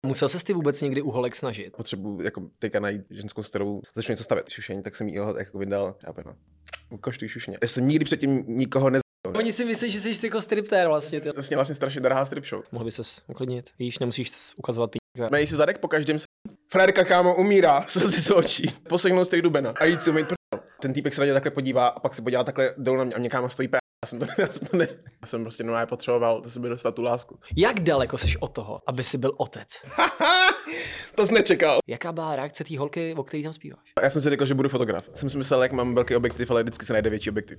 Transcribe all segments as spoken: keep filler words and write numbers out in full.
Musel ses ty vůbec někdy u holek snažit? Potřebuji jako teďka najít ženskou, s kterou začnu něco stavět šušení, tak jsem jí ho jako vydal. Já no, ukoštuj šušně. Já jsem nikdy předtím nikoho nez... Oni si myslí, že jsi jako striptér vlastně. Ty. Vlastně vlastně strašně drahá strip show. Mohl by ses uklidnit. Víš, nemusíš ukazovat píka. Mají si zadek po každém se... Frérka, kámo, umírá, slzy z očí. Posehnou z těch dubena a jít si umýt prdel. Ten týpek se na ně takhle podívá a pak se podívá takhle dolů na mě a mě kámo stojí pé. Já jsem to, já jsem to ne... Já jsem prostě normálně potřeboval do sebe dostat tu lásku. Jak daleko jsi od toho, aby si byl otec? To jsi nečekal. Jaká byla reakce té holky, o který tam zpíváš? Já jsem si řekl, že budu fotograf. Jsem si myslel, jak mám velký objektiv, ale vždycky se najde větší objektiv.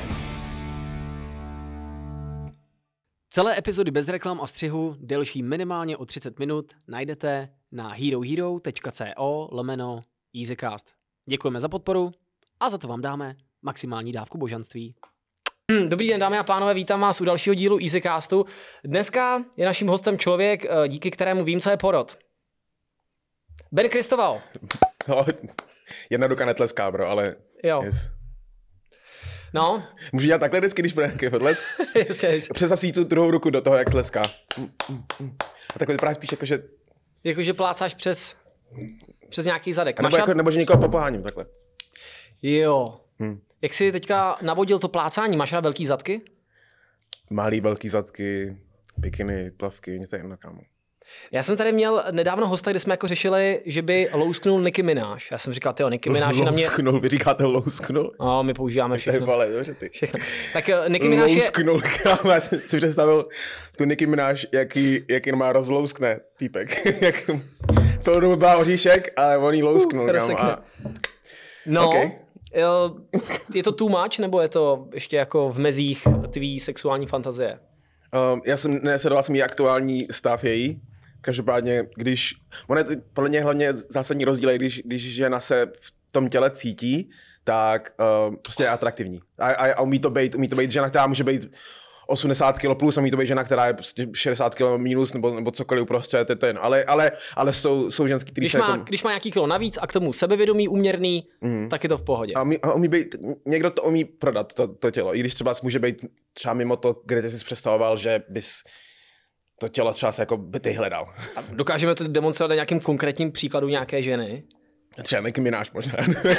Celé epizody bez reklam a střihu, delší minimálně o třicet minut, najdete na herohero tečka co lomeno easycast. Děkujeme za podporu a za to vám dáme maximální dávku božanství. Dobrý den, dámy a pánové, vítám vás u dalšího dílu Easycastu. Dneska je naším hostem člověk, díky kterému vím, co je porod. Ben Kristoval. No, jedna ruka netleská, bro, ale... Jo. Yes. No. Můžu dělat takhle vždycky, když bude nějaký potlesk? yes, yes. Přesasí tu druhou ruku do toho, jak tleská. A takhle vypadá spíš jako, že... Jakože plácáš přes... Přes nějaký zadek. Nebo, Maša... jako, nebo že někoho popoháním, takhle. Jo. Hmm. Jak jsi teďka navodil to plácání? Máš rád velký zadky? Malý, velký zadky, bikiny, plavky, něco jedno, kámo. Já jsem tady měl nedávno hosta, kde jsme jako řešili, že by lousknul Nicki Minaj. Já jsem říkal, tyjo, Nicki Minaj je na mě... Lousknul, vy říkáte lousknul? No, my používáme všechno. To je dobře, ty. Všechno. Tak uh, Nicki Minaj je... Lousknul, kámo, já jsem si představil tu Nicki Minaj, jaký, jaký má rozlouskne týpek. Jak... Celou dobu byla oříšek, ale on jí lousknul, uh, kámo. A... No, okay. Je to too much, nebo je to ještě jako v mezích tvý sexuální fantazie? Um, já jsem nesledoval jsem jí aktuální stav její. Každopádně, když, ono je to podle mě hlavně zásadní rozdíl, když, když žena se v tom těle cítí, tak uh, prostě je atraktivní. A, a, a umí to být, umí to být žena, která může být osmdesát kilo plus, a umí to být žena, která je prostě šedesát kilo minus, nebo, nebo cokoliv uprostřed, je to jen. Ale, ale, ale jsou, jsou ženský, který když se má, jako... Když má nějaký kilo navíc a k tomu sebevědomí, úměrný, mm. tak je to v pohodě. A umí, a umí být, někdo to umí prodat, to, to tělo. I když třeba může být třeba mimo to, kde ty jsi představoval, že bys to tělo třeba se jako by ty hledal. A dokážeme to demonstrovat na nějakým konkrétním příkladu nějaké ženy? Třeba Nicki Minaj možná.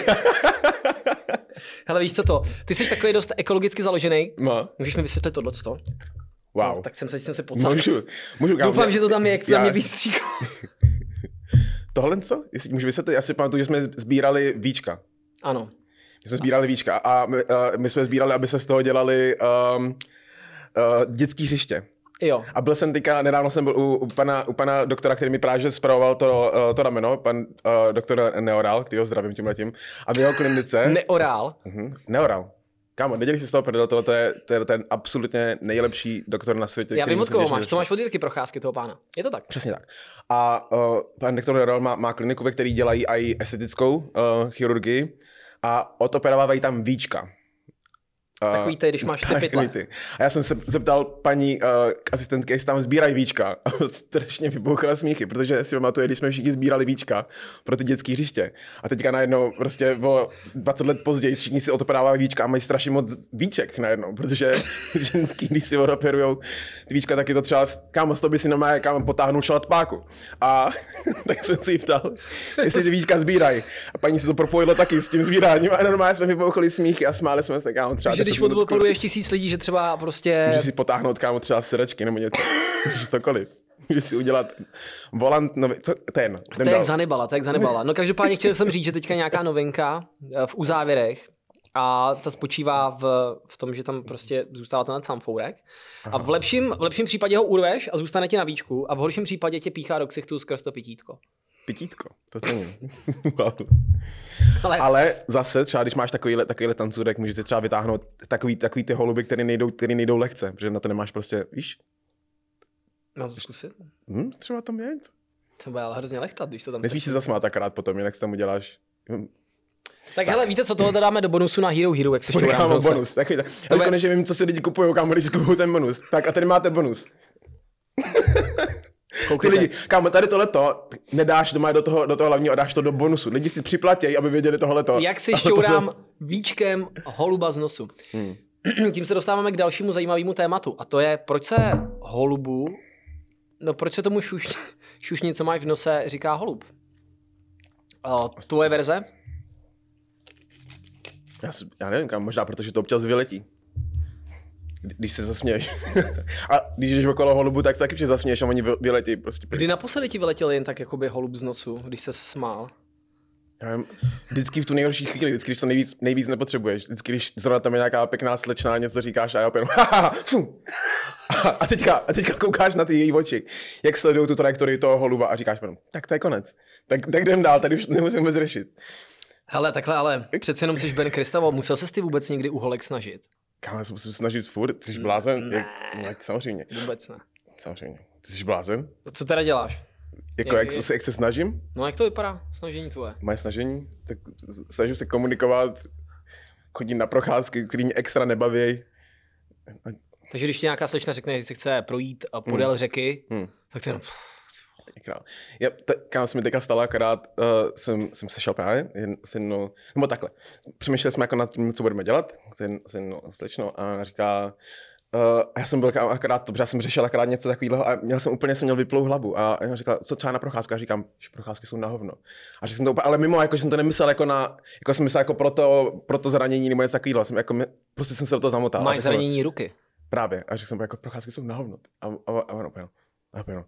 Hele, víš co to? Ty jsi takový dost ekologicky založený. No. Můžeš mi vysvětlit tohleto? Wow. No, tak jsem se, jsem se podsal. Můžu, můžu. Doufám, že to tam je, jak to já... tam je výstříko. Tohle co? Jestli můžu vysvětlit, já si pamatuju, že jsme sbírali víčka. Ano. My jsme sbírali víčka a my, uh, my jsme sbírali, aby se z toho dělali um, uh, dětský hřiště. Jo. A byl jsem teďka, nedávno jsem byl u, u, pana, u pana doktora, který mi právě spravoval to, uh, to rameno, pan uh, doktor Neoral, kterýho zdravím tímhletím, a v jeho klinice... Neoral? Uh-huh. Neoral. Kámo, nedělej si z toho prdel, tohle to je, to je ten absolutně nejlepší doktor na světě. Já vím, od koho máš, to máš od Jirky Procházky, toho pána. Je to tak? Přesně tak. A uh, pan doktor Neoral má, má kliniku, ve které dělají i estetickou uh, chirurgii a odoperovávají tam víčka. Takový ty, když máš ty pytle. Ty. A já jsem se zeptal paní uh, asistentky, jestli tam sbírají víčka. A strašně vybuchla smíchy, protože si pamatuje, když jsme všichni sbírali víčka pro ty dětské hřiště. A teďka najednou prostě o dvacet let později všichni si odoperávají víčka a mají strašně moc víček najednou, protože ženský, když si odoperujou ty víčka, tak je to třeba, kámo, z toho by si normálně kámo potáhnul šalotpáku. A tak jsem si jí ptal, jestli ty víčka sbírají. A paní si to propojilo taky s tím sbíráním a normálně jsme vybuchli smíchy a smáli jsme se, kámo, třeba když odpoporuješ tisíc lidí, že třeba prostě... Můžeš si potáhnout, kámo, třeba sedačky nebo něco. Můžeš cokoliv. Můžeš si udělat volant, no, co, ten. To je jak zanibala, to je jak zanibala. No každopádně chtěl jsem říct, že teďka nějaká novinka v uzávěrech a ta spočívá v, v tom, že tam prostě zůstává ten sám fourek. A v lepším, v lepším případě ho urveš a zůstane ti na víčku a v horším případě tě píchá do ksichtu skrz to pitítko. Pitítko, to cením. Ale... Ale zase třeba, když máš takovýhle, takovýhle tancůrek, můžeš si třeba vytáhnout takový, takový ty holuby, které nejdou, které nejdou lehce, protože na to nemáš prostě, víš? Mám to zkusit? Hm, třeba tam je něco. To bude ale hrozně lehtat, když to tam... Nesmíš si zasmát akorát potom, jinak si tam uděláš... Hm. Tak, tak hele, víte co, tohle dáme do bonusu na Hero Hero, jak se šťourám. bonus, takový tak. Ale bude... konečně vím, co si lidi kupují, kámo, když kupují ten bonus. Tak a tady máte bonus. Ty lidi, kámo, tady tohleto nedáš doma do toho, do toho hlavního a dáš to do bonusu. Lidi si připlatějí, aby věděli tohleto. Jak si šťourám to... víčkem holuba z nosu. Hmm. Tím se dostáváme k dalšímu zajímavému tématu a to je, proč se holubu no proč se tomu šuš, šušni, co máš v nose, říká holub? O, tvoje verze? Já, si, já nevím kam, možná protože to občas vyletí. Když se zasměješ. A když jdeš okolo holubu, tak se taky zasměješ a oni vyletí prostě. Kdy naposledy ti vyletěl jen tak jakoby holub z nosu, když se smál? Já nevím, vždycky v tu nejhorší chvíli, vždycky, když to nejvíc, nejvíc nepotřebuješ, vždycky, když zrovna tam je nějaká pěkná slečna, něco říkáš a já opět, a teďka, a teďka koukáš na ty její oči, jak sledují tu trajektorii toho holuba a říkáš, tak to je konec, tak, tak jdem dál, tady už nemusím vůbec řešit. Hele, takhle, ale přece jenom jsi Ben Kristavo, musel ses ty vůbec někdy u holek snažit? Kámo, já se musím snažit furt, jsi blázen? Ne. Jak, jak, samozřejmě. Vůbec ne. Samozřejmě. Ty jsi blázen? Co teda děláš? Jako, jak, jak, jak se snažím? No jak to vypadá, snažení tvoje? Moje snažení? Tak snažím se komunikovat, chodím na procházky, který mě extra nebaví. Takže když ti nějaká slečna řekne, že si chce projít podél hmm. řeky, hmm. tak to je... Já, te, kam se mi teďka stalo, akorát uh, jsem, jsem sešel právě jen, s jednou, nebo takhle. Přemýšleli jsme jako nad tím, co budeme dělat s, jen, s jednou slečnou a říká, uh, já jsem byl akorát, dobře, já jsem řešil akorát něco takového a měl jsem úplně, jsem měl vyplou hlavu a já říkal, co třeba na procházku, a říkám, že procházky jsou na hovno. A že jsem to úplně, ale mimo, jako, že jsem to nemyslel jako na, jako jsem myslel jako pro to, pro to zranění nebo něco takového, jsem jako, prostě jsem se do toho zamotal. Máš zranění jsem, ruky. Právě, a že jsem jako procházky jsou na hovno. A, a, a, a, a, a, a, a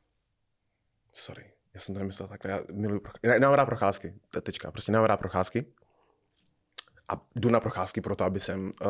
sorry, já jsem to nemyslel takhle, já miluji procházky, já nemám rád procházky, tečka, prostě nemám rád procházky a jdu na procházky proto, aby jsem uh,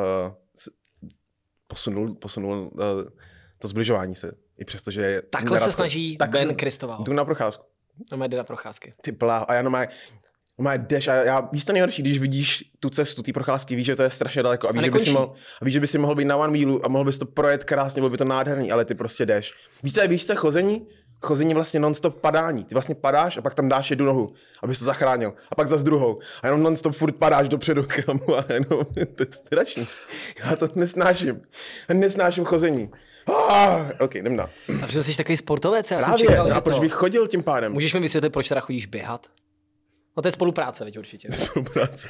posunul, posunul uh, to zbližování se, i přesto, že je... Takhle se snaží Ben Kristoval. Jdu na procházku. No má jde na procházky. Ty bláho, a já nomaj, nomaj jdeš a já, víš to nejhorší, když vidíš tu cestu, ty procházky, víš, že to je strašně daleko a víš, a že by si mohl, a víš, že by si mohl být na one wheelu a mohl bys to projet krásně, bylo by to nádherný, ale ty prostě jdeš. Víš co, víš co, chození? Chození vlastně non-stop padání. Ty vlastně padáš a pak tam dáš jednu nohu, abys to zachránil. A pak zas druhou. A jenom non-stop furt padáš dopředu, kámo. A jenom, to je strašný. Já to nesnáším. Já nesnáším chození. Ah, ok, jdem dál. A protože jsi takový sportovec, já Právě, jsem čekal, no a proč bych chodil tím pádem? Můžeš mi vysvětlit, proč teda chodíš běhat? No to je spolupráce, veď určitě. Spolupráce.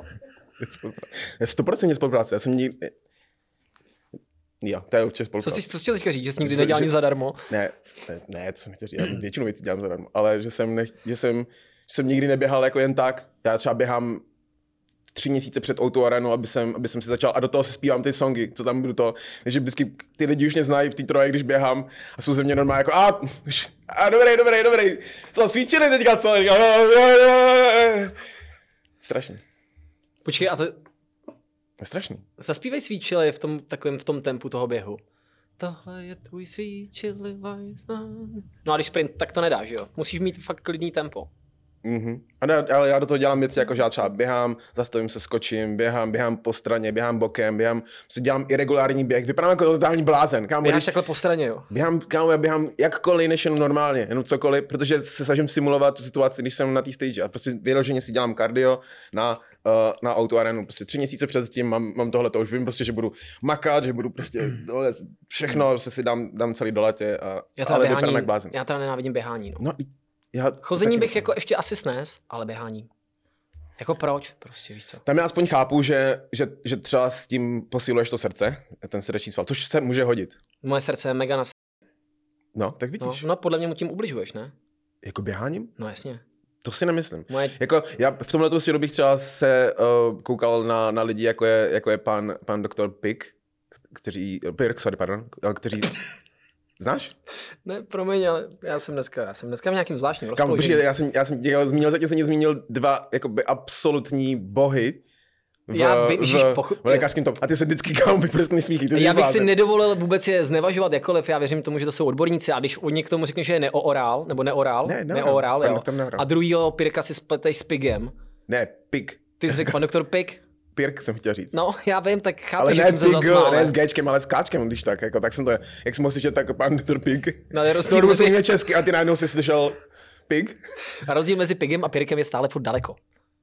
Je sto procent spolupráce. Já jsem nikdy... Jo, to je určitě spolupráce. Co jsi, co jsi chtěl teďka říct, že jsi nikdy nedělal nic zadarmo? Ne, ne, ne, to jsem chtěl říct, já většinu věcí dělám zadarmo, ale že jsem, nech, že, jsem, že jsem nikdy neběhal jako jen tak, já třeba běhám tři měsíce před O dva Arenu, aby jsem, aby jsem si začal a do toho si zpívám ty songy, co tam budu to, takže vždycky ty lidi už mě znají v té troje, když běhám a jsou ze mě normálně jako a, a dobrý, dobrý, dobrý, co svíčili teďka, co? Strašně. Počkej, a to... To je strašný. Zaspívej Sweet Chili v tom takovém v tom tempu toho běhu. Tohle je tvůj Sweet Chili life. No a když sprint, tak to nedáš, jo? Musíš mít fakt klidný tempo. Mhm. Ale já do toho dělám věci, jako že já třeba běhám, zastavím se, skočím, běhám, běhám po straně, běhám bokem, běhám, si dělám irregulární běh, vypadám jako totální blázen. Kámo, běháš takhle po straně, jo? Běhám, kámo, já běhám jakkoliv, než jenom normálně, jenom cokoliv, protože se snažím simulovat tu situaci, když jsem na té stage a prostě vyloženě si dělám kardio na uh, na O dva Arenu. Prostě tři měsíce předtím mám, mám tohle, to už vím prostě, že budu makat, že budu prostě dole, všechno se si dám, dám celý do latě a já ale vypadám jak blázen. Já teda nenávidím běhání, no. no já Chození bych jako ještě asi snes, ale běhání. Jako proč? Prostě víš co. Tam já aspoň chápu, že, že, že třeba s tím posiluješ to srdce, ten srdeční sval, což se může hodit. Moje srdce je mega nas... No, tak vidíš. No, no podle mě mu tím ubližuješ, ne? Jako běháním? No jasně. To si nemyslím. Moje... Jako, já v tomhle světu bych třeba se uh, koukal na, na lidi, jako je, jako je pan, pan doktor Pick, kteří, Pirk, sorry, pardon, kteří... Znáš? Ne, promiň, ale já jsem dneska, já jsem dneska v nějakým zvláštním rozpoložení. Počkej, já jsem, já jsem dělal, zmínil, zatím jsem zmínil dva jakoby absolutní bohy v, já by, Ježiš, v, pochu... v lékařském tom. A ty se vždycky kámo vyprostný smíchy. Já bych blázen. si nedovolil vůbec je znevažovat jakkoliv, já věřím tomu, že to jsou odborníci a když oni k tomu řekne, že je neoorál, nebo neoral, ne, neoral, jo. A druhýho Pirka si spleteš s Pigem. Ne, Pig. Ty jsi řekl pan doktor Pig? Pirk jsem chtěl říct. No, já vím, tak chápu, ale že ne jsem se zasmál. Ale ne s Gčkem, ale s Káčkem, když tak, jako, tak jsem to, jak jsem mohl slyšet, tak pan doktor Pig. No, ale rozdíl mezi... jsem měl česky a ty najednou jsi slyšel Pig. A rozdíl mezi Pigem a Pirkem je stále furt daleko.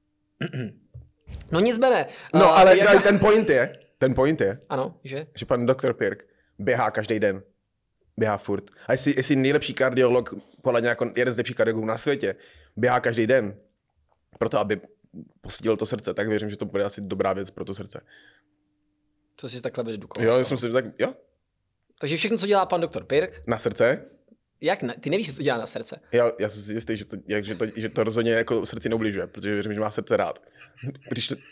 No nic bene. No, uh, ale jak... ten point je, ten point je, ano, že? že pan doktor Pirk běhá každý den. Běhá furt. A jestli, jestli nejlepší kardiolog, podle mě jako jeden z lepších kardiologů na světě, běhá každý den, proto aby posílil to srdce, tak věřím, že to bude asi dobrá věc pro to srdce. Co jsi takhle vydedukoval? Jo, jsem si tak, jo. Takže všechno, co dělá pan doktor Pirk. Na srdce? Jak ne? Ty nevíš, co to dělá na srdce. Já, já jsem si jistý, že to, jak, že to, že to rozhodně jako srdci neubližuje, protože věřím, že má srdce rád. Když to...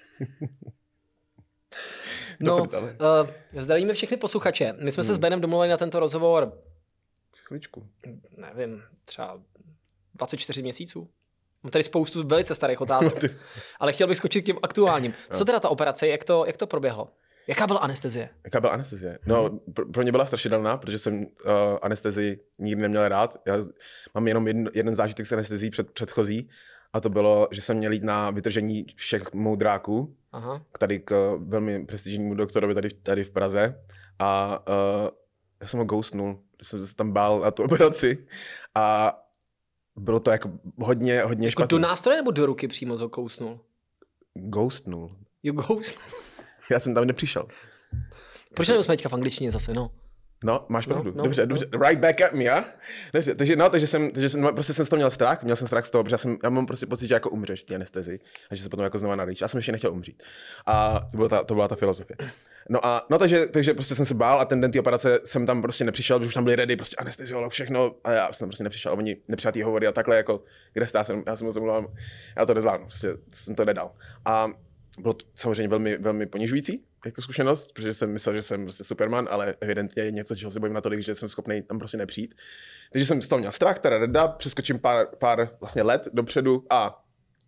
No, uh, zdravíme všechny posluchače. My jsme hmm. se s Benem domluvili na tento rozhovor chvíličku. Nevím, třeba dvacet čtyři měsíců. Mám tady spoustu velice starých otázek, ale chtěl bych skočit k těm aktuálním. Co teda ta operace, jak to, jak to proběhlo? Jaká byla anestezie? Jaká byla anestezie? No, hmm. pro, pro mě byla strašidelná, protože jsem uh, anestezii nikdy neměl rád. Já mám jenom jeden, jeden zážitek s anestezií před, předchozí a to bylo, že jsem měl jít na vytržení všech moudráků, Aha. tady k uh, velmi prestižnímu doktorovi tady, tady v Praze a uh, já jsem ho ghostnul, jsem se tam bál na tu operaci a bylo to jako hodně, hodně jako špatný. Do nástroje nebo do ruky přímo ho ghostnul? Ghostnul. Jo, ghostnul. Já jsem tam nepřišel. Proč jsme teďka v angličtině zase, no? No, máš pravdu. No, no, dobře, no. dobře. Right back at me, ja? Dobře, takže no, takže jsem, takže jsem, prostě jsem z toho měl strach, měl jsem strach z toho, protože já, jsem, já mám prostě pocit, že jako umřeš v té anestezii a že se potom jako znova narodíš. Já jsem ještě nechtěl umřít. A to byla ta, to byla ta filozofie. No a no takže, takže prostě jsem se bál a ten den té operace jsem tam prostě nepřišel, protože už tam byli ready, prostě anesteziolog, všechno a já jsem prostě nepřišel a oni nepřijatý hovory a takhle jako, kde jste, já jsem, já jsem moc omlouvám, já to nezvládnu, prostě jsem to nedal. A bylo to samozřejmě velmi, velmi ponižující jako zkušenost, protože jsem myslel, že jsem prostě Superman, ale evidentně je něco, čeho se bojím natolik, že jsem schopný tam prostě nepřijít. Takže jsem z toho měl strach, teda rada, přeskočím pár, pár vlastně let dopředu a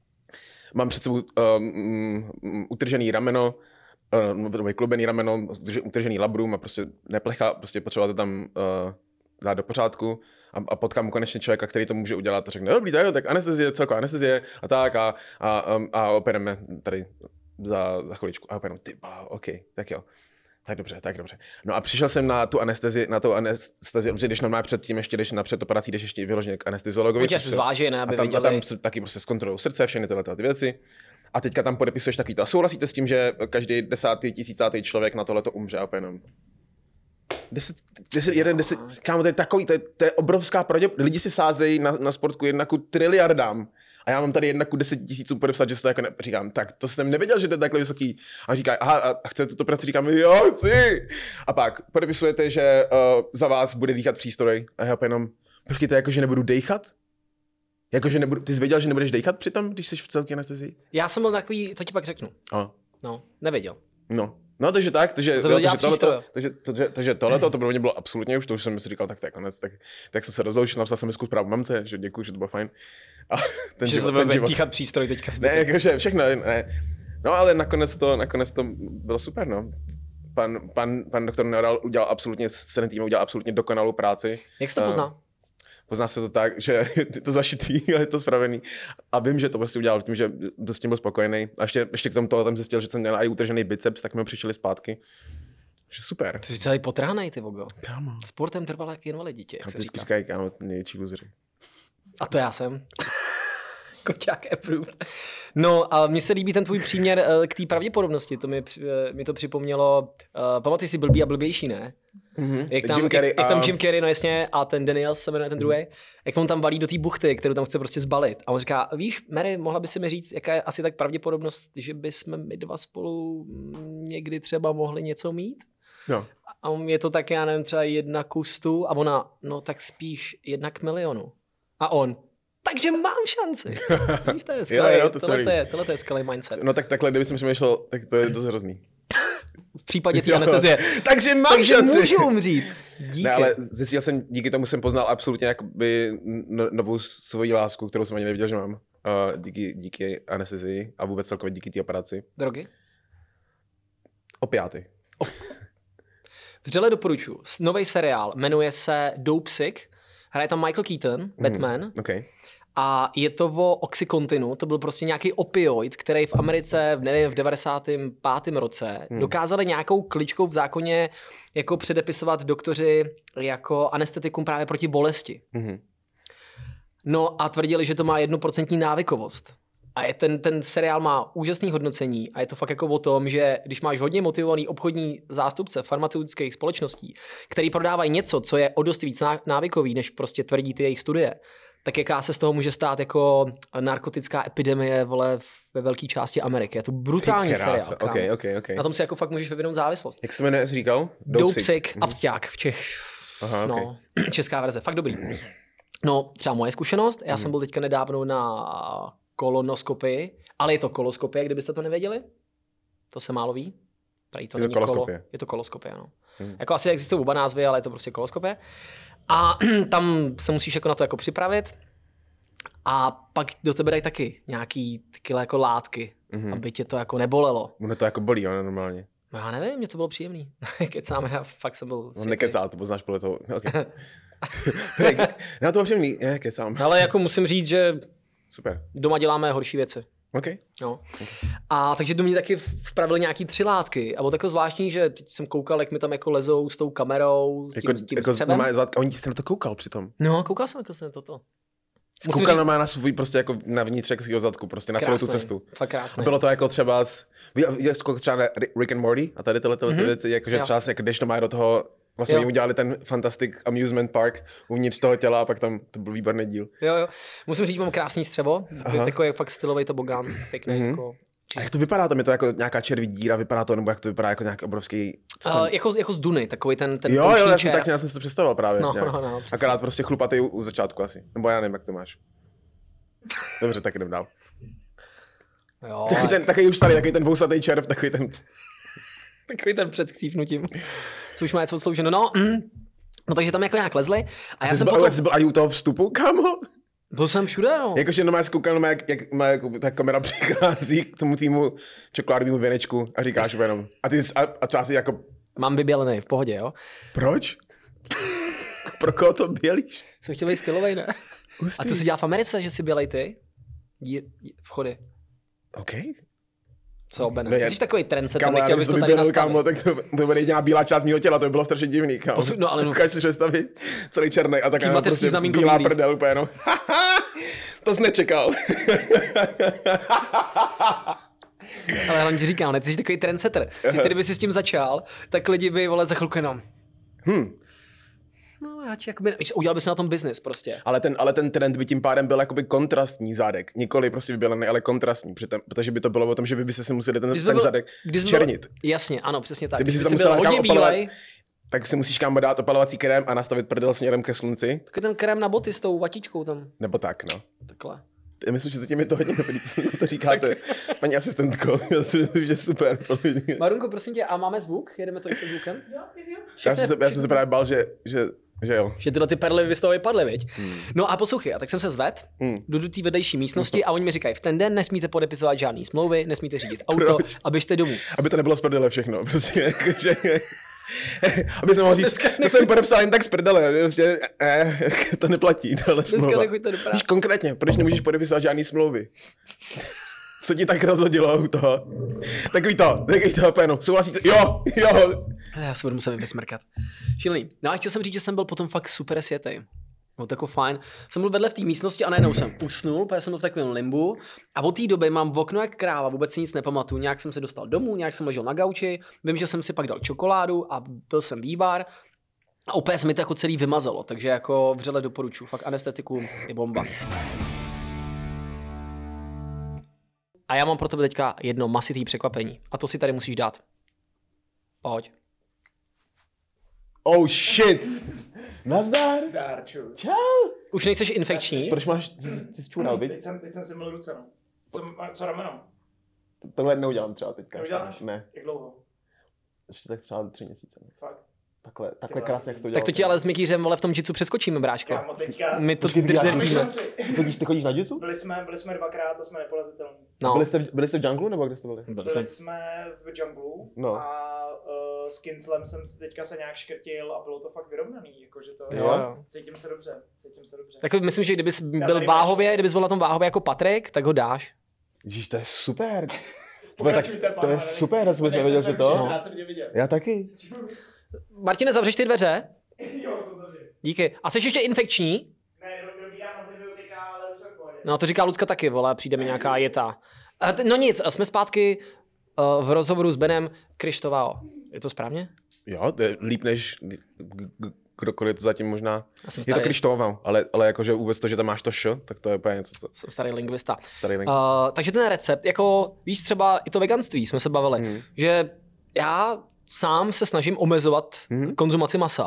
mám před sebou um, utržený rameno, um, klubený rameno, utržený labrum a prostě neplecha, prostě potřeba to tam uh, dát do pořádku a, a potkám konečně člověka, který to může udělat a řekne, no dobrý, tak, tak anestezie, celková anestezie a tak a, a, um, a opereme tady za, za chviličku. A opereme, ty bláho, OK, tak jo. Tak dobře, tak dobře. No a přišel jsem na tu anestezi, na tu anestezi, protože když normálně předtím ještě, když na předoperací, jdeš ještě vyloženě k anesteziologovi. Tě zváží, ne, aby a tam, viděli. A tam se taky prostě zkontrolují srdce, všechny tyhle ty věci. A teďka tam podepisuješ taky to. A souhlasíte s tím, že každý desátý, tisícátý člověk na tohleto umře a jenom Deset, deset, jeden, deset, kámo, to je takový, to je, to je obrovská pravděpodobnost. Lidi si sázejí na, na sportku jedna ku triliardám a já mám tady jedna ku deset tisícům podepsat, že se to jako ne... Říkám, tak to jsem nevěděl, že to je takhle vysoký. A říká, aha, a chcete tuto práci? Říkám, jo, chci. A pak podepisujete, že uh, za vás bude dýchat přístroj. A já jenom, počkejte, jakože nebudu dejchat? Jakože nebudu, ty jsi věděl, že nebudeš dejchat přitom, když jsi v celké anestezii? Já jsem byl takový, co ti pak řeknu. A. No, nevěděl. No. No, takže tak, takže, to jo, takže, tohleto, takže, takže, takže tohleto, to pro mě bylo absolutně už, to už jsem si říkal, tak to je konec, tak, tak jsem se rozloučil, napsal jsem zkus zprávu mamce, že děkuji, že to bylo fajn. A ten že život, se ten život. Dýchat přístroj teďka zbytek. Ne, jakože všechno, ne. No, ale nakonec to, nakonec to bylo super, no. Pan, pan, pan doktor Neural udělal absolutně, s celým týmem udělal absolutně dokonalou práci. Jak jsi to poznal? Pozná se to tak, že je to zašitý a je to spravený. A vím, že to prostě udělal tím, že s tím byl spokojený. A ještě, ještě k tomu toho tam zjistil, že jsem měl i utržený biceps, tak mi ho přišli zpátky. Že super. Ty jsi celý potránej, ty vogo. Kámo. Sportem trval jak invaliditě, jak kámo, se ty říká. říkají, kámo, největší losery. A to já jsem. Koťák approved. No a mně se líbí ten tvůj příměr k té pravděpodobnosti. To mi, mi to připomnělo, uh, pamatuješ si Blbý a blbější, ne? Mm-hmm. Jak, tam, Jim Carrey jak, jak tam a... Jim Carrey, no jasně, a ten Daniels se jmenuje ten druhý, mm-hmm. jak on tam valí do té buchty, kterou tam chce prostě zbalit. A on říká, víš, Mary, mohla by si mi říct, jaká je asi tak pravděpodobnost, že bychom my dva spolu někdy třeba mohli něco mít? No. A je to tak, já nevím, třeba jedna ku stu a ona, no tak spíš jedna k milionu. A on, takže mám šanci. Víš, to je skvělý, jo, jo, to tohle, je, tohle je skvělý mindset. No tak takhle, kdyby jsem přemýšlel, tak to je dost hrozný. V případě té anestezie. Takže mám Takže šanci. můžu umřít. Díky. Ne, ale zjistil jsem, díky tomu jsem poznal absolutně jakoby no, novou svoji lásku, kterou jsem ani nevěděl, že mám. Uh, díky, díky anestezii a vůbec celkově díky té operaci. Drogy? Opiáty. Vřele doporučuji. Nový seriál jmenuje se Dope Sick. Hraje tam Michael Keaton, Batman. Mm, okay. A je to o Oxycontinu, to byl prostě nějaký opioid, který v Americe, nevím, v devadesátém pátém roce hmm. dokázali nějakou kličkou v zákoně jako předepisovat doktoři jako anestetikum právě proti bolesti. Hmm. No a tvrdili, že to má jednoprocentní návykovost. A je ten, ten seriál má úžasný hodnocení a je to fakt jako o tom, že když máš hodně motivovaný obchodní zástupce farmaceutických společností, který prodávají něco, co je o dost víc návykový, než prostě tvrdí ty jejich studie, tak jaká se z toho může stát jako narkotická epidemie, vole, ve velké části Ameriky. Je to brutální seriál. Okay, okay, okay. Na tom si jako fakt můžeš vyvinout závislost. Jak se jmenuje, jsi říkal? Dope Sick, mm-hmm. absťák v Čech. Aha, no, okay. Česká verze, fakt dobrý. No, třeba moje zkušenost, já hmm. jsem byl teďka nedávno na kolonoskopii, ale je to koloskopie, kdybyste to nevěděli. To se málo ví. Prý to je není to koloskopie. Kolo, je to koloskopie, no. Hmm. Jako asi existují oba názvy, ale je to prostě koloskopie. A tam se musíš jako na to jako připravit. A pak do tebe dají taky nějaký takové jako látky, mm-hmm. aby tě to jako nebolelo. Ono to jako bolí, jo, normálně. No já nevím, mě to bylo příjemný. Kecáme, já fakt jsem byl No nekecá, to poznáš podle toho. Okay. No to bylo příjemný, je, kecám. Ale jako musím říct, že super. Doma děláme horší věci. OK. No. A takže do mě taky vpravili nějaký tři látky. A bylo takový zvláštní, že teď jsem koukal, jak mi tam jako lezou s tou kamerou, s tím, jako, s tím jako střevem. A oni ti jste na to koukal přitom. No, koukal jsem jako jsem toto. Koukal říct... na svůj prostě jako na vnitřek svého zadku, prostě na krásný, celou tu cestu. Fakt krásný. A bylo to jako třeba z, jako třeba na Rick and Morty a tady tyhle, tyhle mm-hmm. věci, jakože třeba jak když to má do toho, vlastně oni udělali ten Fantastic Amusement Park uvnitř toho těla a pak tam to byl výborný díl. Jo, jo. Musím říct, mám krásný střevo, takový fakt stylový tobogán, pěkný mm-hmm. jako. A jak to vypadá? Tam je to jako nějaká červí díra, vypadá to, nebo jak to vypadá jako nějaký obrovský... Uh, jako, jako z Duny, takový ten, ten jo, jo, já jsem, tak, já jsem si to představoval právě. No, no, no, akorát prostě chlupatý u, u začátku asi. Nebo já nevím, jak to máš. Dobře, tak jdem dál. Jo, takový, ten, takový už starý, takový ten vousatý červ, takový ten... takový ten před chcípnutím. Co už má něco odslouženo. No, mm. no takže tam jako nějak lezli. A, a já jsem byl, potom... Jsi byl i u toho vstupu, kámo? Byl jsem všude, no. Jakože normálně zkoukal, no, jak, jak má, jako, ta kamera přichází k tomu týmu čokoládovému věnečku a říkáš jenom. A ty a, a třeba si jako... Mám vybělený, v pohodě, jo? Proč? Pro koho to bělíš? Jsem chtěl být stylovej, ne? Hustý. A to si dělá v Americe, že si bělej ty? Dí, dí, vchody. OK. Co, Bene? No, ty jsi takový trendsetter, kámo, nechtěl bys to tady nastavit. Kámo, tak to, to bude jediná bílá část mého těla, to by bylo strašně divný, kámo. Posu, no, ale no. Ukáž si představit celý černý a tak jenom prostě bílá bílý. prdel úplně, no. To jsi nečekal. Ale hlavně ti říkám, ne, ty jsi takový trendsetter. Kdyby jsi s tím začal, tak lidi by, vole, za chvilku jenom. Hm. No, já ti jakoby, udělal bys na tom business prostě. Ale ten, ale ten trend by tím pádem byl jakoby kontrastní zadek. Nikoli prostě vybělený, ale kontrastní. Přitom, protože by to bylo o tom, že vy byste si museli ten, ten byl, zadek zčernit. Byl, jasně, ano, přesně tak. Ty bys si tam musel hodně bílej, tak si musíš kámo dát opalovací krém a nastavit prdel směrem ke slunci. Taky ten krém na boty s tou vatičkou tam. Nebo tak, no. Takhle. Já myslím, že zatím je to hodně dobrý, to říkáte, paní asistentko. Já si myslím, že super. Marunko, prosím tě, a máme zvuk? Jedeme to i se zvukem? Jo, jo. Já jsem se, já jsem se právě bál, že, že, že jo. Že tyhle ty perly by z toho vypadly, viď? Hmm. No a poslouchej, a tak jsem se zved, hmm. jdu do té vedlejší místnosti a oni mi říkají, v ten den nesmíte podepisovat žádný smlouvy, nesmíte řídit auto a běžte domů. Aby to nebylo z prdele všechno, prostě jakože... Aby jsem mohl říct, to jsem podepsal jen tak z prdele, prostě, eh, to neplatí, tohle smlouva. Víš konkrétně, proč nemůžeš podepisovat žádný smlouvy? Co ti tak rozhodilo u toho? Takový to, takový to opět, souhlasíte? Jo, jo. Já se budu muset vysmrkat. Šílený. No a chtěl jsem říct, že jsem byl potom fakt super světej. No tako fajn. Jsem byl vedle v té místnosti a najednou jsem usnul, protože jsem byl v takovém limbu a od té doby mám v okno jak kráva, vůbec si nic nepamatuju. Nějak jsem se dostal domů, nějak jsem ležel na gauči, vím, že jsem si pak dal čokoládu a byl jsem výbar a úplně se mi to jako celý vymazalo, takže jako vřele doporučuji, fakt anestetikum je bomba. A já mám pro tebe teďka jedno masitý překvapení a to si tady musíš dát. Pojď. Oh shit! Nazdar! Zdar, čau. Čau! Už nejseš infekční? Proč máš, ty jsi čůral, viď? Teď jsem, teď jsem si mlil ruce, no. Co, co rameno? Tohle neudělám třeba teďka. Neuděláš? Ne. Jak dlouho? Ještě tak třeba tři měsíce. Fakt? Takhle, takhle krásně, jak to dělal. Tak to ti ale s Mikýřem, vole, v tom jitsu přeskočíme, bráško. Kámo, teďka... My to Počkej, držíme. Ty chodíš, ty chodíš na jitsu? Byli jsme, byli jsme dvakrát a jsme neporazitelní. No. Byli, jste, byli jste v junglu, nebo kde jste byli? Byli Byli jsme. jsme v junglu No. a uh, s Kinslem jsem teďka se nějak škrtil a bylo to fakt vyrovnaný, jakože to... Jo, jo. Cítím se dobře, cítím se dobře. Tak myslím, že kdybys byl váhově, kdybys byl na tom váhově jako Patrik, tak ho dáš. Ježíš, to je super. Pokračujte, to je super, já jsem vůbec nevěděl, že to. Já jsem tě viděl. Já taky. Martine, zavřeš ty dveře? Jo, jsem zavřel. Díky. A jsi ještě infekční? Ne, dobírám antibiotika, ale už jsem v pohodě. No to říká Lucka taky, vole, přijde mi nějaká jeta. No nic, jsme zpátky uh, v rozhovoru s Benem Krištovao. Je to správně? Jo, to je líp než kdokoliv to zatím možná. Starý... Je to Krištovao, ale, ale jakože vůbec to, že tam máš to š, tak to je úplně něco, co... Jsem starý lingvista. Starý lingvista. Uh, takže ten recept, jako víš třeba i to veganství, jsme se bavili, hmm. že já sám se snažím omezovat hmm. konzumaci masa,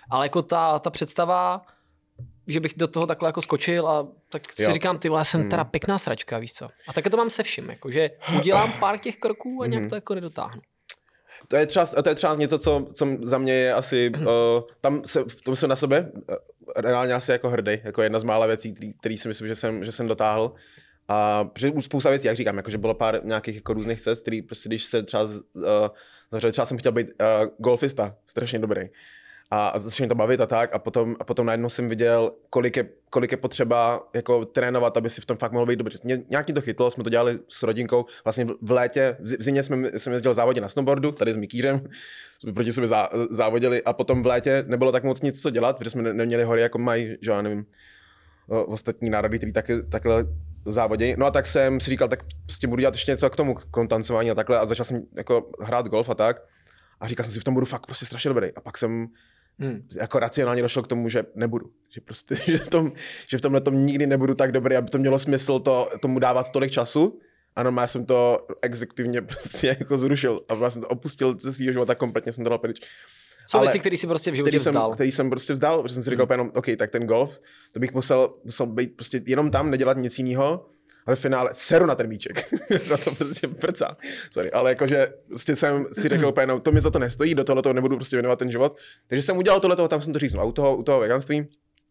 ale jako ta, ta představa, že bych do toho takhle jako skočil a tak si Jo. říkám, ty vole, jsem Hmm. teda pěkná sračka, víš co. A také to mám se vším, jako, že udělám pár těch kroků a nějak to jako nedotáhnu. To je třeba, to je třeba něco, co, co za mě je asi, uh, tam se, v tom jsem na sebe uh, reálně asi jako hrdý, jako jedna z mála věcí, který, který si myslím, že jsem, že jsem dotáhl. A protože spousta věcí, jak říkám, jako, že bylo pár nějakých jako různých cest, který prostě, když se třeba, uh, zavřel, třeba jsem chtěl být uh, golfista, strašně dobrý. A, a začal mě to bavit a tak a potom, a potom najednou jsem viděl, kolik je, kolik je potřeba jako trénovat, aby si v tom fakt mohl být dobře. Mě, nějak mě to chytlo, jsme to dělali s rodinkou, vlastně v létě, v zimě jsme, jsem jezdil závodě na snowboardu, tady s Mikýřem, jsme proti sobě zá, závodili a potom v létě nebylo tak moc nic co dělat, protože jsme ne, neměli hory, jako mají, že já nevím, o, ostatní národy, který taky, takhle závodí. No a tak jsem si říkal, tak prostě budu dělat ještě něco k tomu, k tomu tancování a takhle a začal jsem jako hrát golf a tak a říkal jsem si, v tom budu fakt prostě strašně dobrý a pak jsem Hmm. jako racionálně došlo k tomu, že nebudu. Že prostě, že v, tom, že v tomhle tom nikdy nebudu tak dobrý, aby to mělo smysl to, tomu dávat tolik času. A normálně jsem to exekutivně prostě jako zrušil. A vlastně to opustil ze svého života kompletně, jsem to dal pryč. Jsou Ale věci, které si prostě v životě který jsem, vzdal. který jsem prostě vzdal, protože jsem si říkal hmm. jenom, OK, tak ten golf, to bych musel, musel být prostě jenom tam, nedělat nic jiného. A ve finále seru na ten míček. Na to prostě prcá. Sorry, ale jakože prostě jsem si řekl úplně, no, to mi za to nestojí, do tohoto nebudu prostě věnovat ten život. Takže jsem udělal tohleto, tam jsem to říznul. A u toho, u toho veganství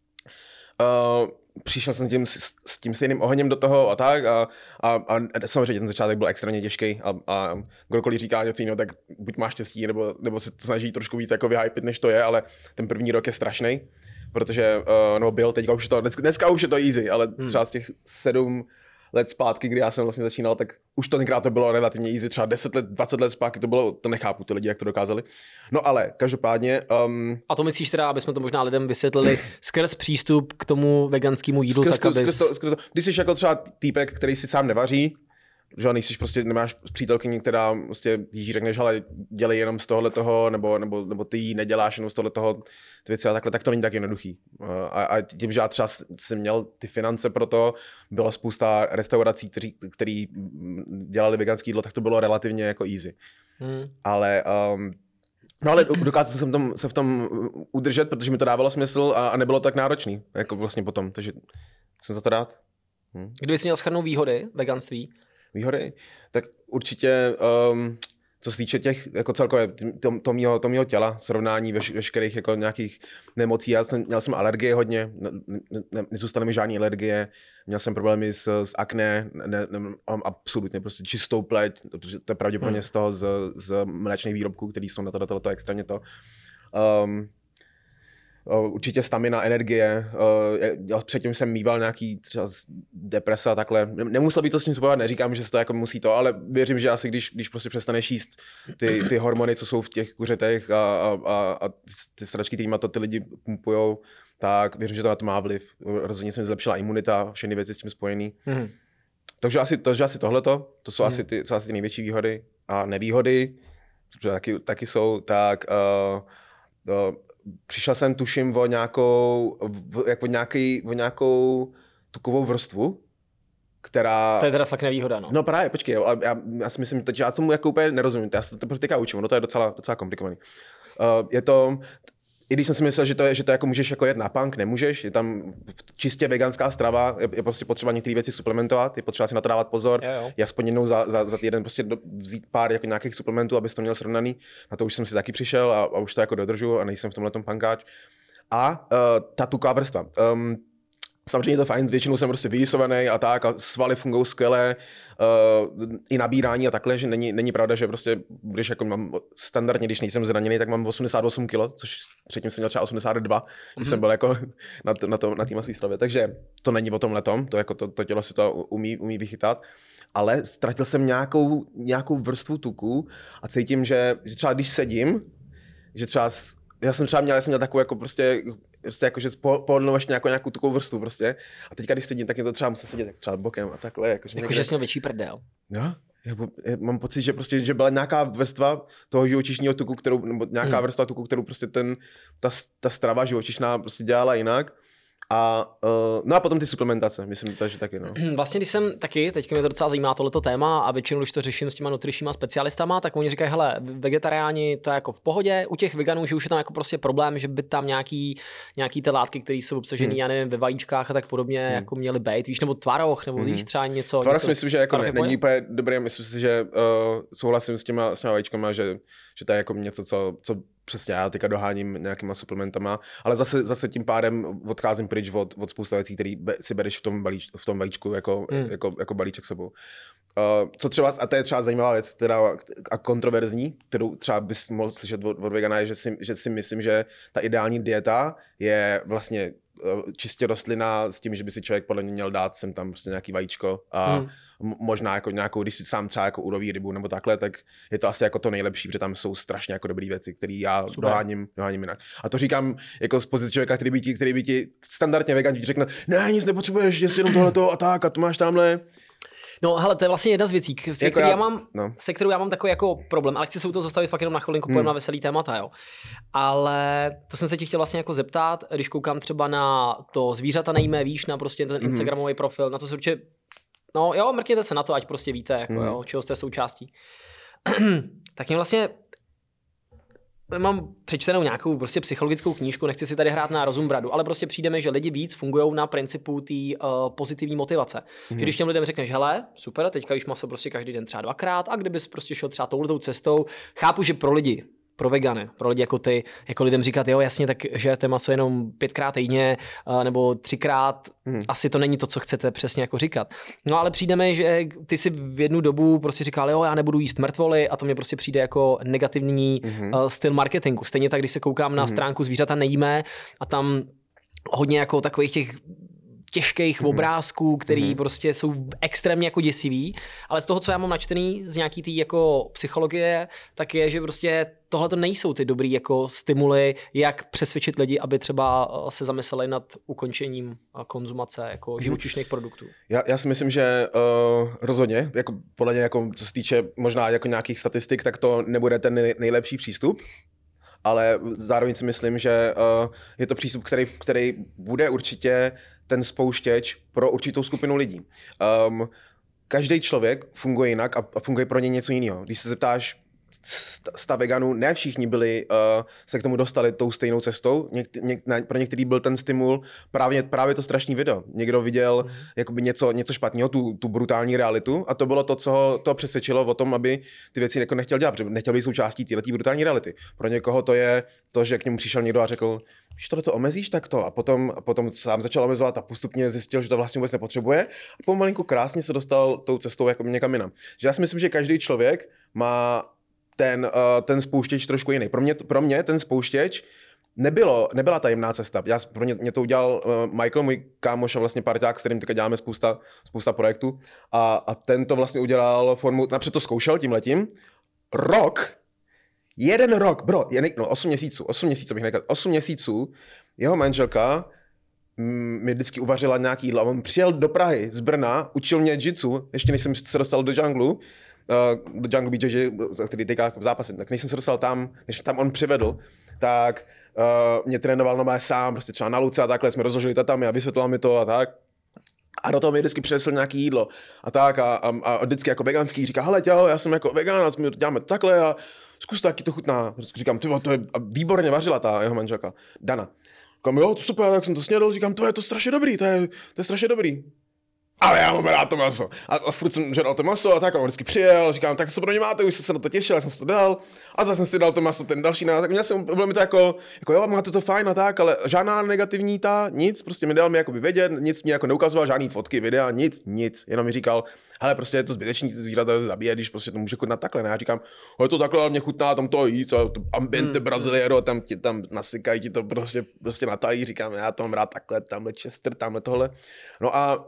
uh, přišel jsem tím, s, s tím stejným ohněm do toho a tak. A, a, a samozřejmě ten začátek byl extrémně těžký. A, a kdokoliv říká něco jiného, tak buď má štěstí, nebo, nebo se snaží trošku víc jako vyhypit, než to je, ale ten první rok je strašný. Protože, uh, no byl, teďka už to, dneska, dneska už je to easy, ale hmm. třeba z těch sedm let zpátky, kdy já jsem vlastně začínal, tak už to tenkrát to bylo relativně easy, třeba deset let, dvacet let zpátky to bylo, to nechápu ty lidi, jak to dokázali. No ale každopádně... Um, a to myslíš teda, aby jsme to možná lidem vysvětlili, skrz přístup k tomu veganskému jídlu, skrz tak to, abys... skrz to, skrz to, když jsi jako třeba týpek, který si sám nevaří, že nejsi prostě, nemáš přítelkyni, která prostě jí řekneš, ale dělej jenom z tohohle toho, nebo, nebo, nebo ty jí neděláš jenom z tohohle toho, ty věci a takhle, tak to není tak jednoduchý. A, a tím, že já třeba jsem měl ty finance pro to, byla spousta restaurací, kteří, který dělali veganský jídlo, tak to bylo relativně jako easy. Hmm. Ale um, no ale dokázal jsem tom, se v tom udržet, protože mi to dávalo smysl a, a nebylo tak náročný, jako vlastně potom, takže jsem za to rád. Hm. Kdyby jsi měl shrnout výhody veganství? Výhody? Tak určitě, um, co se týče těch, jako celkově, to, to, mýho, to mýho těla, srovnání veš, veškerých jako nějakých nemocí, já jsem, měl jsem alergie hodně, ne, ne, nezůstaly mi žádné alergie, měl jsem problémy s, s akné, ne, ne, mám absolutně prostě čistou pleť, to je pravděpodobně hmm. z toho, z, z mléčných výrobků, které jsou na to, to, to extrémně to. Um, Určitě stamina, energie. Já předtím jsem mýval nějaký třeba deprese a takhle. Nemusel by to s tím spojovat, neříkám, že se to jako musí to, ale věřím, že asi když, když prostě přestaneš jíst ty, ty hormony, co jsou v těch kuřetech a, a, a, a ty sračky, kterýma to ty lidi pumpujou, tak věřím, že to na to má vliv. Rozhodně se mi zlepšila imunita, všechny věci s tím spojený. Mm. Takže asi, to, že asi tohleto, to jsou, mm. asi ty, jsou asi ty největší výhody a nevýhody, protože taky, taky jsou, tak uh, uh, přišel jsem tuším o nějakou, jako nějaký, o nějakou tukovou vrstvu, která... To je teda fakt nevýhoda, no. No právě, počkej, jo, já, já si myslím, že já tomu jako úplně nerozumím, já se to teprve teďka učím, no to je docela, docela komplikovaný. Uh, je to, i když jsem si myslel, že to, je, že to jako můžeš jako jet na punk, nemůžeš, je tam čistě veganská strava, je, je prostě potřeba některé věci suplementovat, je potřeba si na to dávat pozor, jo, jo. Je aspoň jednou za, za, za týden prostě do, vzít pár jako nějakých suplementů, abys to měl srovnaný, na to už jsem si taky přišel a, a už to jako dodržu a nejsem v tomhletom punkáč. A uh, ta tuková vrstva. Um, Samozřejmě je to fajn, většinou jsem prostě vyrysovaný a tak a svaly fungují skvěle, uh, i nabírání a takhle, že není, není pravda, že prostě budeš jako mám standardně, když nejsem zraněný, tak mám osmdesát osm kilo, což předtím jsem měl třeba osmdesát dva, když mm-hmm. jsem byl jako na, na, to, na té masové stravě, takže to není o tom letom, to, jako to, to tělo si to umí, umí vychytat, ale ztratil jsem nějakou, nějakou vrstvu tuku a cítím, že, že třeba když sedím, že třeba, já jsem třeba měl, já jsem měl takovou jako prostě prostě jako, že pohodlnou ještě nějakou, nějakou tukovou vrstvu prostě. A teďka, když sedím, tak je to třeba musím sedět tak třeba bokem a takhle. Jako, že jako někde... jsi měl větší prdel. Jo, jako, mám pocit, že prostě, že byla nějaká vrstva toho živočišního tuku, kterou, nebo nějaká hmm. vrstva tuku, kterou prostě ten, ta, ta strava živočišná prostě dělala jinak. A, uh, no a potom ty suplementace, myslím, že taky, no. Vlastně, když jsem taky, teďka mě to docela zajímá tohleto téma a většinou, když to řeším s těma nutričníma specialistama, tak oni říkají, hele, vegetariáni to je jako v pohodě, u těch veganů, že už je tam jako prostě problém, že by tam nějaký, nějaký ty látky, které jsou obsažené, hmm. já nevím, ve vajíčkách a tak podobně, hmm. jako měly být, víš, nebo tvaroh, nebo hmm. víš třeba něco. Tvaroh něco, si myslím, že jako ne, není úplně dobrý, myslím si, že uh, souhlasím s těma, s těma vajíčkama, že, že to je jako něco, co, co přesně já teďka doháním nějakýma suplementama, ale zase, zase tím pádem odcházím pryč od, od spousta věcí, které si bereš v tom, balíč, v tom vajíčku jako, mm. jako, jako balíček sebou. Uh, co třeba, a to je třeba zajímavá věc, teda a kontroverzní, kterou třeba bys mohl slyšet od, od vegana, je, že si, že si myslím, že ta ideální dieta je vlastně uh, čistě rostlina s tím, že by si člověk podle mě měl dát sem tam prostě nějaký vajíčko a mm. možná jako nějakou, když si sám třeba jako uloví rybu nebo takhle, tak je to asi jako to nejlepší, protože tam jsou strašně jako dobré věci, které já doháním, doháním jinak. A to říkám jako z pozice člověka, který by ti, který by ti standardně vegan ti řekne, ne, nic nepotřebuješ, jestli jenom tohleto a tak a tu máš tamhle. No, hele, to je vlastně jedna z věcí, se, jako já, já mám, no. se kterou já mám takový jako problém, ale chci se u toho zastavit fakt jenom na chvilinku, hmm. na veselý témata, jo. Ale to jsem se ti chtěl vlastně jako zeptat, když koukám třeba na to zvířata nejmé, víš, na prostě ten Instagramový profil, na to se určitě, no jo, mrkněte se na to, ať prostě víte, jako, hmm. jo, čeho jste součástí. Tak mě vlastně mám přečtenou nějakou prostě psychologickou knížku, nechci si tady hrát na rozum bradu, ale prostě přijde mi, že lidi víc fungují na principu té uh, pozitivní motivace. Mm. Že když těm lidem řekneš, hele, super, teďka jíš maso prostě každý den třeba dvakrát a kdybys prostě šel třeba touhletou cestou, chápu, že pro lidi, pro vegany, pro lidi jako ty, jako lidem říkat, jo, jasně, tak žijete maso jenom pětkrát týdně uh, nebo třikrát, hmm. asi to není to, co chcete přesně jako říkat. No ale přijde mi, že ty si v jednu dobu prostě říkal, jo, já nebudu jíst mrtvoly a to mě prostě přijde jako negativní hmm. uh, styl marketingu. Stejně tak, když se koukám na hmm. stránku Zvířata nejíme a tam hodně jako takových těch těžkých mm-hmm. obrázků, který mm-hmm. prostě jsou extrémně jako děsivý, ale z toho, co já mám načtený z nějaký tý jako psychologie, tak je, že prostě tohle to nejsou ty dobrý jako stimuly, jak přesvědčit lidi, aby třeba se zamysleli nad ukončením konzumace jako mm-hmm. živočišných produktů. Já, já si myslím, že uh, rozhodně, jako podle mě, jako, co se týče možná jako nějakých statistik, tak to nebude ten nej, nejlepší přístup. Ale zároveň si myslím, že uh, je to přístup, který, který bude určitě ten spouštěč pro určitou skupinu lidí. Um, každý člověk funguje jinak a, a funguje pro ně něco jiného. Když se zeptáš sta veganů, ne všichni byli, uh, se k tomu dostali tou stejnou cestou. Něk, něk, ne, pro některý byl ten stimul právě, právě to strašný video. Někdo viděl mm. jakoby něco, něco špatného, tu, tu brutální realitu a to bylo to, co ho to přesvědčilo o tom, aby ty věci jako nechtěl dělat, protože nechtěl být součástí této brutální reality. Pro někoho to je to, že k němu přišel někdo a řekl, když tohleto omezíš, tak to. A potom, a potom sám začal omezovat a postupně zjistil, že to vlastně vůbec nepotřebuje. A pomalinku krásně se dostal tou cestou jako někam jinam. Že já si myslím, že každý člověk má ten, uh, ten spouštěč trošku jiný. Pro mě, pro mě ten spouštěč nebylo, nebyla tajemná cesta. Já, pro mě, mě to udělal uh, Michael, můj kámoš a vlastně parťák, s kterým teďka děláme spousta, spousta projektů. A, a ten to vlastně udělal formou, napřed to zkoušel tímhletím. Rok, jeden rok, bro, je, no osm měsíců, osm měsíců bych nekal, osm měsíců, jeho manželka mm, mi vždycky uvařila nějaký jídlo. On přijel do Prahy z Brna, učil mě jitsu, ještě než jsem se dostal do džunglu, Uh, do Jungle B J J, který teďka v zápase, tak než jsem se dostal tam, než tam on přivedl, tak uh, mě trénoval normálně sám, prostě třeba na luce a takhle, jsme rozložili tatami a vysvětlil mi to a tak. A do toho mi vždycky přinesl nějaký jídlo a tak a, a, a vždycky jako veganský říká, hele těho, já jsem jako vegan a my děláme takhle a zkus to, jaký to chutná. Vždycky říkám, tyvo, to je výborně vařila ta jeho manželka, Dana. Říkám, jo, to super, tak jsem to snědl, říkám, to je to strašně dobrý, to je, to je strašně dobrý. Ale já mám rád to maso. A, a furt jsem žral to maso a tak, a on vždycky přijel, říkám, tak se pro ně máte, už jsem se na to těšil, já jsem si to dal. A zase jsem si dal to maso, ten další, na, tak měl jsem, bylo mi to jako, jako jo, máte to fajn a tak, ale žádná negativní ta, nic, prostě mi dal mi jakoby vědět, nic mi jako neukazoval, žádný fotky, videa, nic, nic, jenom mi říkal, hele, prostě je to zbytečný zvířata zabíjet, když prostě to může chutnat takhle, ne? Já říkám, je to takhle, ale mě chutná tam to jíst, to ambiente mm. Braziliero, tam ti tam nasykají ti to prostě, prostě na talíř, říkám, já to mám rád takhle, tamhle Chester, tamhle tohle. No a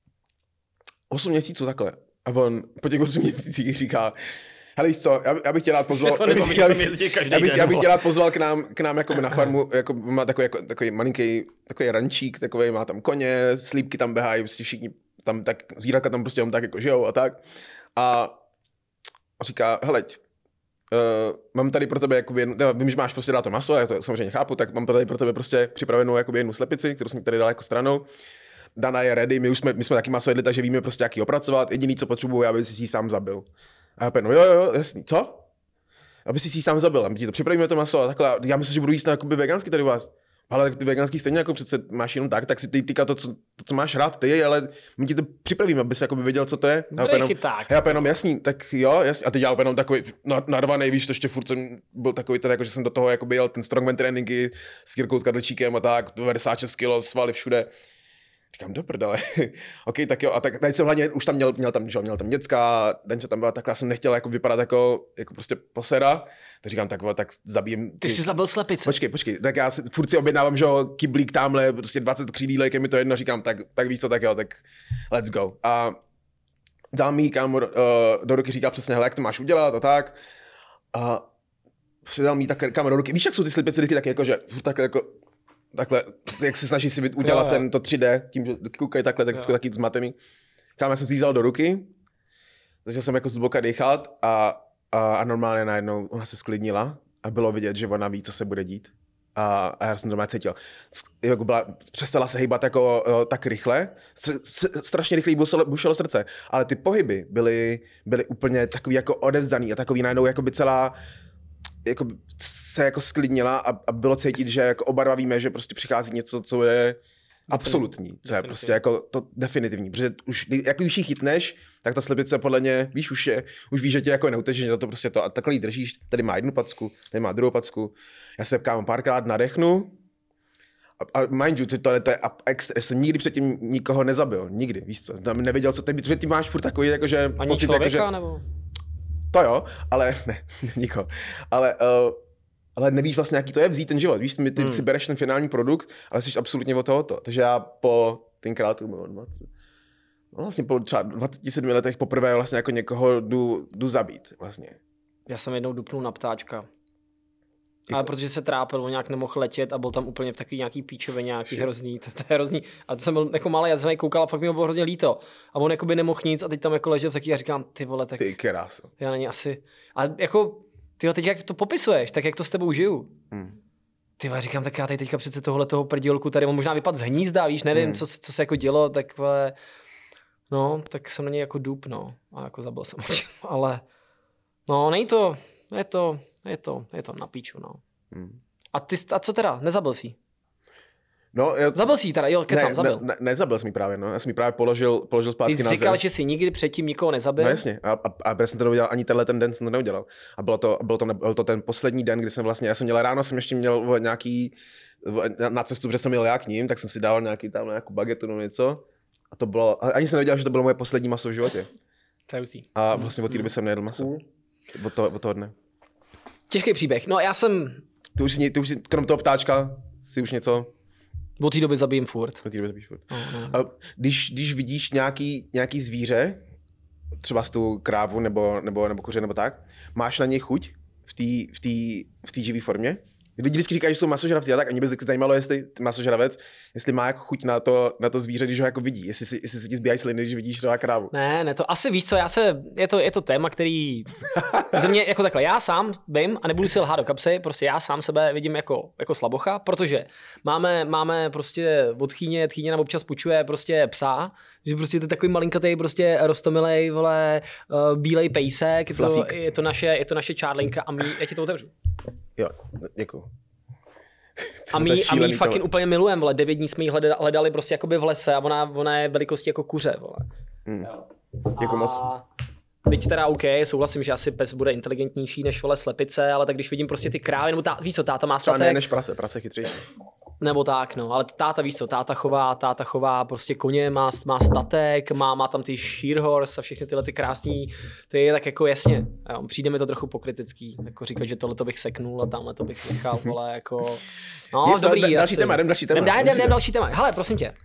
osm měsíců takhle. A on po těch osmi měsících říká, hele víš co, já, já bych tě rád pozval, já bych, já bych, já bych, já bych tě rád pozval k nám, k nám jako na farmu, jako má takový, jako, takový malinký, takový rančík, takový, má tam koně, slípky tam běhají, prostě všichni tam tak, zvířatka tam prostě tam tak jako žijou a tak. A říká, heleď, Uh, mám tady pro tebe jakoby, jednu, vím, že máš prostě dát to maso, já to samozřejmě chápu, tak mám tady pro tebe prostě připravenou jakoby jednu slepici, kterou jsem tady dal jako stranou. Dana je ready, my už jsme, my jsme taky maso jedli, takže víme prostě, jak ji opracovat. Jediný, co potřebuji, aby si ji sám zabil. A já pěnu, jo, jo, jasný, co? Aby si ji sám zabil, a my ti to připravíme to maso a takhle. Já myslím, že budu jíst jakoby vegansky tady u vás. Ale tak ty veganský stejně jako přece máš jenom tak, tak si ty týka to, co, to, co máš rád ty, ale my ti to připravíme, aby si jakoby věděl, co to je. Dobrý chyták. Já jenom jasný, tak jo, jasný. A ty dělal jenom takový narvaný, víš, to ještě furt jsem byl takový ten, jako, že jsem do toho jakoby jel ten strongman tréninky s Jirkou Kadlčíkem a tak, devadesát šest kilo, svaly všude. Říkám, do prdele. OK, tak jo, a tak tady jsem hlavně už tam měl, měl tam, že, měl tam děcka, Denča tam byla takhle, já jsem nechtěl jako vypadat jako, jako prostě posera, tak říkám, tak, tak zabijem. Ty, ty jsi zabil slepice. Počkej, počkej, tak já si, furt si objednávám, že kyblík tamhle, prostě dvacet křídílek, je mi to jedno, říkám, tak, tak víš co, tak jo, tak let's go. A dal mi kámo uh, do ruky, říkal přesně, hele, jak to máš udělat a tak. A předal mi tak kámo do ruky, víš, jak jsou ty slepice vždycky tak jako, že furt tak jako, takhle, jak se snaží si udělat jo, jo. ten to tři dé, tím, že koukají takhle, tak jsou taky zmatený. Kámo, já jsem si vzal do ruky, začal jsem jako zboka dechat a, a, a normálně najednou ona se sklidnila a bylo vidět, že ona ví, co se bude dít. A, a já jsem to normálně cítil. Jako byla, přestala se hýbat jako uh, tak rychle, s, s, strašně rychle jí bušelo srdce, ale ty pohyby byly, byly úplně takový jako odevzdaný a takový najednou jako by celá jako se jako sklidnila a, a bylo cítit, že jako oba dva víme, že prostě přichází něco, co je absolutní, co je prostě jako to definitivní, protože už, jak už ji chytneš, tak ta slepice podle mě, víš, už je, už víš, že tě jako neuteče, že to prostě to a takhle jí držíš, tady má jednu packu, tady má druhou packu, já se kámo párkrát nadechnu a, a mind you, to je, to je extra, já jsem nikdy předtím nikoho nezabil, nikdy, víš co, tam nevěděl, co ty, protože ty máš furt takový, jakože ani pocit, člověka, jako, že, nebo? To jo, ale ne, nikoho. Ale, uh, ale nevíš vlastně, jaký to je vzít ten život. Víš, ty hmm. si bereš ten finální produkt, ale jsi absolutně od tohoto. Takže já po tenkrát, no vlastně po třeba dvaceti sedmi letech poprvé vlastně jako někoho jdu, jdu zabít vlastně. Já jsem jednou dupnul na ptáčka. Jako... Ale protože se trápil, on nějak nemohl letět a byl tam úplně v takový nějaký píčově, nějaký hrozný, to, to je hrozný. A to jsem byl jako malý, já jsem koukal a fakt mi bylo hrozně líto. A on jako by nemohl nic a teď tam jako ležel taky a říkám, ty vole, tak... Ty kráso. Já na ně asi... A jako, ty teď jak to popisuješ, tak jak to s tebou žiju. Hmm. Ty vole, říkám, tak já tady teďka přece tohle toho prdělku tady, on možná vypadl z hnízda, víš, nevím, hmm. co, co se jako dělo, tak vole... No, tak jsem na něj jako dup, no. A jako zabil jsem ho. Ale... No, nej to, je to, je to, je to na píču, no. Hmm. A ty, a co teda? Nezabil jsi? No, já... Zabil jsi teda, jo, kecám, ne, zabil. Ne, ne, nezabil jsi mi právě, no. Já jsem mi právě položil, položil zpátky ty na zem. Ty říkal, že jsi nikdy předtím nikoho nezabil? No jasně, a, a, a já jsem to neudělal, ani tenhle ten den jsem to neudělal. A bylo to, bylo to, byl to ten poslední den, kdy jsem vlastně, já jsem měl ráno, jsem ještě měl nějaký, na cestu, protože jsem měl já k ním, tak jsem si dával nějaký tam nějakou bagetu nebo něco. A to bylo, ani jsem nevěděl, že to bylo moje poslední maso v životě. To je hustý. A vlastně od té doby jsem nejedl maso. Od toho, od toho dne. Těžký příběh. No já jsem... Ty už, ty už krom toho ptáčka si už něco... Od té doby zabijím furt. Od té doby zabijím furt. Oh, no. A když, když vidíš nějaký, nějaký zvíře, třeba z tu krávu nebo, nebo, nebo kuře nebo tak, máš na něj chuť v té v té v té živé formě? Lidi vždycky říkají, že jsou masožravci, a tak, a mě by se zajímalo, jestli ty masožravec, jestli má jako chuť na to, na to zvíře, když ho jako vidí, jestli, si, jestli se ti zbíjají sliny, když vidíš třeba krávu. Ne, ne, to asi víš co, já se, je to, je to téma, který ze mě jako takhle, já sám vím a nebudu si lhát do kapsy, prostě já sám sebe vidím jako, jako slabocha, protože máme, máme prostě od tchýně, tchýně nám občas půjčuje prostě psa, že prostě to je takový malinkatej, prostě roztomilej, vole, uh, bílej pejsek, je to, je to naše, je to naše čárlinka a my, já ti to otevřu. Jo, děkuju. A my, a my fucking úplně milujeme, vole, devět dní jsme ji hledali, hledali prostě jakoby v lese a ona, ona je velikosti jako kuře, vole. Hmm. Děkuju moc. Byť teda OK, souhlasím, že asi pes bude inteligentnější než vole slepice, ale tak když vidím prostě ty krávy, nebo tá, víš co, táta má statek. Ne, než prase, prase chytřejší. Nebo tak, no, ale táta, víš co, táta chová, táta chová prostě koně, má, má statek, má, má tam ty sheer horse a všechny tyhle ty krásný, ty tak jako jasně, jo, přijde mi to trochu pokrytecký, jako říkat, že tohle to bych seknul a tamhle to bych nechal, vole, jako, no, Jest, dobrý, další asi. téma, jdem další téma. Jdem, jdem, jdem další téma, hele, prosím tě.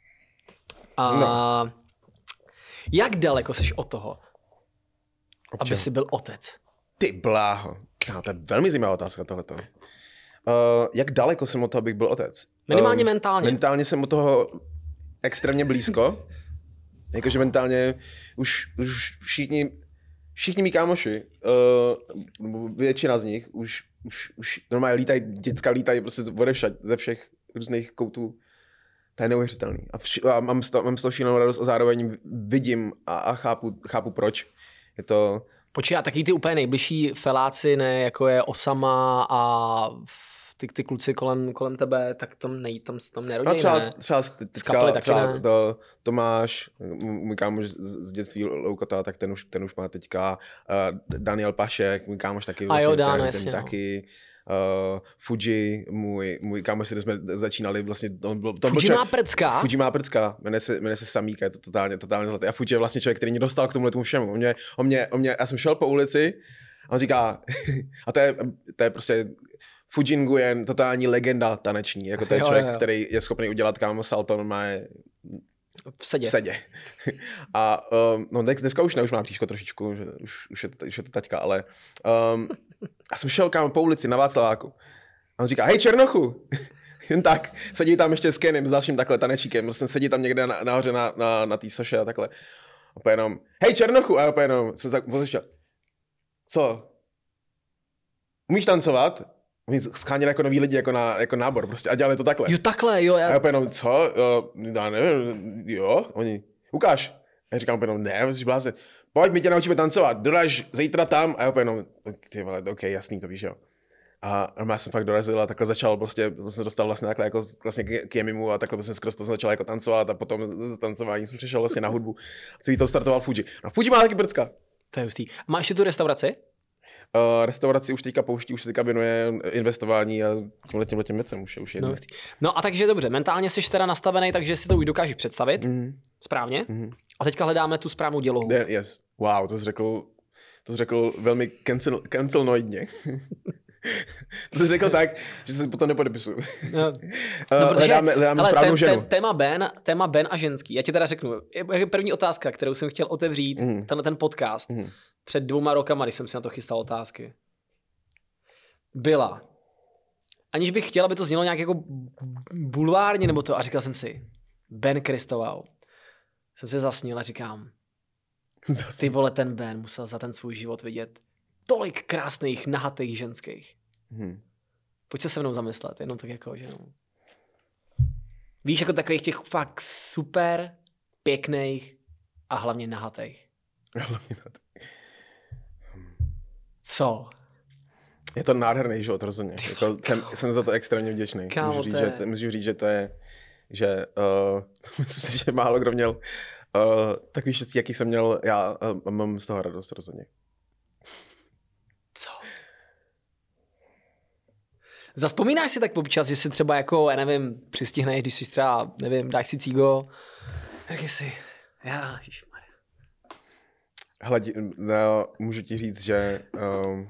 A, no. Jak daleko jsi od toho, Občan. aby jsi byl otec? Ty bláho, no, to je velmi zajímavá otázka tohleto. Uh, jak daleko jsem od toho, abych byl otec? Minimálně uh, mentálně. Mentálně jsem od toho extrémně blízko. Jakože mentálně už, už všichni, všichni mý kámoši, uh, většina z nich, už, už, už normálně lítají, děcka lítají prostě odevšad, ze všech různých koutů. To je neuvěřitelný. A, vš- a mám, z toho, mám z toho šílenou radost a zároveň vidím a, a chápu, chápu proč. Je to... Počkej, a taky ty úplně nejbližší feláci, ne, jako je Osama a ty, ty kluci kolem, kolem tebe, tak tam nej, tam, tam nerodí, no třeba, ne? třeba, Skapely třeba, třeba ne? to, Tomáš, můj kámoš z, z dětství Loukota, tak ten už, ten už má teďka. Uh, Daniel Pašek, můj kámoš taky. A jo, vlastně, Dan, ten, jasně, ten no. taky. Uh, Fuji, můj, můj kámoš, když jsme začínali, vlastně on byl... Fuji byl má prcka? Fuji má prcka, jmenuje se, jmenuje se Samíka, je to totálně, totálně zlatý. A Fuji je vlastně člověk, který mě dostal k tomuhle tomu všemu. On mě, on mě, on mě, já jsem šel po ulici a on říká, a to je, to je prostě Fuji Nguyen, totální legenda taneční, jako to je Jo, člověk, jo. který je schopný udělat kámo salto, on má V sedě. v sedě. A um, no dneska už ne, už má příško trošičku, že už, už, je, to, už je to taťka, ale um, já jsem šel kámo po ulici na Václaváku a on říká, hej Černochu, jen tak, sedí tam ještě s Kenem, s dalším takhle tanečíkem, vlastně sedí tam někde na, nahoře na, na, na té soše a takhle. A opět jenom, hej Černochu, a opět jenom, co tak, co? Umíš tancovat? Oni scháněli jako noví lidi, jako, na, jako nábor prostě a dělali to takhle. Jo, takhle, jo. A Já... já opět jenom, co? Uh, já nevím, jo? Oni, ukáž. A já říkám opět jenom, ne, jsi blázen. Pojď, my tě naučíme tancovat, doraž zítra tam. A já opět jenom, ty vole, ok, jasný, to víš, jo. A já jsem fakt dorazil a takhle začal prostě, to jsem dostal vlastně takhle jako vlastně k, k jemimu a takhle vlastně skoro to začal jako tancovat a potom z tancování jsem přešel vlastně na hudbu. Celý to startoval Fuji. No Fuji má taky prcka. To je hustý. Máš ještě tu restauraci? Uh, restauraci už teďka pouští, už se teďka věnuje investování a tímhle těmhle těm věcem už je už jedno. No, no a takže dobře, mentálně jsi teda nastavený, takže si to už dokážeš představit. Mm. Správně. Mm. A teďka hledáme tu správnou dělohu. Yeah, yes. Wow, to jsi řekl, to jsi řekl velmi cancel, cancelnoidně. To jsi řekl tak, že se potom nepodepisuju. No, no, protože, hledáme, hledáme hele, správnou tém, ženu. tém, téma Ben, téma Ben a ženský. Já ti teda řeknu, je první otázka, kterou jsem chtěl otevřít, Mm. tenhle ten podcast, Mm. před dvouma rokama, když jsem si na to chystal otázky. Byla. Aniž bych chtěl, aby to znělo nějak jako bulvárně nebo to, a říkal jsem si, Ben Kristoval. Jsem se zasnil a říkám, Zase. ty vole, ten Ben musel za ten svůj život vidět tolik krásných, nahatých ženských. Mm. Pojď se se mnou zamyslet, jenom tak jako, že no. Víš, jako takových těch fakt super, pěkných a hlavně nahatých. Co? Je to nádherný život, rozhodně. Jako, jsem, jsem za to extrémně vděčný. Kámo, můžu, říct, to je- že, to- můžu říct, že to je, že, uh, myslím si, že málo kdo měl uh, takový štěstí, jaký jsem měl já, a mám z toho radost rozhodně. Co? Zaspomínáš si tak občas, že si třeba jako, já nevím, přistihneš, když si třeba, nevím, dáš si cígo, jak si, já, ježišmarja. Hele, no, můžu ti říct, že um,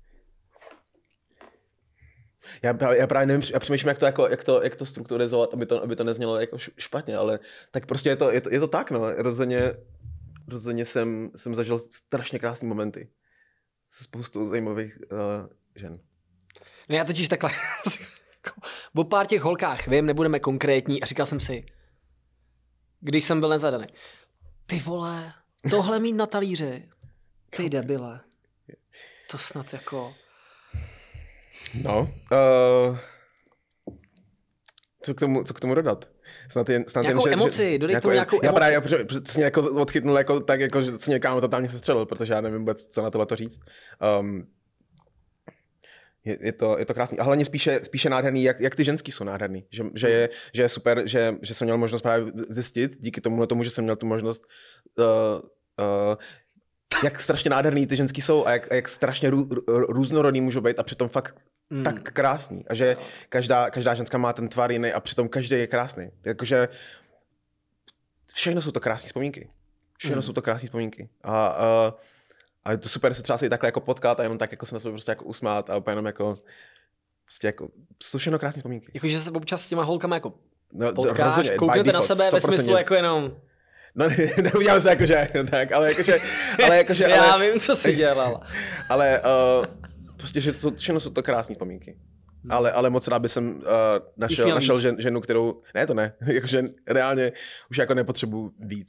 já, právě- já právě nevím, já přemýšlím, jak to, jako, jak to, jak to strukturizovat, aby to, aby to neznělo jako š- špatně, ale tak prostě je to, je to, je to tak, no. Rozhodně, rozhodně jsem, jsem zažil strašně krásné momenty. Spoustu zajímavých uh, žen. No já totiž takhle, o pár těch holkách, vím, nebudeme konkrétní, a říkal jsem si, když jsem byl nezadaný, ty vole, tohle mít na talíři, ty debile, to snad jako... No, uh, co, k tomu, co k tomu dodat? Snad jen, snad Nějakou jen, že, emoci, že, dodej tomu nějakou já emoci. právě já pře- přesně jako odchytnul jako, tak, jako, že se někam totálně sestřelil, protože já nevím vůbec, co na tohle to říct. Um, je, je, to, je to krásný. A hlavně spíše, spíše nádherný, jak, jak ty ženský jsou nádherný. Že, že, je, že je super, že, že jsem měl možnost právě zjistit, díky tomu, tomu že jsem měl tu možnost, uh, uh, jak strašně nádherný ty ženský jsou a jak, a jak strašně rů, rů, různorodný můžou být a přitom fakt Mm. tak krásný. A že každá, každá ženská má ten tvar jiný a přitom každý je krásný. Jakože všechno jsou to krásné vzpomínky. Všechno Mm. jsou to krásné vzpomínky. A, a, a je to super se třeba si takhle jako potkat a jenom tak jako se na sebe prostě jako usmát a jenom jako prostě jako, jsou všechno krásné vzpomínky. Jakože se občas s těma holkama jako No, potkáš, rozhodně, by kouknete na default, sebe ve sto procent smyslu jako jenom... No, ne, neudělám se jakože, tak, ale jakože, ale jakože, ale, Já vím, co jsi dělal. ale uh, prostě, že jsou, všechno jsou to krásné vzpomínky. Ale, ale moc rád by jsem uh, našel, měl našel víc. žen, ženu, kterou, ne to ne, jakože reálně už jako nepotřebuji víc.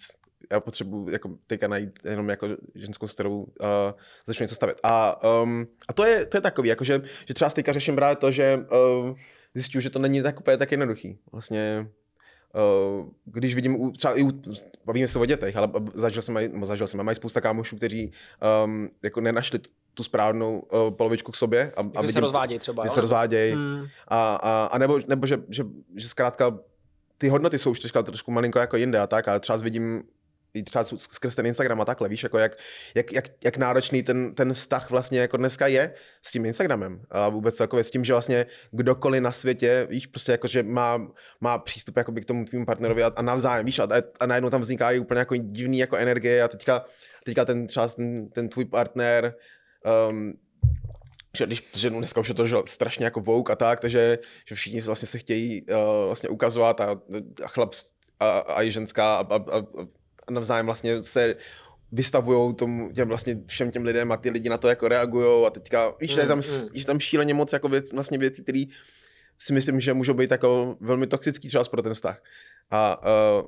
já potřebuji jako teďka najít jenom jako ženskou, s kterou uh, začnu něco stavět. A, um, a to, je, to je takový, jako že, že třeba teďka řeším právě to, že uh, zjišťuju, že to není tak úplně tak jednoduchý. Vlastně Uh, když vidím, třeba i u, bavíme se o dětech, ale zažil jsem, maj, zažil jsem, mají spousta kámošů, kteří um, jako nenašli tu správnou uh, polovičku k sobě. A, a se rozvádějí třeba. Když se rozvádějí. Hmm. A, a, a nebo, nebo že, že, že zkrátka ty hodnoty jsou už trošku, trošku malinko jako jinde a tak, ale třeba vidím i třeba skrz ten Instagram a takhle, víš, jako jak, jak, jak, jak náročný ten, ten vztah vlastně jako dneska je s tím Instagramem a vůbec celkově s tím, že vlastně kdokoliv na světě, víš, prostě jako, že má, má přístup jakoby k tomu tvým partnerovi a, a navzájem, víš, a, a najednou tam vznikají úplně jako divný jako energie a teďka, teďka ten třeba ten, ten tvůj partner, um, že, když, že dneska už je to že strašně jako woke a tak, takže že všichni vlastně se chtějí uh, vlastně ukazovat a, a chlap a, a i ženská a, a, a navzájem vlastně se vystavujou tomu těm vlastně všem těm lidem a ty lidi na to jako reagujou a teďka, víš, mm, je tam, mm. je tam šíleně moc jako věc, vlastně věcí, které si myslím, že můžou být jako velmi toxický třeba pro ten vztah. A uh,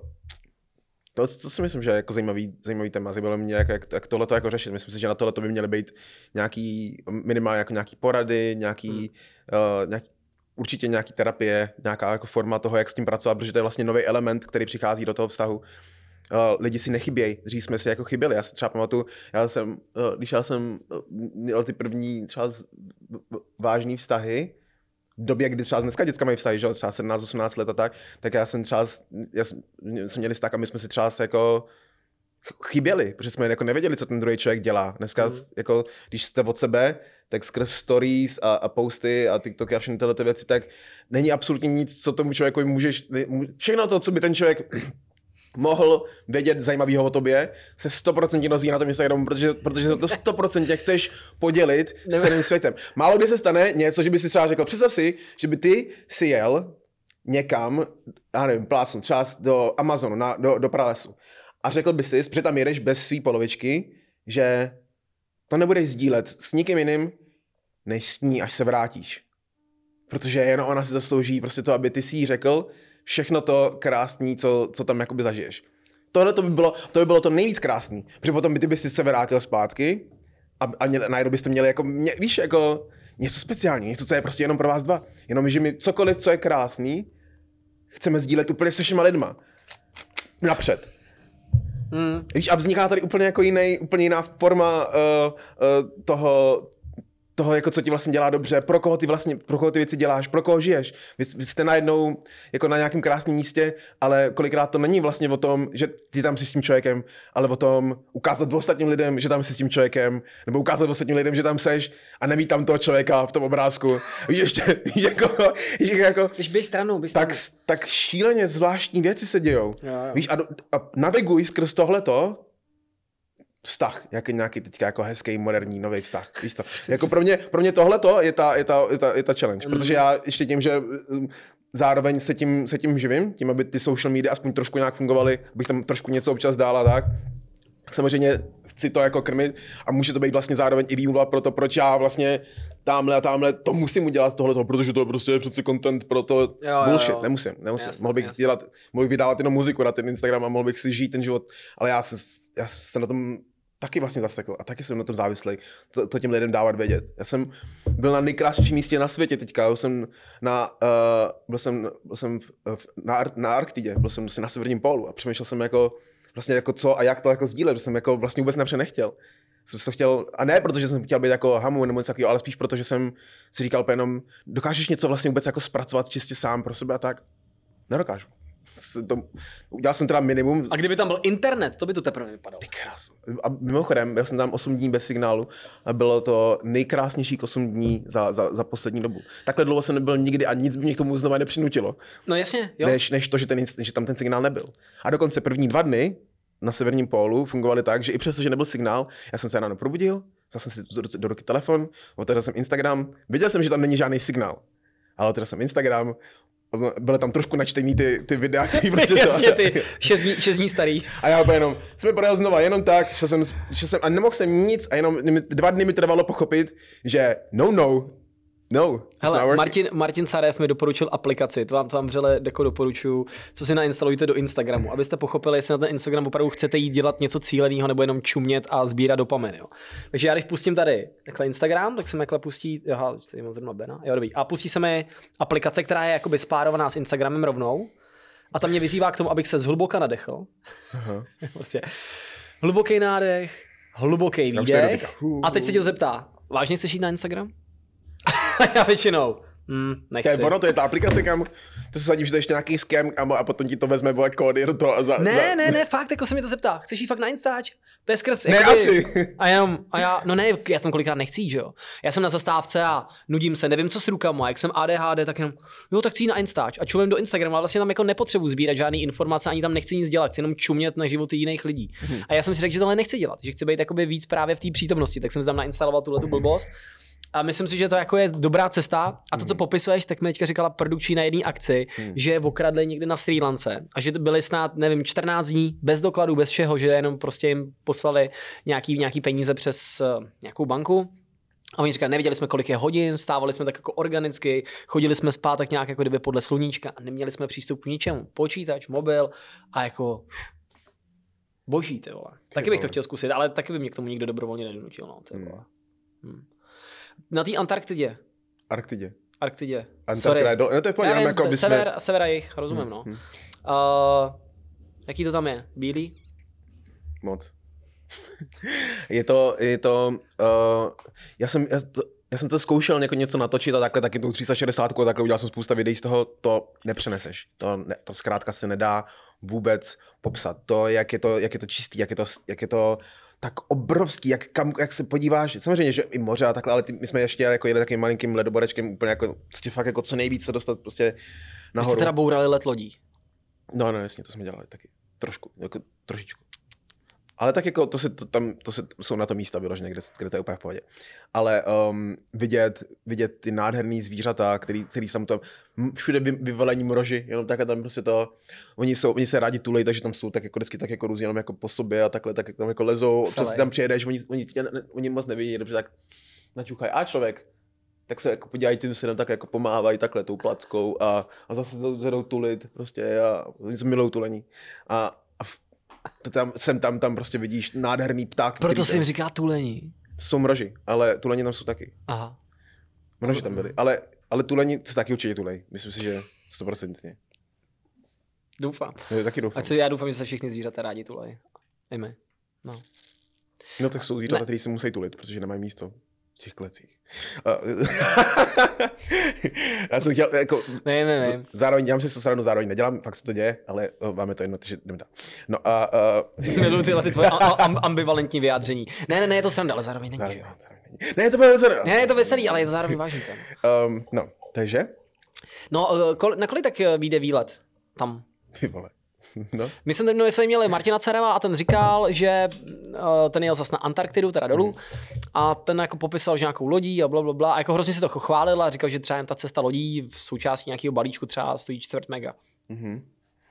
to, to si myslím, že je jako zajímavý, zajímavý téma, zajímalo mě, jak, jak, jak tohle to jako řešit. Myslím si, že na tohle to by měly být nějaký, minimálně jako nějaký porady, nějaký, mm. uh, nějaký určitě nějaký terapie, nějaká jako forma toho, jak s tím pracovat, protože to je vlastně nový element, který přichází do toho vztahu. Uh, lidi si nechybějí, dřív jsme si jako chyběli. Já si třeba pamatuju, já jsem, uh, když já jsem měl ty první třeba z, vážný vztahy, v době, kdy třeba dneska děcka mají vztahy, že třeba sedmnáct osmnáct let a tak, tak já jsem třeba, já jsem, jsem měli vztah a my jsme si třeba se jako chyběli, protože jsme jako nevěděli, co ten druhý člověk dělá. Dneska, mm. jako, když jste od sebe, tak skrz stories a, a posty a TikToky a všechny tyhle ty věci, tak není absolutně nic, co tomu člověku můžeš, všechno to, co by ten člověk mohl vědět zajímavého o tobě, se sto procent dozví na tom Instagramu, protože, protože to sto procent chceš podělit s celým světem. Málo kdy se stane něco, že by si třeba řekl, představ si, že by ty si jel někam, já nevím, plácnu, třeba do Amazonu, na, do, do pralesu a řekl by si, protože tam jedeš bez svý polovičky, že to nebudeš sdílet s nikým jiným, než s ní, až se vrátíš. Protože jenom ona si zaslouží prostě to, aby ty si jí řekl všechno to krásný, co, co tam jakoby zažiješ. Tohle to by bylo to, by bylo to nejvíc krásný, protože potom by ty bys se vrátil zpátky a, a najednou byste měli jako, mě, víš, jako něco speciálního, něco, co je prostě jenom pro vás dva. Jenom, že my cokoliv, co je krásný, chceme sdílet úplně se všema lidma. Napřed. Hmm. Víš, a vzniká tady úplně jako jiný, úplně jiná forma uh, uh, toho, toho, jako co ti vlastně dělá dobře, pro koho ty vlastně, pro koho ty věci děláš, pro koho žiješ. Vy, vy jste najednou jako na nějakém krásném místě, ale kolikrát to není vlastně o tom, že ty tam jsi s tím člověkem, ale o tom ukázat ostatním lidem, že tam jsi s tím člověkem, nebo ukázat ostatním lidem, že tam seš a nemít tam toho člověka v tom obrázku. Víš, ještě, víš, jako, víš, jako, Když běž stranou, běž stranou. Tak, tak šíleně zvláštní věci se dějou. Jo, jo. Víš, a, a naviguj skrz tohleto, vztah, jaký nějaký teďka jako hezký, moderní, nový vztah. Víš to? Jako pro mě, pro mě tohleto je ta, je ta, je ta, je ta challenge, mm. protože já ještě tím, že zároveň se tím, se tím živím, tím, aby ty social media aspoň trošku nějak fungovaly, abych tam trošku něco občas dál a tak. Samozřejmě chci to jako krmit a může to být vlastně zároveň i výmluva pro to, proč já vlastně tamhle a tamhle to musím udělat tohleto, protože to je prostě přeci content pro to jo, bullshit. Jo, jo. Nemusím, nemusím. Jasne, mohl bych jasne. dělat, mohl bych vydávat jenom muziku na ten Instagram a mohl bych si žít ten život, ale já jsem, já jsem na tom taky vlastně zasekl a taky jsem na tom závislý. To, to těm lidem dávat vědět. Já jsem byl na nejkrásnějším místě na světě teďka. Byl jsem na, uh, byl jsem, byl jsem v, v, na, Ar- na Arktidě, byl jsem na severním pólu a přemýšlel jsem jako, vlastně jako co a jak to jako sdílet, že jsem jako vlastně vůbec napřed nechtěl. Jsem to chtěl, a ne protože jsem chtěl být jako hamu nebo něco takového, ale spíš protože jsem si říkal jenom, dokážeš něco vlastně vůbec jako zpracovat čistě sám pro sebe a tak? Nedokážu. To, udělal jsem teda minimum. A kdyby tam byl internet, to by to teprve vypadalo. Ty krás. A mimochodem, já jsem tam osm dní bez signálu a bylo to nejkrásnějších osm dní za, za, za poslední dobu. Takhle dlouho jsem nebyl nikdy a nic by mě k tomu znovu nepřinutilo. No jasně, jo. Než, než to, že, ten, že tam ten signál nebyl. A dokonce první dva dny na severním pólu fungovaly tak, že i přesto, že nebyl signál, já jsem se ráno probudil, vzal jsem si do ruky telefon, otevřel jsem Instagram, viděl jsem, že tam není žádný signál, ale otevřel jsem Instagram, byly tam trošku načtený ty, ty videa, který prostě jasně, ty šest dní, šest dní starý. A já úplně jenom, jsem mi podal znova, jenom tak, šel jsem, šel jsem, a nemohl jsem nic a jenom dva dny mi trvalo pochopit, že no, no, No, it's not Hele, working. Martin, Martin Sarev mi doporučil aplikaci, to vám, to vám vřele jako doporučuju, co si nainstalujte do Instagramu, abyste pochopili, jestli na ten Instagram opravdu chcete jít dělat něco cíleného nebo jenom čumět a sbírat dopamin. Jo. Takže já když pustím tady takhle Instagram, tak se mi takhle pustí, aha, tady mám zrovna Bena, jo, dobrý, a pustí se mi aplikace, která je jakoby spárovaná s Instagramem rovnou a tam mě vyzývá k tomu, abych se zhluboka nadechl. Aha. Prostě hluboký nádech, hluboký výdech a teď se tě zeptá, vážně chceš jít na Instagram? Já většinou. Mm, nechci. To je ono, to je ta aplikace, kam to se sadí, že to je ještě nějaký scam a, a potom ti to vezme vole kódy do toho a za, Ne, za... ne, ne, fakt, jako se mi to zeptá. Chceš jít fakt na Instač? To je skrz. Ne, jakoby, asi. A já, a já, no ne, já tam kolikrát nechci jít, že jo. Já jsem na zastávce a nudím se, nevím, co s rukama, jak jsem A D H D, tak jenom, jo, tak chci jít na Instač a čumím do Instagramu, ale vlastně tam jako nepotřebuji sbírat žádný informace, ani tam nechci nic dělat, chci jenom čumět na životy jiných lidí. Hmm. A já jsem si řekl, že tohle nechci dělat, že chci být jakoby víc právě v té přítomnosti, tak jsem tam nainstaloval tuhle tu blbost. A myslím si, že to jako je dobrá cesta. A to, co popisuješ, tak mi teďka říkala produkční na jedné akci, hmm. že je okradli někde na Srí Lance a že byli snad, nevím, čtrnáct dní bez dokladů, bez všeho, že jenom prostě jim poslali nějaký, nějaký peníze přes uh, nějakou banku. A oni říkali, nevěděli jsme, kolik je hodin, stávali jsme tak jako organicky, chodili jsme spát tak nějak jako kdyby podle sluníčka a neměli jsme přístup k ničemu. Počítač, mobil a jako boží, ty vole. Taky bych to chtěl zkusit, ale taky by mě k tomu nikdo dobrovolně nedonutil, no, ty vole. Hmm. Hmm. Na té Antarktidě. Arktidě. Arktidě. Antarktida je dole. No to je pohodě, vím, jako by jsme... sever, sever a jich, rozumím, hmm. no. Hmm. Uh, jaký to tam je? Bílý? Moc. je to, je to, uh, já jsem, já, to, já jsem to zkoušel jako něco natočit a takhle taky tu tři sta šedesát a takhle udělal jsem spousta videí z toho, to nepřeneseš. To, ne, to zkrátka se nedá vůbec popsat. To, jak je to, jak je to čistý, jak je to, jak je to tak obrovský, jak, kam, jak se podíváš, samozřejmě, že i moře a takhle, ale ty, my jsme ještě jako jeli takovým malinkým ledoborečkem úplně jako, prostě fakt jako co nejvíc se dostat prostě nahoru. Vy jste teda bourali let lodí? No, no, jasně, to jsme dělali taky. Trošku, jako trošičku. Ale tak jako to, se, to, tam, to se, jsou na to místa vyložené, kde, kde to je úplně v pohodě. Ale um, vidět, vidět ty nádherný zvířata, který, který tam tam, všude vyvalení mroži, jenom takhle tam prostě to, oni, jsou, oni se rádi tulej, takže tam jsou tak jako desky tak jako různě, jenom jako po sobě a takhle, tak tam jako lezou, občas si tam přijedeš, oni, oni, ne, oni moc nevidí, dobře tak načuchají, a člověk, tak se jako podívají, ty se tam tak jako pomávají takhle tou plackou a, a zase se jdou tulit prostě a oni se milou tulení. A, a to tam, sem tam, tam prostě vidíš nádherný pták. Proto se jim říká tulení. To jsou mroži, ale tuleni tam jsou taky. Aha. Mroži tam byli, ale, ale tuleni se taky určitě tulej. Myslím si, že sto procent. Doufám. No, taky doufám. Ať se, já doufám, že se všichni zvířata rádi tulej. I my. No. No tak jsou zvířata, kteří se musí tulit, protože nemají místo v těch klecích. Uh, já jsem chtěl, jako... Ne, ne, ne. Zároveň dělám si to srandu, zároveň nedělám, fakt se to děje, ale uh, máme to jedno, takže jdeme dál. No a... Uh... Miluji tyhle ty tvoje am, ambivalentní vyjádření. Ne, ne, ne, je to sranda, ale zároveň není, zároveň, že jo? Zároveň není. Ne, to bylo veselý. Ne, je to veselý, ale je to zároveň vážný. Um, no, takže? No, kol, na kolik tak vyjde výlet tam? Ty vole. No. My jsme no, jsme měli Martina Careva a ten říkal, že uh, ten jel zase na Antarktidu, teda dolů, mm. a ten jako popisoval, že nějakou lodí a blablabla, bla, bla, a jako hrozně si to chválil a říkal, že třeba jen ta cesta lodí v součástí nějakého balíčku třeba stojí čtvrt mega. Mm-hmm.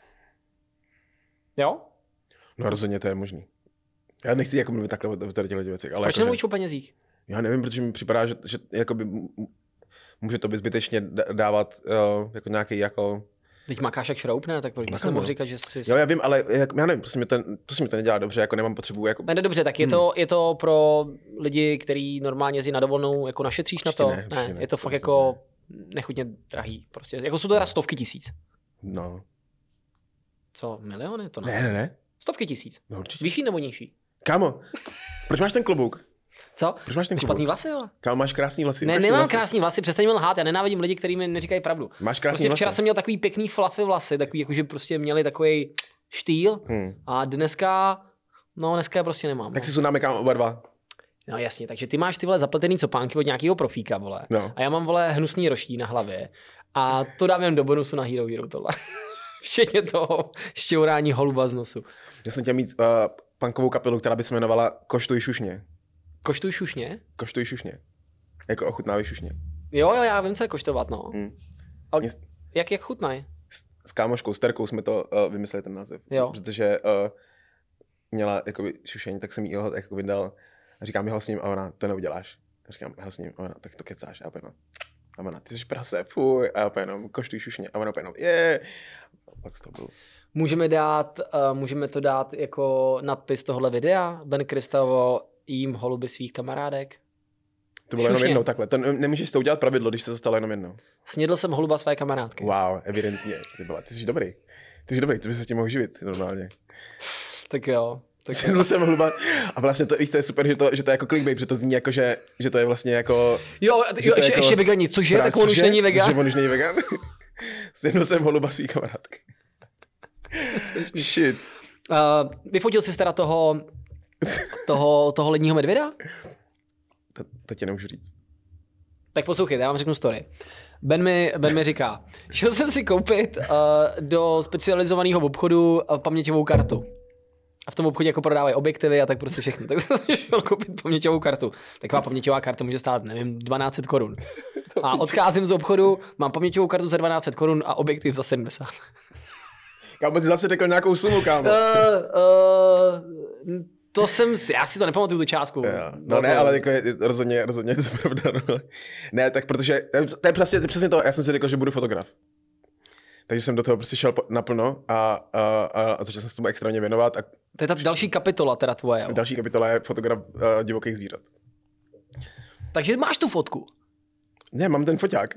Jo? No rozhodně to je možný. Já nechci jako mluvit takhle o těchto věcech. Ale proč jako, nemluvíš že... o penězích? Já nevím, protože mi připadá, že, že jakoby, může to by zbytečně dávat uh, jako nějaký jako... Teď makáš jak šroub, ne? Tak proč bys nemohl říkat, že jsi... Jo, já vím, ale jak, já nevím, prostě mi to, prostě mi to nedělá dobře, jako nemám potřebu. Jako... Ne, dobře, tak je, hmm. to, je to pro lidi, kteří normálně jezdí na dovolenou, jako našetříš na to? Ne, ne, ne, je to fakt jako ne. nechutně drahý. Prostě. Jako jsou to teda stovky tisíc. No. Co, miliony? To ne. Ne, ne, ne. Stovky tisíc. No, určitě. Vyšší nebo nižší? Kámo, proč máš ten klobouk? Co? Proč máš ten klobouk? Špatný vlasy, jo? Kámo, máš krásný vlasy. Ne, nemám vlasy. Krásný vlasy, přestaň mi lhát, já nenávidím lidi, kteří mi neříkají pravdu. Máš krásný prostě vlasy. Včera jsem měl takový pěkný fluffy vlasy, takový jakože prostě měli takový štýl hmm. a dneska, no dneska je prostě nemám. Tak no. si sundáme kámo oba dva. No jasně, takže ty máš ty vole zapletený copánky od nějakého profíka, vole. No. A já mám vole hnusný roští na hlavě. A to dám jen do bonusu na Hero Hero tohle. Včetně toho šťourání holuba z nosu. Já jsem chtěl mít uh, punkovou kapelu, která by se jmenovala Koštuj šušně. Koštuj šušně? Koštuj šušně. Jako ochutnávej šušně. Jo, jo, já vím, co je koštovat, no. Mm. Ale Mě... jak, jak chutnají? S, s kámoškou, s Terkou jsme to uh, vymysleli ten název. Jo. Protože uh, měla jakoby šušení, tak jsem jí ho jako vydal a říkám, jeho s ním a ona, to neuděláš. A říkám, jeho s ním a ona, tak to kecáš. A opět, no. A ona, ty jsi prase, fuj. A já opět jenom, koštuj šušně. A ona opět jenom, je. Pak z toho bylo. Můžeme dát, uh, můžeme to dát jako nadpis tohle videa? Ben Kristavo jím holuby svých kamarádek. To bylo Šušně. jenom jednou takhle. To ne- nemůžeš to udělat pravidlo, když se to stalo jenom jednou. Snědl jsem holuba své kamarádky. Wow, evidentně. Ty, byla, ty jsi dobrý. Ty jsi dobrý, ty bys se tím mohl živit normálně. Tak jo. Tak jo. Snědl jsem hluba. A vlastně to, víš, to je super, že to, že to je jako clickbait, protože to zní jako, že, že to je vlastně jako... Jo, a ty, jo to je ještě, jako- ještě vegani, cože? Právě, Tak on už cože? není vegan. Že on už není vegan? Snědl jsem holuba svý kamarádky. Shit. Uh, vyfotil jsi teda toho, toho, toho ledního medvěda? To, to tě nemůžu říct. Tak poslouchejte, já vám řeknu story. Ben mi, Ben mi říká, šel jsem si koupit uh, do specializovaného obchodu uh, paměťovou kartu. A v tom obchodě jako prodávají objektivy a tak prostě všechno. Tak jsem šel koupit paměťovou kartu. Taková paměťová karta může stát, nevím, dvanáct set korun. A odcházím z obchodu, mám paměťovou kartu za dvanáct set korun a objektiv za sedmdesát. Kámo, ty zase řekl nějakou sumu, kámo. Uh, uh, to jsem si, já si to nepamatuju tu částku. Jo. No ne, ale jako je, rozhodně, rozhodně je to pravda. No. Ne, tak protože, to je, to je přesně, to je přesně to, já jsem si řekl, že budu fotograf. Takže jsem do toho prostě šel po- naplno a, a, a, a začal jsem se tomu extrémně věnovat. A To je ta další kapitola teda tvoje. Jo. další kapitola je fotograf uh, divokých zvířat. Takže máš tu fotku. Ne, mám ten foťák.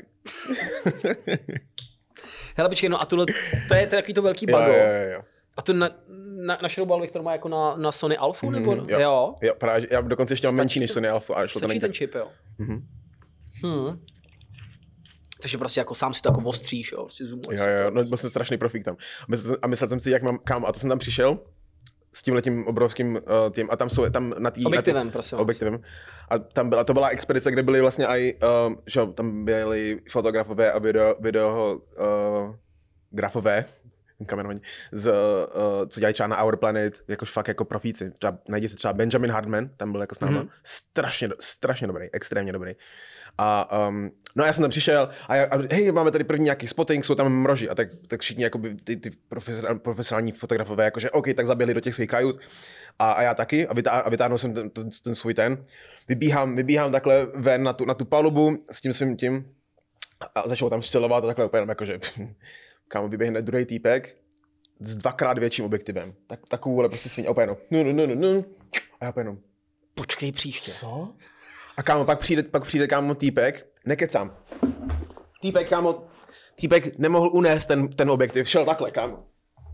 Hele, počkej, no a tohle, to je, to je takový to velký Jo, bago. jo, jo, jo. A to na, na, našroubal bych to má jako na, na Sony Alpha, nebo? Mhm, jo. jo. Jo, právě, že já dokonce ještě mám Stačí menší než to- Sony Alpha a šlo to na Stačí ní ten tak. čip, jo. Mhm. Hmm. Takže prostě jako sám si to jako ostříš, jo, prostě zoomuješ. Jo, jo, no byl jsem strašný profík tam. A myslel, a myslel jsem si, jak mám, kam, a to jsem tam přišel s tímhletím obrovským uh, tím, a tam jsou, tam na tý... Objektivem, na tý, prosím vás. Objektivem. A tam byla, to byla expedice, kde byly vlastně i, uh, že jo, tam byli fotografové a video, video uh, grafové, kameramani, z, uh, co dělají třeba na Our Planet, jakož fakt jako profíci. Třeba, najdi si třeba Benjamin Hardman, tam byl jako s náma. Mhm. Strašně, strašně dobrý, extrémně dobrý. A um, no já jsem tam přišel a, já, a hej, máme tady první nějaký spotting, jsou tam mroži a tak, tak všichni jakoby, ty, ty profesionální, profesionální fotografové, jakože OK, tak zaběhli do těch svých kajut a, a já taky a, vytá, a vytáhnul jsem ten, ten, ten svůj ten. Vybíhám, vybíhám takhle ven na tu, na tu palubu s tím svým tím a začal tam střelovat a takhle úplně jakože kámo, vyběhne druhý týpek s dvakrát větším objektivem. Tak, takovouhle prostě svině, opět jenom, no, no, no, no, no. A já opět jenom, Počkej příště. co? A kámo, pak přijde, pak přijde kámo týpek, nekecám. Týpek, kámo, týpek nemohl unést ten, ten objektiv, šel takhle, kámo.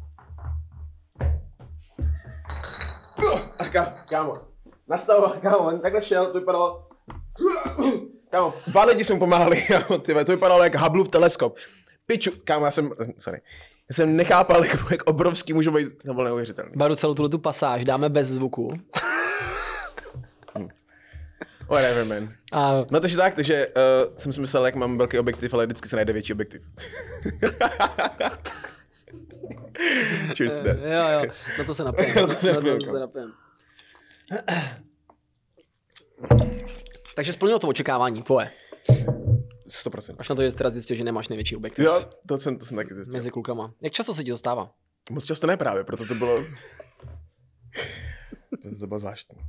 A kámo, kámo, nastavoval, kámo, on takhle šel, to vypadalo... Kámo, dva lidi jsme mu pomáhali, kámo, tyhle, to vypadalo jak Hubbleův teleskop. Piču, kámo, já jsem, sorry, já jsem nechápal, jak, jak obrovský můžou být, to bylo neuvěřitelný. Baru, celou tuhle tu pasáž dáme bez zvuku. Whatever, man. A No takže tak, takže uh, jsem si myslel, jak mám velký objektiv, ale vždycky se najde větší objektiv. Cheers to that. jo, jo, na to se napijem. Na to se Na napijem, to se kámo. napijem. Takže splnilo to očekávání tvoje. sto procent. Až na to, že jsi teda zjistil, že nemáš největší objektiv Jo, to jsem, to jsem taky zjistil. mezi klukama. Jak často se ti to stává? Moc často ne právě, proto to bylo... proto to bylo zvláštní.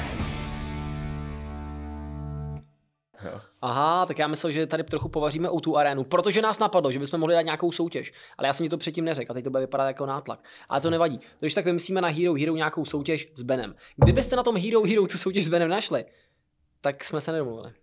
Jo. Aha, tak já myslel, že tady trochu povaříme o tu arénu, protože nás napadlo, že bychom mohli dát nějakou soutěž, ale já jsem ti to předtím neřekl a teď to bude vypadat jako nátlak. Ale to nevadí. To když tak vymyslíme na Hero Hero nějakou soutěž s Benem. Kdybyste na tom Hero Hero tu soutěž s Benem našli, tak jsme se nedomluvili.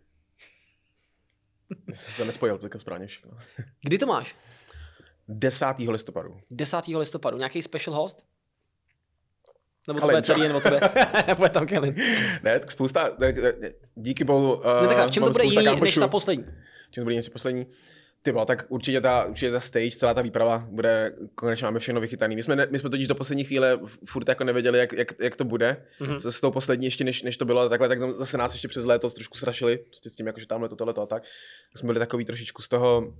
Já jsem se to nespojil, teďka správně všechno. Kdy to máš? desátého listopadu. desátého listopadu. Nějaký special host? Nebo to Kalen, bude celý co? jen o tebe? Nebude tam Kellen. Ne, tak spousta, ne, ne, ne, díky bohu. Uh, Ne, takhle, v čem to mám bude spousta jiný než kámošů. ta poslední? V čem to bude jiný než poslední? Ty bo, tak určitě ta, určitě ta stage, celá ta výprava bude, konečně máme všechno vychytaný. My jsme, ne, my jsme totiž do poslední chvíle furt jako nevěděli, jak, jak, jak to bude. Mhm. Mm-hmm. S tou poslední ještě, než, než to bylo takhle, tak tam zase nás ještě přes léto trošku strašili, prostě s tím, jako, že tamhle to, tohle to a tak. Tak jsme byli takový trošičku z toho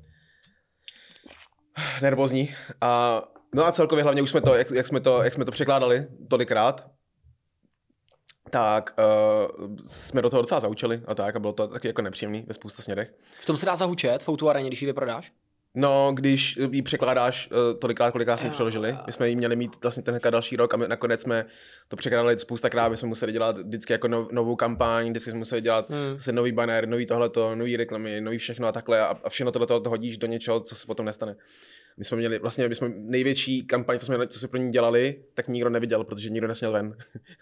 nervózní. A, no a celkově hlavně už jsme to, jak, jak, jsme to, jak jsme to překládali tolikrát, tak uh, jsme do toho docela zaučili a tak a bylo to taky jako nepříjemný ve spousta směrech. V tom se dá zahučet v Outu aréně, když ji vyprodáš? No, když ji překládáš uh, tolikrát, kolikrát jsme přeložili. My jsme ji měli mít vlastně tenhle další rok a my nakonec jsme to překládali spoustakrát, my jsme museli dělat vždycky jako nov, novou kampaň, vždycky jsme museli dělat hmm. zase nový banner, nový tohleto, nový reklamy, nový všechno a takhle a, a všechno tohleto to hodíš do něčeho, co se potom nestane. My jsme měli, vlastně my jsme největší kampaň, co jsme, co jsme pro ní dělali, tak nikdo neviděl, protože nikdo nesměl ven.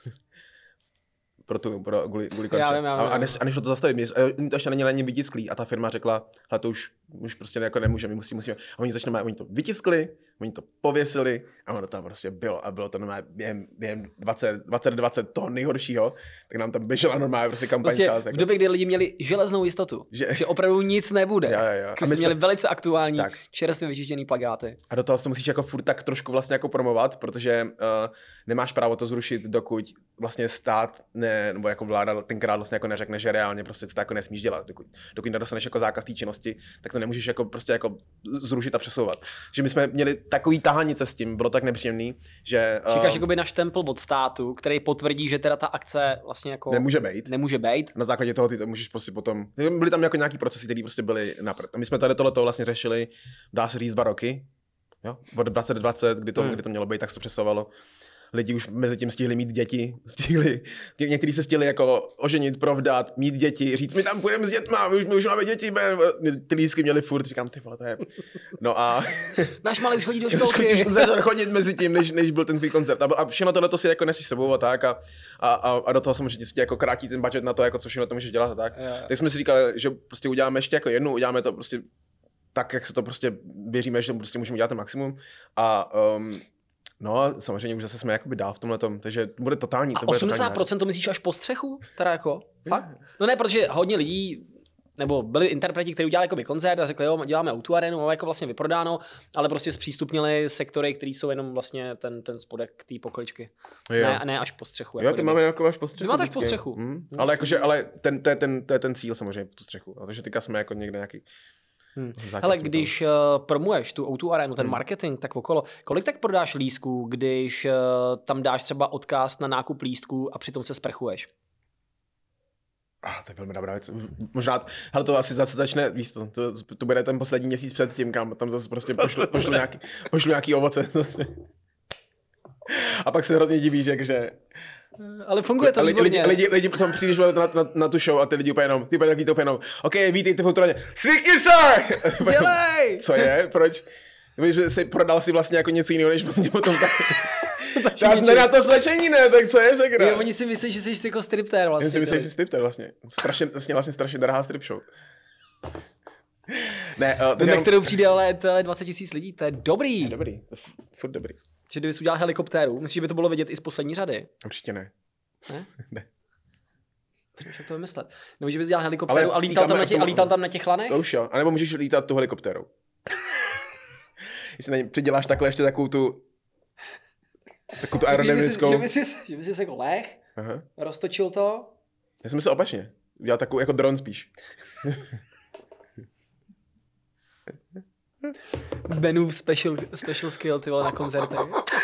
pro tu, pro, kvůli, kvůli konče. Já vím, já vím, a, a, neš, a nešlo to zastavit, to ještě není na ně vytisklý a ta firma řekla, hele to už, už prostě jako nemůžeme, my musíme, musíme. A oni začali, oni to vytiskli, oni to pověsili a ono tam prostě bylo a bylo to normálně během, během dvacet dvacet toho nejhoršího, tak nám tam běžela normálně prostě kampaň prostě čas. V době, kdy lidi měli železnou jistotu, že, že opravdu nic nebude. Jo, jo, jo. A my jsme měli velice aktuální, tak. čerstvě vyčištěný plakáty. A do toho to musíš jako furt tak trošku vlastně jako promovat, protože uh, nemáš právo to zrušit, dokud vlastně stát ne, nebo jako vláda tenkrát vlastně jako neřekne, že reálně prostě to jako nesmíš dělat. Dokud, dokud nedostaneš jako zákaz té činnosti, tak to nemůžeš jako prostě jako zrušit a přesouvat. Že my jsme měli takový tahanice s tím, bylo tak nepříjemný, že... Uh, Čekáš jakoby na štempl od státu, který potvrdí, že teda ta akce vlastně jako... Nemůže být. Nemůže být. Na základě toho ty to můžeš prostě potom... Byly tam jako nějaký procesy, které prostě byly napřed. A my jsme tady tohleto vlastně řešili, dá se říct, dva roky. Jo? Od dvacet dvacet, kdy to, hmm. kdy to mělo být, tak se to přesouvalo. Lidi už mezi tím stihli mít děti, stihli, někteří se stihli jako oženit, provdat, mít děti, říct, my tam půjdeme s dětma, my už, my už máme děti, ty lístky měli furt, říkám, ty vole, to je... No a... Náš malý už chodí do školky. Už začal chodit mezi tím, než, než byl ten tvůj koncert. A, a všechno tohle si jako nesíš sebou a tak a, a, a do toho samozřejmě si jako krátí ten budget na to, jako co všechno to můžeš dělat a tak. Yeah. Tak jsme si říkali, že prostě uděláme ještě jako jednu, uděláme to prostě tak, jak se to prostě věříme, že to prostě můžeme dělat ten maximum a um, no, samozřejmě už zase jsme jakoby dál v tomhletom, takže to bude totální. A to bude osmdesát procent to myslíš až po střechu? Teda jako, fakt? No ne, protože hodně lidí, nebo byli interpreti, kteří udělali jakoby koncert a řekli, jo, děláme O dva Arenu, máme jako vlastně vyprodáno, ale prostě zpřístupnili sektory, které jsou jenom vlastně ten, ten spodek té pokličky. Ne, ne až po střechu. Jo, jako ty máme jako až po střechu. Ty máte až po střechu. Hmm. Ale jakože, ale ten, to, je ten, to je ten cíl samozřejmě, tu střechu. Takže teďka jsme jako někde nějaký... Hmm. Hele, když uh, promuješ tu O dva Arenu, ten hmm. marketing, tak okolo, kolik tak prodáš lístků, když uh, tam dáš třeba odkaz na nákup lístků a přitom se sprchuješ? Ah, to je velmi dobrá věc. Možná, hele, to asi zase začne, víš to, to, to bude ten poslední měsíc před tím, kam tam zase prostě pošlu, pošlu, nějaký, pošlu nějaký ovoce. A pak se hrozně divíš, že... Ale funguje to lidi, lidi, lidi, lidi potom přijdeš na, na, na, tu show a ty lidi úplně jenom, ty úplně taky to úplně jenom, OK, vítejte v Autoraně, svítni se! Dělej! Co je? Proč? Víš, že jsi prodal si vlastně jako něco jiného, než potom tak... Já jsem na to slečení, ne? Tak co je sekra? Jo, oni si myslí, že jsi jako striptér vlastně. Oni si myslí, že jsi striptér vlastně. Strašně, vlastně, vlastně strašně drahá strip show. Ne, uh, na jenom... kterou přijde ale dvacet tisíc lidí, to je dobrý. Je dobrý, to je furt dobrý. Že kdybys udělal helikoptéru, myslíš, že by to bylo vidět i z poslední řady? Určitě ne. Ne? Ne. Jak to vymyslet? Nebo že bys dělal helikoptéru a lítal, tam na těch, a lítal tam na těch lanech? To už jo, anebo můžeš lítat tu helikoptérou. Jestli na ní přiděláš takhle ještě takovou tu takovou tu aerodynamickou... Že bys si, že bys si jako leh, aha, roztočil to. Já jsem myslel opačně. Dělal takovou jako dron spíš. Benův special, special skill, ty vole, na koncertech.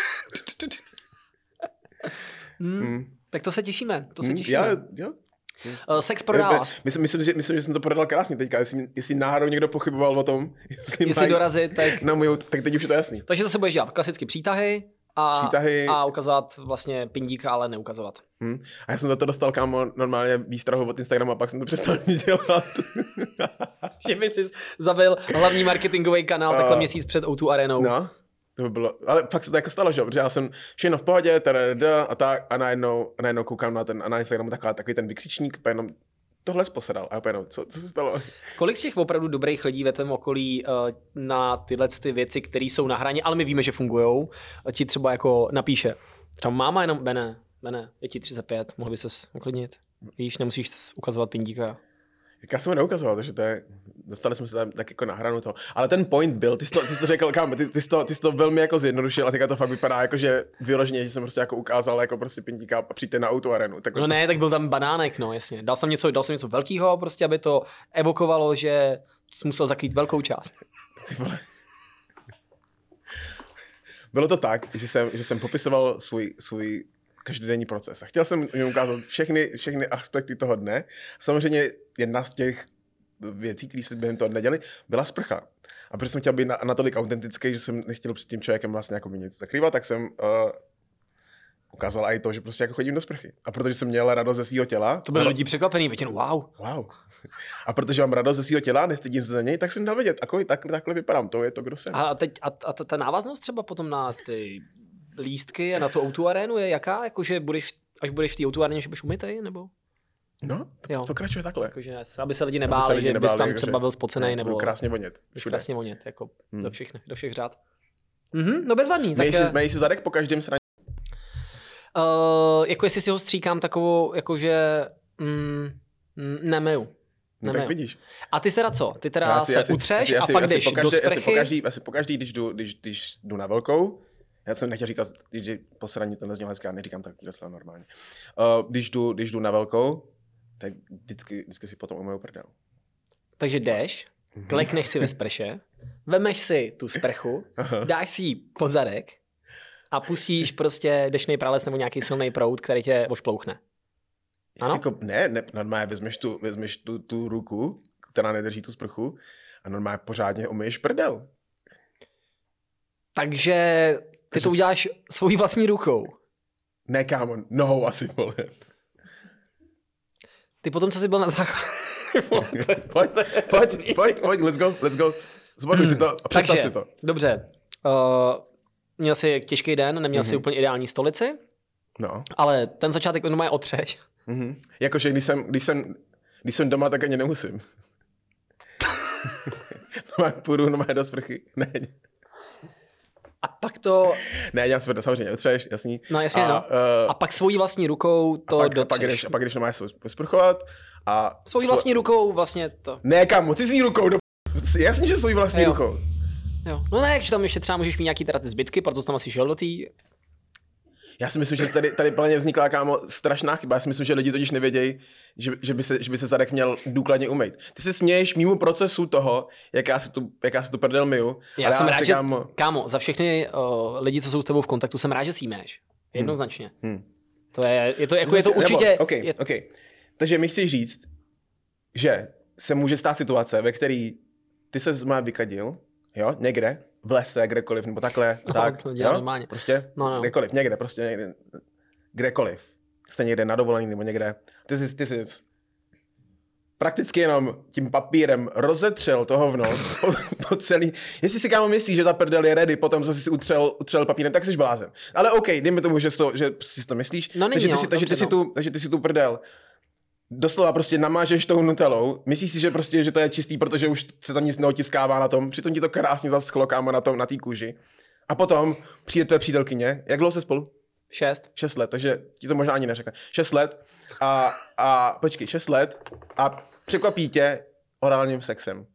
hmm, hmm. Tak to se těšíme, to se hmm, těšíme. Já, jo. Uh, sex prodal. Myslím, myslím, že, myslím, že jsem to prodal krásně teďka, jestli, jestli náhodou někdo pochyboval o tom, jestli, jestli dorazit, tak... Na můj, tak teď už je to jasný. Takže zase budeš dělat klasicky přítahy a, přítahy. a ukazovat vlastně pindíka, ale neukazovat. Hmm. A já jsem za to dostal, kámo, normálně výstrahu od Instagramu a pak jsem to přestal dělat. Že by si zabil hlavní marketingový kanál uh, takhle měsíc před O dva Arenou. No, to by bylo, ale fakt se to jako stalo, že jo, protože já jsem všechno v pohodě, tada, a tak, a najednou, a najednou koukám na ten, a na Instagramu taková, takový ten vykřičník, jenom tohle posedal, a jenom, co, co se stalo? Kolik z těch opravdu dobrých lidí ve tvém okolí uh, na tyhle ty věci, které jsou na hraně, ale my víme, že fungujou, ti třeba jako napíše, třeba máma jenom, Bene, Bene, je ti třicet pět, mohl by ses uklidnit, víš, nemusíš ukazovat pindíka. Já jsem ho neukazoval, takže to je, dostali jsme se tam tak jako na hranu toho. Ale ten point byl, ty jsi to, ty jsi to řekl, kámo, ty, ty, jsi to, ty jsi to velmi jako zjednodušil a teďka to fakt vypadá jako, že vyloženě, že jsem prostě jako ukázal jako prostě pindíka a přijďte na O dva Arenu. Tak no ne, tak byl tam banánek, no jasně. Dal jsem něco, dal jsem něco velkého, prostě, aby to evokovalo, že jsi musel zakrýt velkou část. Ty vole. Bylo to tak, že jsem, že jsem popisoval svůj, svůj každodenní proces. A chtěl jsem jim ukázat všechny, všechny aspekty toho dne. Samozřejmě jedna z těch věcí, které se během toho dne děly, byla sprcha. A protože jsem chtěl být na, natolik autentický, že jsem nechtěl před tím člověkem vlastně jako nic zakrývat, tak jsem uh, ukázal i to, že prostě jako chodím do sprchy. A protože jsem měl radost ze svého těla. To byli lidi překvapený, většinou wow. Wow. A protože mám radost ze svého těla, nestydím se za něj, tak jsem dal vědět, ako, tak, takhle vypadám, to je to, kdo jsem. A teď a, a ta, ta návaznost třeba potom na ty lístky a na tu ó dva arénu je jaká? Jakože budeš, až budeš v té ó dva aréně, že budeš umytej, nebo? No, to, Jo. to kračuje takhle. Jakože, aby se lidi Aby nebáli, se lidi že nebáli, bys tam jako, třeba že- byl spocenej, Ne, nebo budu krásně vonět. budeš Všude. krásně vonět, jako Hmm. do, všech, do všech řád. Mhm, no bezvadný. Tak, Měj si, měj si zadek po každém sraní. uh, jako jestli si ho stříkám takovou, jakože mm, mm, nemeju. No, nemeju. tak vidíš. A ty teda co? Ty teda Já se asi- utřeš asi- a asi- pak asi jdeš pokaždé- do Asi sprchy? pokaždý, asi pokaždý, když jdu, když, když jdu na velkou, já jsem nechtěl říkat, když jdu po sraní, to neznělo hezky, já neříkám tak docela normálně. Uh, když, jdu, když jdu na velkou, tak vždycky, vždycky si potom umyju prdel. Takže jdeš, klekneš si ve sprše, vemeš si tu sprchu, dáš si ji pod zadek a pustíš prostě dešnej prales nebo nějaký silný proud, který tě ošplouchne. Ano? Jako, ne, ne, normálně vezmeš, tu, vezmeš tu, tu ruku, která nedrží tu sprchu a normálně pořádně umyješ prdel. Takže ty Takže to s- uděláš svojí vlastní rukou. Ne, kámo, nohou asi, vole. Ty potom, co jsi byl na záchodě. Pojď, pojď, pojď, pojď, let's go, let's go. Zbožuj si to a představ Takže, si to. dobře. Uh, měl jsi těžký den, neměl Mhm. jsi úplně ideální stolici, No. ale ten začátek normálně otřeš. Mhm. Jakože když jsem, když, jsem, když jsem doma, tak ani nemusím. no, půjdu normálně do sprchy. Ne, A pak to, ne, dělám si to samozřejmě otřeš, jasný. no jasně, a, no. uh, A pak svojí vlastní rukou to a pak, a dotřeš. pak, jdeš, a pak jdeš normálně se sprchovat a... Svojí slo- vlastní rukou vlastně to. Ne, kámo, cizí rukou, do... Jasně, že svojí vlastní Jo. rukou. Jo. No ne, že tam ještě třeba můžeš mít nějaký teda ty zbytky, proto jsi tam asi šel do té. Já si myslím, že tady, tady plně vznikla, kámo, strašná chyba. Já si myslím, že lidi totiž nevědějí, že, že, by se, že by se zadek měl důkladně umýt. Ty se směješ mýmu procesu toho, jak já si tu, jak já si tu prdel myju. Já ale jsem rád, si, že, kámo, kámo, za všechny uh, lidi, co jsou s tebou v kontaktu, jsem rád, že si jímeš. Jednoznačně. Hmm. To je, je to, jako je to Nebo- určitě... OK, je, OK. Takže mi chci říct, že se může stát situace, ve které ty se má vykadil, jo, někde, v lese, kdekoliv, nebo takhle, No, tak, to dělám jo? normálně. Prostě, No, no. kdekoliv, někde, prostě někde, kdekoliv. Jste někde na dovolený nebo někde. Ty jsi, ty jsi prakticky jenom tím papírem rozetřel to hovno po, po celý. Jestli si, kámo, myslíš, že ta prdel je ready, potom co jsi si utřel, utřel papírem, tak jsi blázen. Ale OK, dejme tomu, že, to, že si to myslíš. No není, takže, ty no, si, takže, ty dobře, si no. tu, takže ty si tu prdel doslova prostě namážeš tou nutelou, myslíš si, že prostě, že to je čistý, protože už se tam nic neotiskává na tom, přitom ti to krásně zaschlo, kámo, na tom, na té kůži. A potom přijde tvé přítelkyně, jak dlouho se spolu? Šest. Šest let, takže ti to možná ani neřekne. Šest let a, a počkej, šest let a překvapí tě orálním sexem.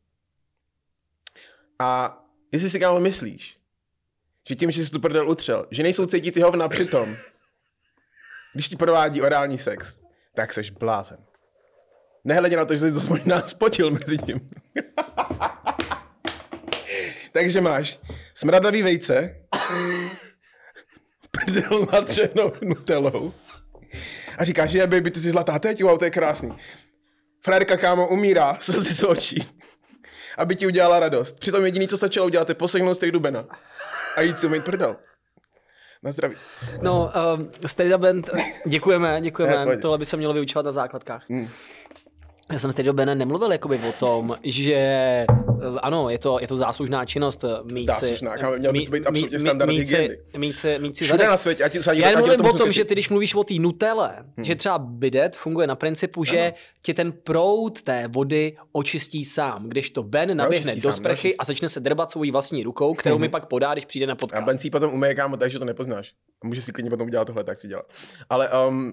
A jestli si, kámo, myslíš, že tím, že jsi tu prdel utřel, že nejsou cítit ty hovna přitom, když ti provádí orální sex, tak seš blázen. Nehledě na to, že jsi to možná spotil mezi tím. Takže máš smradlavý vejce, prdel natřenou nutelou a říkáš, že baby, ty jsi zlatá teď, wow, to je krásný. Frérka, kámo, umírá, slzy z očí, aby ti udělala radost. Přitom jediný, co stačilo udělat, je poslechnout z Dubena a jít si umýt prdel. Na zdraví. No, um, Strida Band, děkujeme, děkujeme. Ne, pojď. Tohle by se mělo vyučovat na základkách. Hmm. Já jsem s Strida Band nemluvil jakoby o tom, že eh, ano, je to, je to záslužná činnost eh, mít si... Záslužná, kámo, měl by to být absolutně standard mít si, hygieny. mít si, mít si Všude zadek. na světě, ať, ať, Já ať, jenom ať mluvím o jsou tom, keři. že ty, když mluvíš o té nutele, hmm. že třeba bidet funguje na principu, že Ano. ti ten proud té vody očistí sám, když to Ben naběhne Neočistí do sám, sprchy neočistí. a začne se drbat svojí vlastní rukou, kterou Mhm. mi pak podá, když přijde na A podcast. Ben si potom umeje, kámo, takže to nepoznáš. A může si klidně potom udělat tohle, tak si dělat. Ale um,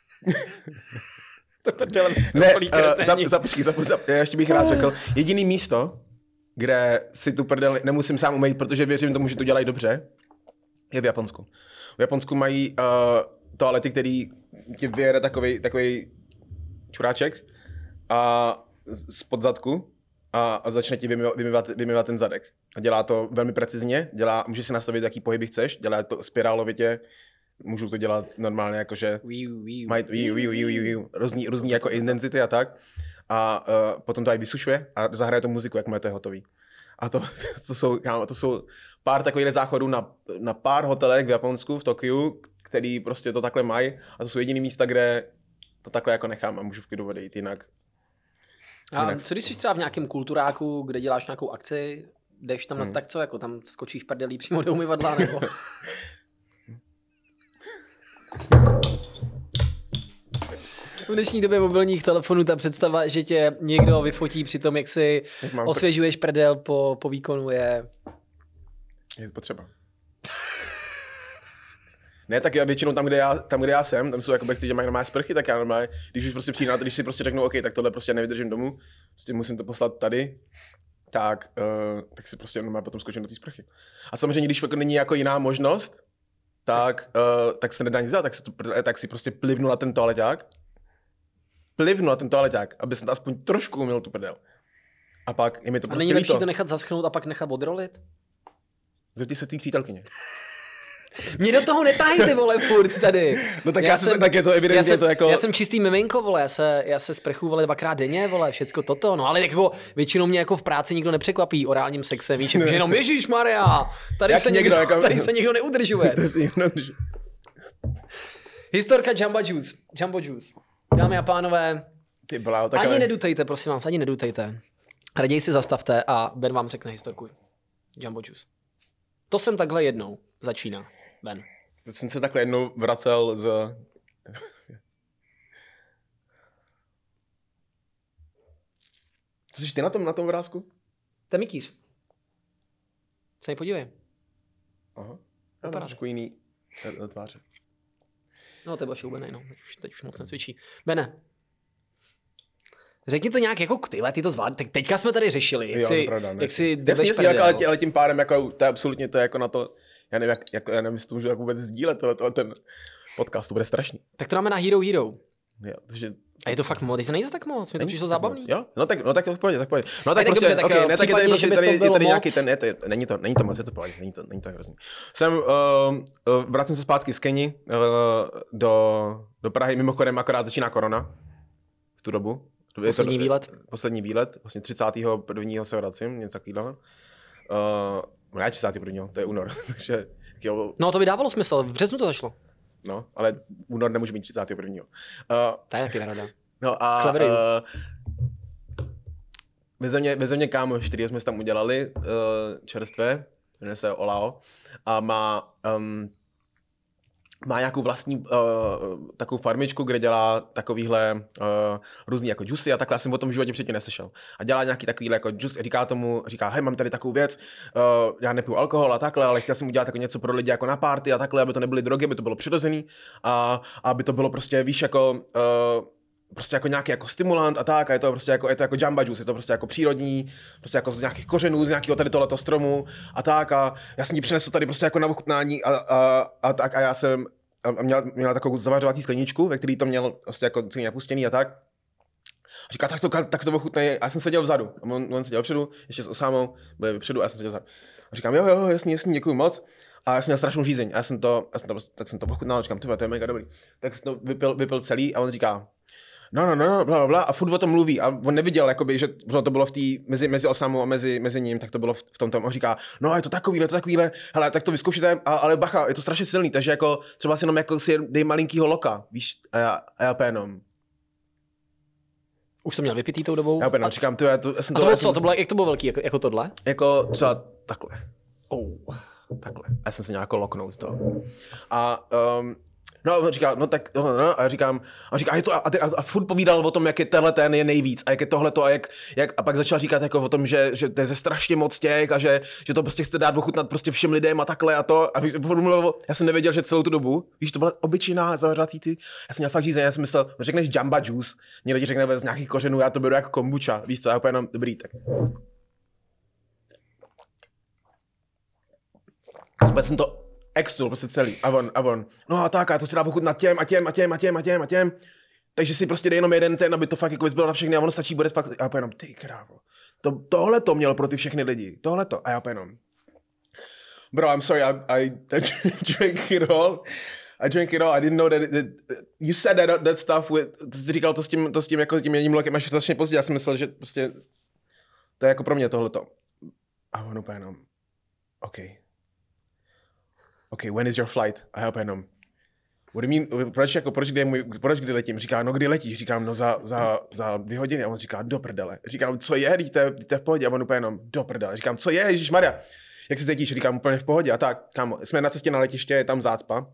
To prdele, ne, úplný uh, za, kreténi. za, počkej, za, za, já ještě bych rád řekl, jediný místo, kde si tu prdel nemusím sám umýt, protože věřím tomu, že to dělají dobře, je v Japonsku. V Japonsku mají uh, toalety, který ti vyjede takovej, takovej čuráček a z pod zadku a, a začne ti vymývat, vymývat, vymývat ten zadek. A dělá to velmi precizně, dělá, můžeš si nastavit, jaký pohyby chceš, dělá to spirálovitě, můžou to dělat normálně, jakože Wiu, wiu. mají wiu, wiu, wiu, wiu, wiu, různý, různý jako intenzity a tak. A uh, potom to aj vysušuje a zahraje to muziku, jak máte hotový. A to, to, jsou, kámo, to jsou pár takových záchodů na, na pár hotelech v Japonsku, v Tokiu, který prostě to takhle mají. A to jsou jediný místa, kde to takhle jako nechám a můžu v klidu odejít jinak. A jinak... co když jsi třeba v nějakém kulturáku, kde děláš nějakou akci, jdeš tam hmm. na tak co, jako tam skočíš prdelí přímo do umyvadla, nebo... V dnešní době mobilních telefonů ta představa, že tě někdo vyfotí při tom, jak si osvěžuješ prdel po, po výkonu, je... Je potřeba. Ne, tak já většinou tam, kde já, tam, kde já jsem, tam jsou jako backstage, že mají normální sprchy, tak já normálně, když už prostě přijdu na to, když si prostě řeknu, OK, tak tohle prostě nevydržím domů, prostě musím to poslat tady, tak, uh, tak si prostě normálně potom skočím do té sprchy. A samozřejmě, když jako není jako jiná možnost, tak, uh, tak se nedá nic dělat, tak si, to, tak si prostě plivnu na ten toaleťák, plivnu na ten toaleťák, aby jsem to aspoň trošku umyl tu prdel. A pak je mi to a prostě není lepší líto. to nechat zaschnout a pak nechat odrolit? Zeptej se tvý přítelkyně. Mě do toho netají, ty vole, furt tady. No tak já, já jsem, tak je to evidentně já jsem, to jako... Já jsem čistý miminko, vole, já se, já se sprchu, vole, dvakrát denně, vole, všecko toto, no ale jako většinou mě jako v práci nikdo nepřekvapí orálním sexem, víš, že jenom Ježíšmarja, tady, se někdo, někdo, jako... tady se někdo neudržuje. Historka Jamba Juice, Jumbo Juice. Dámy a pánové, ty bláho, ani ale... nedutejte, prosím vás, ani nedutejte. Raději si zastavte a Ben vám řekne historku. Jumbo Juice. To jsem takhle jednou začíná. Ben. To jsem se takhle jednou vracel z... Co jsi ty na tom, na tom obrázku? To je mikýř. Se mi podívej. Aha. Já mám trošku jiný na tváře. No, to je vaše ubenej, no. Teď už, teď už moc necvičí. Bene. Řekni to nějak jako tyhle, ty to zvládne. Teď, teďka jsme tady řešili, jak jo, si, pravda, jak si jasně, jasně, ale, ale tím pádem, jako, to je absolutně to je jako na to, já nevím, jak, jak, já nevím, jestli to můžu jak vůbec sdílet, tohle, tohle, ten podcast, to bude strašný. Tak to dáme na Hero Hero. Jo, takže... A je to fakt moc, teď to není tak moc, mě to přišlo zábavný. Jo, no tak, no tak v pohodě, tak v pohodě. No tak tak prostě, dobře, tak okay, ne, tak je tady, prostě, tady, je tady nějaký ten, je to, není to, není to moc, je to pohodě, není to, není to hrozný. Jsem, uh, uh, vracím se zpátky z Keni uh, do, do Prahy, mimochodem akorát začíná korona v tu dobu. Poslední výlet. Poslední výlet, vlastně třicátého prvního se vracím, něco takového. Uh, ne, třicátého prvního to je únor, takže... Jo, no to by dávalo smysl, v březnu to začalo. No, ale únor nemůže být třicátého prvního Uh, to je taky pravda. No a... Uh, veze mě, veze mě kámoš, který jsme tam udělali, uh, čerstvé, jmenuje se Olao, a má... Um, má nějakou vlastní uh, takovou farmičku, kde dělá takovýhle uh, různý jako džusy a takhle, já jsem o tom v životě předtím neslyšel. A dělá nějaký takovýhle jako džus, říká tomu, říká, hej, mám tady takovou věc, uh, já nepiju alkohol a takhle, ale chtěl jsem udělat jako něco pro lidi jako na party a takhle, aby to nebyly drogy, aby to bylo přirozený a, a aby to bylo prostě, víš, jako... Uh, prostě jako nějaký jako stimulant a tak a je to prostě jako, je to jako jamba juice, je to prostě jako přírodní, prostě jako z nějakých kořenů, z nějakého tady tohleto stromu a tak a já jsem ti přinesl tady prostě jako na ochutnání a, a, a tak a já jsem a měl, měl takovou zavařovací skleničku, ve který to měl prostě jako celý napuštěný a tak. A říká, tak to, tak to ochutnej, a já jsem seděl vzadu a on, on seděl vpředu, ještě s Osámou, byli vpředu a já jsem seděl vzadu. A říkám, jo, jo, jasný, jasný, děkuju moc. A já jsem měl strašnou žízeň a já jsem to, já jsem to, tak jsem to ochutnal a říkám, tyhle, to je mega dobrý. Tak jsem to vypil, vypil celý a on říká, no, no, no, bla, bla, bla, a furt o tom mluví a on neviděl, jakoby, že to bylo v té, mezi, mezi Osamou a mezi, mezi ním, tak to bylo v, v tom tom, on říká, no je to takovýhle, to takovýhle, hele, tak to vyzkoušíte, a, ale bacha, je to strašně silný, takže jako třeba si jenom jako si dej malinkýho loka, víš, a já, a já jenom. Už jsem měl vypitý tou dobou? Já jenom říkám, tyhle, to, já jsem a to, to bylo já co, jsem, to bylo, jak to bylo velký, jako, jako tohle? Jako třeba takhle. Oh. Takhle, já jsem se nějak loknout to. A um, no, on říká, no tak, no, no, a já říkám, a říká, je to, a, a, a furt povídal o tom, jak je tenhle ten je nejvíc, a jak je tohleto, a jak, jak, a pak začal říkat jako o tom, že, že to je ze strašně moc těch, a že, že to prostě chce dát ochutnat prostě všem lidem a takhle a to, a mluvil, já jsem nevěděl, že celou tu dobu, víš, to byla obyčejná zavařovací ty, já jsem měl fakt řízeň, já jsem myslel, řekneš jamba juice, někdo ti řekne z nějakých kořenů, já to beru jako kombucha, víš co, já úplně jenom, dobrý, tak. Vůbec jsem to extul, prostě celý. A on, a on, no a tak, a to si dá ochutnat těm a těm a těm a těm a těm a těm. Takže si prostě dej jenom jeden ten, aby to fakt jako zbylo na všechny a ono stačí, bude fakt, a já jenom, ty krávo. To, tohle to měl pro ty všechny lidi, tohle to. A já jenom, bro, I'm sorry, I, I, I drank it all. I drank it all, I didn't know that, it, that you said that, that stuff with, ty jsi říkal to s tím, to s tím jako tím jedním lokem až strašně pozdě, já jsem myslel, že prostě to je jako pro mě tohleto. A on úplně jenom, OK. OK, when is your flight? A já úplně jenom, what do you mean, proč, jako, proč, kdy, můj, proč kdy letím? Říká, no kdy letíš? Říkám, no za, za, za dvě hodiny. A on říká, do prdele. Říkám, co je, když jste v pohodě? A on úplně jenom, do prdele. Říkám, co je, ježišmarja? Jak se cítíš? Říkám, úplně v pohodě. A tak, kámo, jsme na cestě na letiště, je tam zácpa.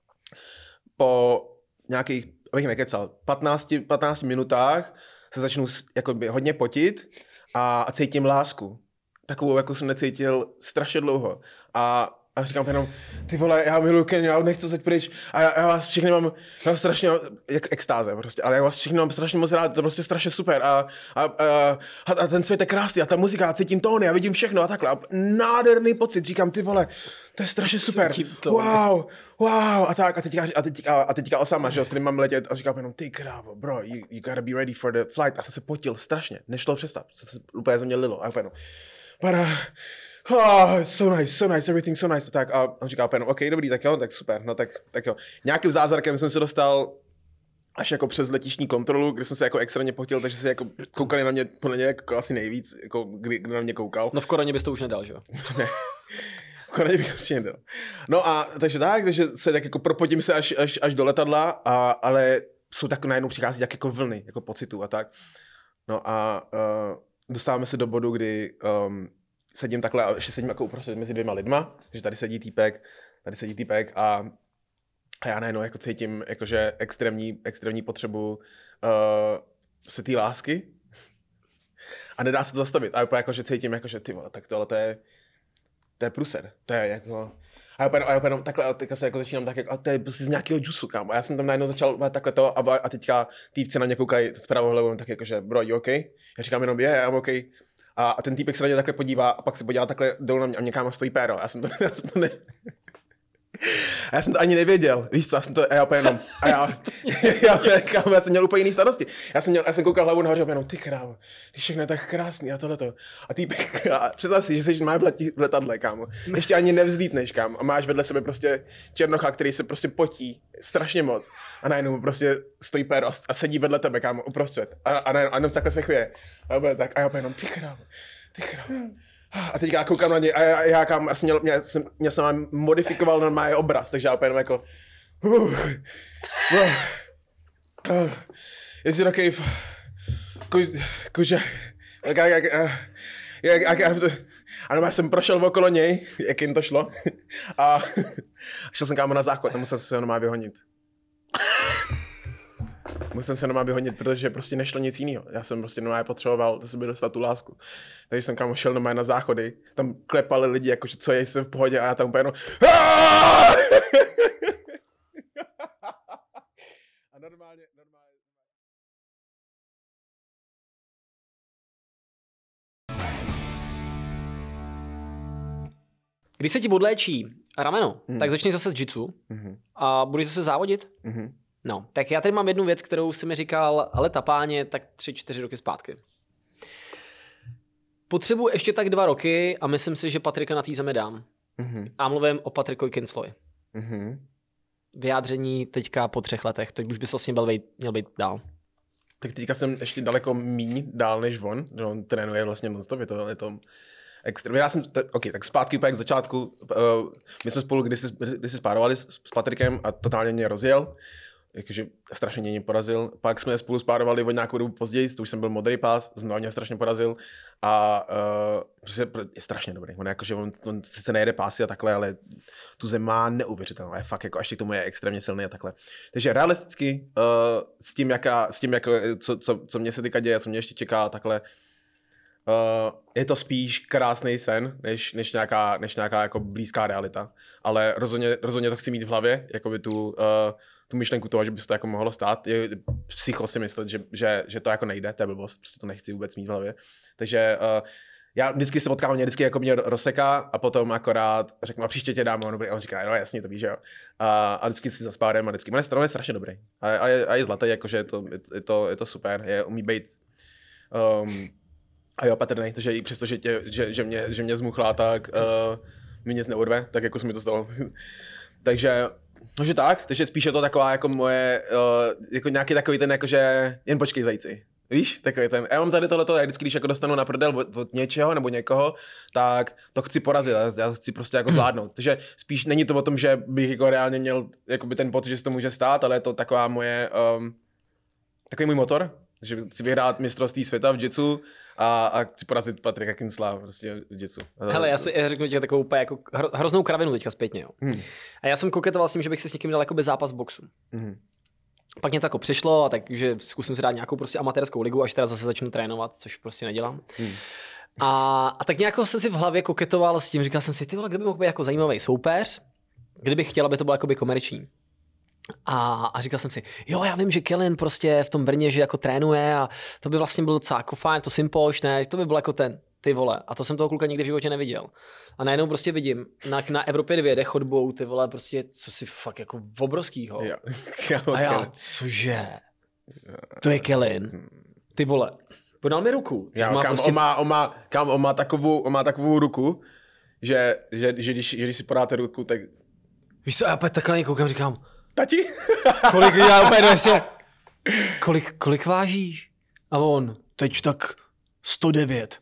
Po nějakých, abych nekecal, patnácti, patnácti minutách se začnu jakoby, hodně potit a, a cítím lásku. Takovou, jako jsem necítil strašně dlouho. A A říkám jenom, ty vole, já miluji Keniu, já nechci teď pryč. A já, já vás všichni mám, já mám strašně, jak extáze prostě, ale já vás všichni mám strašně moc rád, to je prostě strašně super. A, a, a, a ten svět je krásný a ta muzika, já cítím tóny, já vidím všechno a takhle. A nádherný pocit, říkám, ty vole, to je strašně super. Wow, wow. A tak, a teďka, a teďka, a teďka Osama, že jo, s tím mám letět a říkám jenom, ty krávo, bro, you, you gotta be ready for the flight. A jsem se potil strašně, nešlo přestat, se úplně ze mě lilo. A úplně, para, oh, so nice, so nice, everything so nice. Tak a on říká úplně, OK, dobrý, tak jo, tak super, no tak, tak jo. Nějakým zázrakem jsem se dostal až jako přes letištní kontrolu, kde jsem se jako extrémně potil, takže se jako koukali na mě, podle mě jako asi nejvíc, jako kdy, kdo na mě koukal. No v koroně bys to už nedal, že jo? Ne, v koroně bych to určitě nedal. No a takže tak, takže se tak jako propotím se až, až, až do letadla, a, ale jsou tak najednou přichází tak jako vlny, jako pocitů a tak. No a uh, dostáváme se do bodu, kdy um, sedím takhle a ještě sedím jako uprostřed mezi dvěma lidma, že tady sedí týpek, tady sedí týpek a, a já najednou jako cítím jakože extrémní, extrémní potřebu uh, se té lásky a nedá se to zastavit. A úplně jako, že cítím jakože ty vole, tak tohle to je, to je pruser, to je jako... A já úplně, a já úplně takhle, a teďka se jako začínám tak jako, a to je prostě z nějakého džusu, kámo. A já jsem tam najednou začal takhle to a, a teďka týpci na mě koukají s pravou hlavou, tak jakože, bro, you okay? Já říkám jenom, yeah, I'm okay. A, a ten týpek se na mě takhle podívá a pak se podívá takhle dolů na mě a mě kámo stojí péro. Já jsem to, já jsem to ne... A já jsem to ani nevěděl, víš co, já jsem to, a já úplně jenom, a já, já, já, já jsem měl úplně jiný starosti. Já jsem, měl, já jsem koukal hlavu nahoře a jenom, ty krávo, ty všechno je tak krásný a tohleto. A týpek, a představ si, že jsi máš v, leti, v letadle, kámo. Ještě ani nevzlítneš, kámo. A máš vedle sebe prostě černocha, který se prostě potí strašně moc. A najednou prostě stojí péro a sedí vedle tebe, kámo, uprostřed. A, a najednou, a najednou takhle se chvěje. A já, tak, a já úplně jenom, ty krávo, ty krávo. A teďka já koukám na ně a já, já, kam, já jsem měl, mě, jsem, mě jsem modifikoval normální obraz, takže já úplně jenom jako uh, uh, uh, is it okay if could, could you, like, I, I, uh, yeah, I have to, a já jsem prošel okolo něj, jak jim to šlo a šel jsem kámo na záchod a musel jsem se normálně vyhonit. Musel se normálně vyhonit, protože prostě nešlo nic jiného. Já jsem prostě normálně potřeboval do sebe dostat tu lásku. Takže jsem kámo šel normálně na záchody, tam klepali lidi, jakože co je, jsem v pohodě a já tam úplně jenom a normálně, normálně. Když se ti odléčí rameno, hmm. tak začni zase s jitsu hmm. a budeš zase závodit? Hmm. No, tak já tady mám jednu věc, kterou si mi říkal, ale tapáně, tak tři, čtyři roky zpátky. Potřebuji ještě tak dva roky a myslím si, že Patrika na té zemi dám. Mm-hmm. A mluvím o Patrikovi Kinslovi. Mm-hmm. Vyjádření teďka po třech letech, teď už bys vlastně byl být, měl být dál. Tak teďka jsem ještě daleko míň dál než on, že on trénuje vlastně non-stop, je to, je to extrémně. Já jsem, t- ok, tak zpátky úplně k začátku, uh, my jsme spolu kdysi, kdysi spárovali s, s Patrikem a totálně mě rozjel. Jakože strašně mě porazil. Pak jsme spolu spárovali o nějakou dobu později, to už jsem byl modrý pás, znovu mě strašně porazil a uh, je strašně dobrý. On, jakože, on, on sice nejede pásy a takhle, ale tu zem má neuvěřitelnou. Je fakt jako až k tomu je extrémně silný a takhle. Takže realisticky uh, s tím, jaká, s tím jako, co, co, co mě se teďka děje, co mě ještě čeká a takhle, uh, je to spíš krásný sen, než, než nějaká, než nějaká jako blízká realita. Ale rozhodně, rozhodně to chci mít v hlavě, jakoby tu uh, tu myšlenku toho, že by se to jako mohlo stát. Je psycho si myslet, že, že, že to jako nejde, to je blbost, prostě to nechci vůbec mít v hlavě. Takže uh, já vždycky se potkám, mě vždycky jako mě rozseká a potom akorát řeknu, a příště tě dám, a on, dobrý, a on říká, no jasně, to víš, že jo. A, a vždycky si zaspárem a vždycky, on je, je strašně dobrý. A, a, je, a je zlatý, jakože je to, je, to, je to super, je, umí být um, a je opatrný, takže i přesto, že, tě, že, že, mě, že mě zmuchlá, tak uh, mi nic neurve, tak jako se mi to stalo. Takže takže tak, takže spíš je to taková jako moje, uh, jako nějaký takový ten jakože, jen počkej zajíci. Víš, takový ten, já mám tady tohleto, já vždycky, když jako dostanu na prdel od, od něčeho nebo někoho, tak to chci porazit, já to chci prostě jako zvládnout. Takže spíš není to o tom, že bych jako reálně měl jakoby ten pocit, že se to může stát, ale je to taková moje, um, takový můj motor, že chci vyhrát mistrovství světa v jitsu a, a chci porazit Patrika Kinsla prostě v jitsu. Hele, já si já řeknu ti takovou úplně jako hro, hroznou kravinu teďka zpětně, jo. Hmm. A já jsem koketoval s tím, že bych si s někým dal jakoby zápas boxu. Hmm. Pak mě to jako přišlo a takže zkusím si dát nějakou prostě amatérskou ligu, až teda zase začnu trénovat, což prostě nedělám. Hmm. A, a tak nějak jsem si v hlavě koketoval s tím, říkal jsem si, ty vole, kdyby mohl být jako zajímavý soupeř, kdybych chtěl, aby to bylo jakoby komerční. A, a říkal jsem si, jo, já vím, že Kellen prostě v tom Brně, že jako trénuje a to by vlastně bylo docela jako fajn, to Simpoš, ne, to by bylo jako ten, ty vole. A to jsem toho kluka nikdy v životě neviděl. A najednou prostě vidím, na, na Evropě dvě jde chodbou, ty vole, prostě co si fakt jako obrovskýho. Jo. A já, cože? To je Kellen. Ty vole. Podal mi ruku. Já, má kam, prostě... on, má, on, má, kam, on, má takovou, on má takovou ruku, že, že, že, když, že když si podáte ruku, tak... Víš co, já opět takhle koukám, říkám, Tati? kolik, já úplně nesě, kolik, kolik vážíš? A on, teď tak sto devět.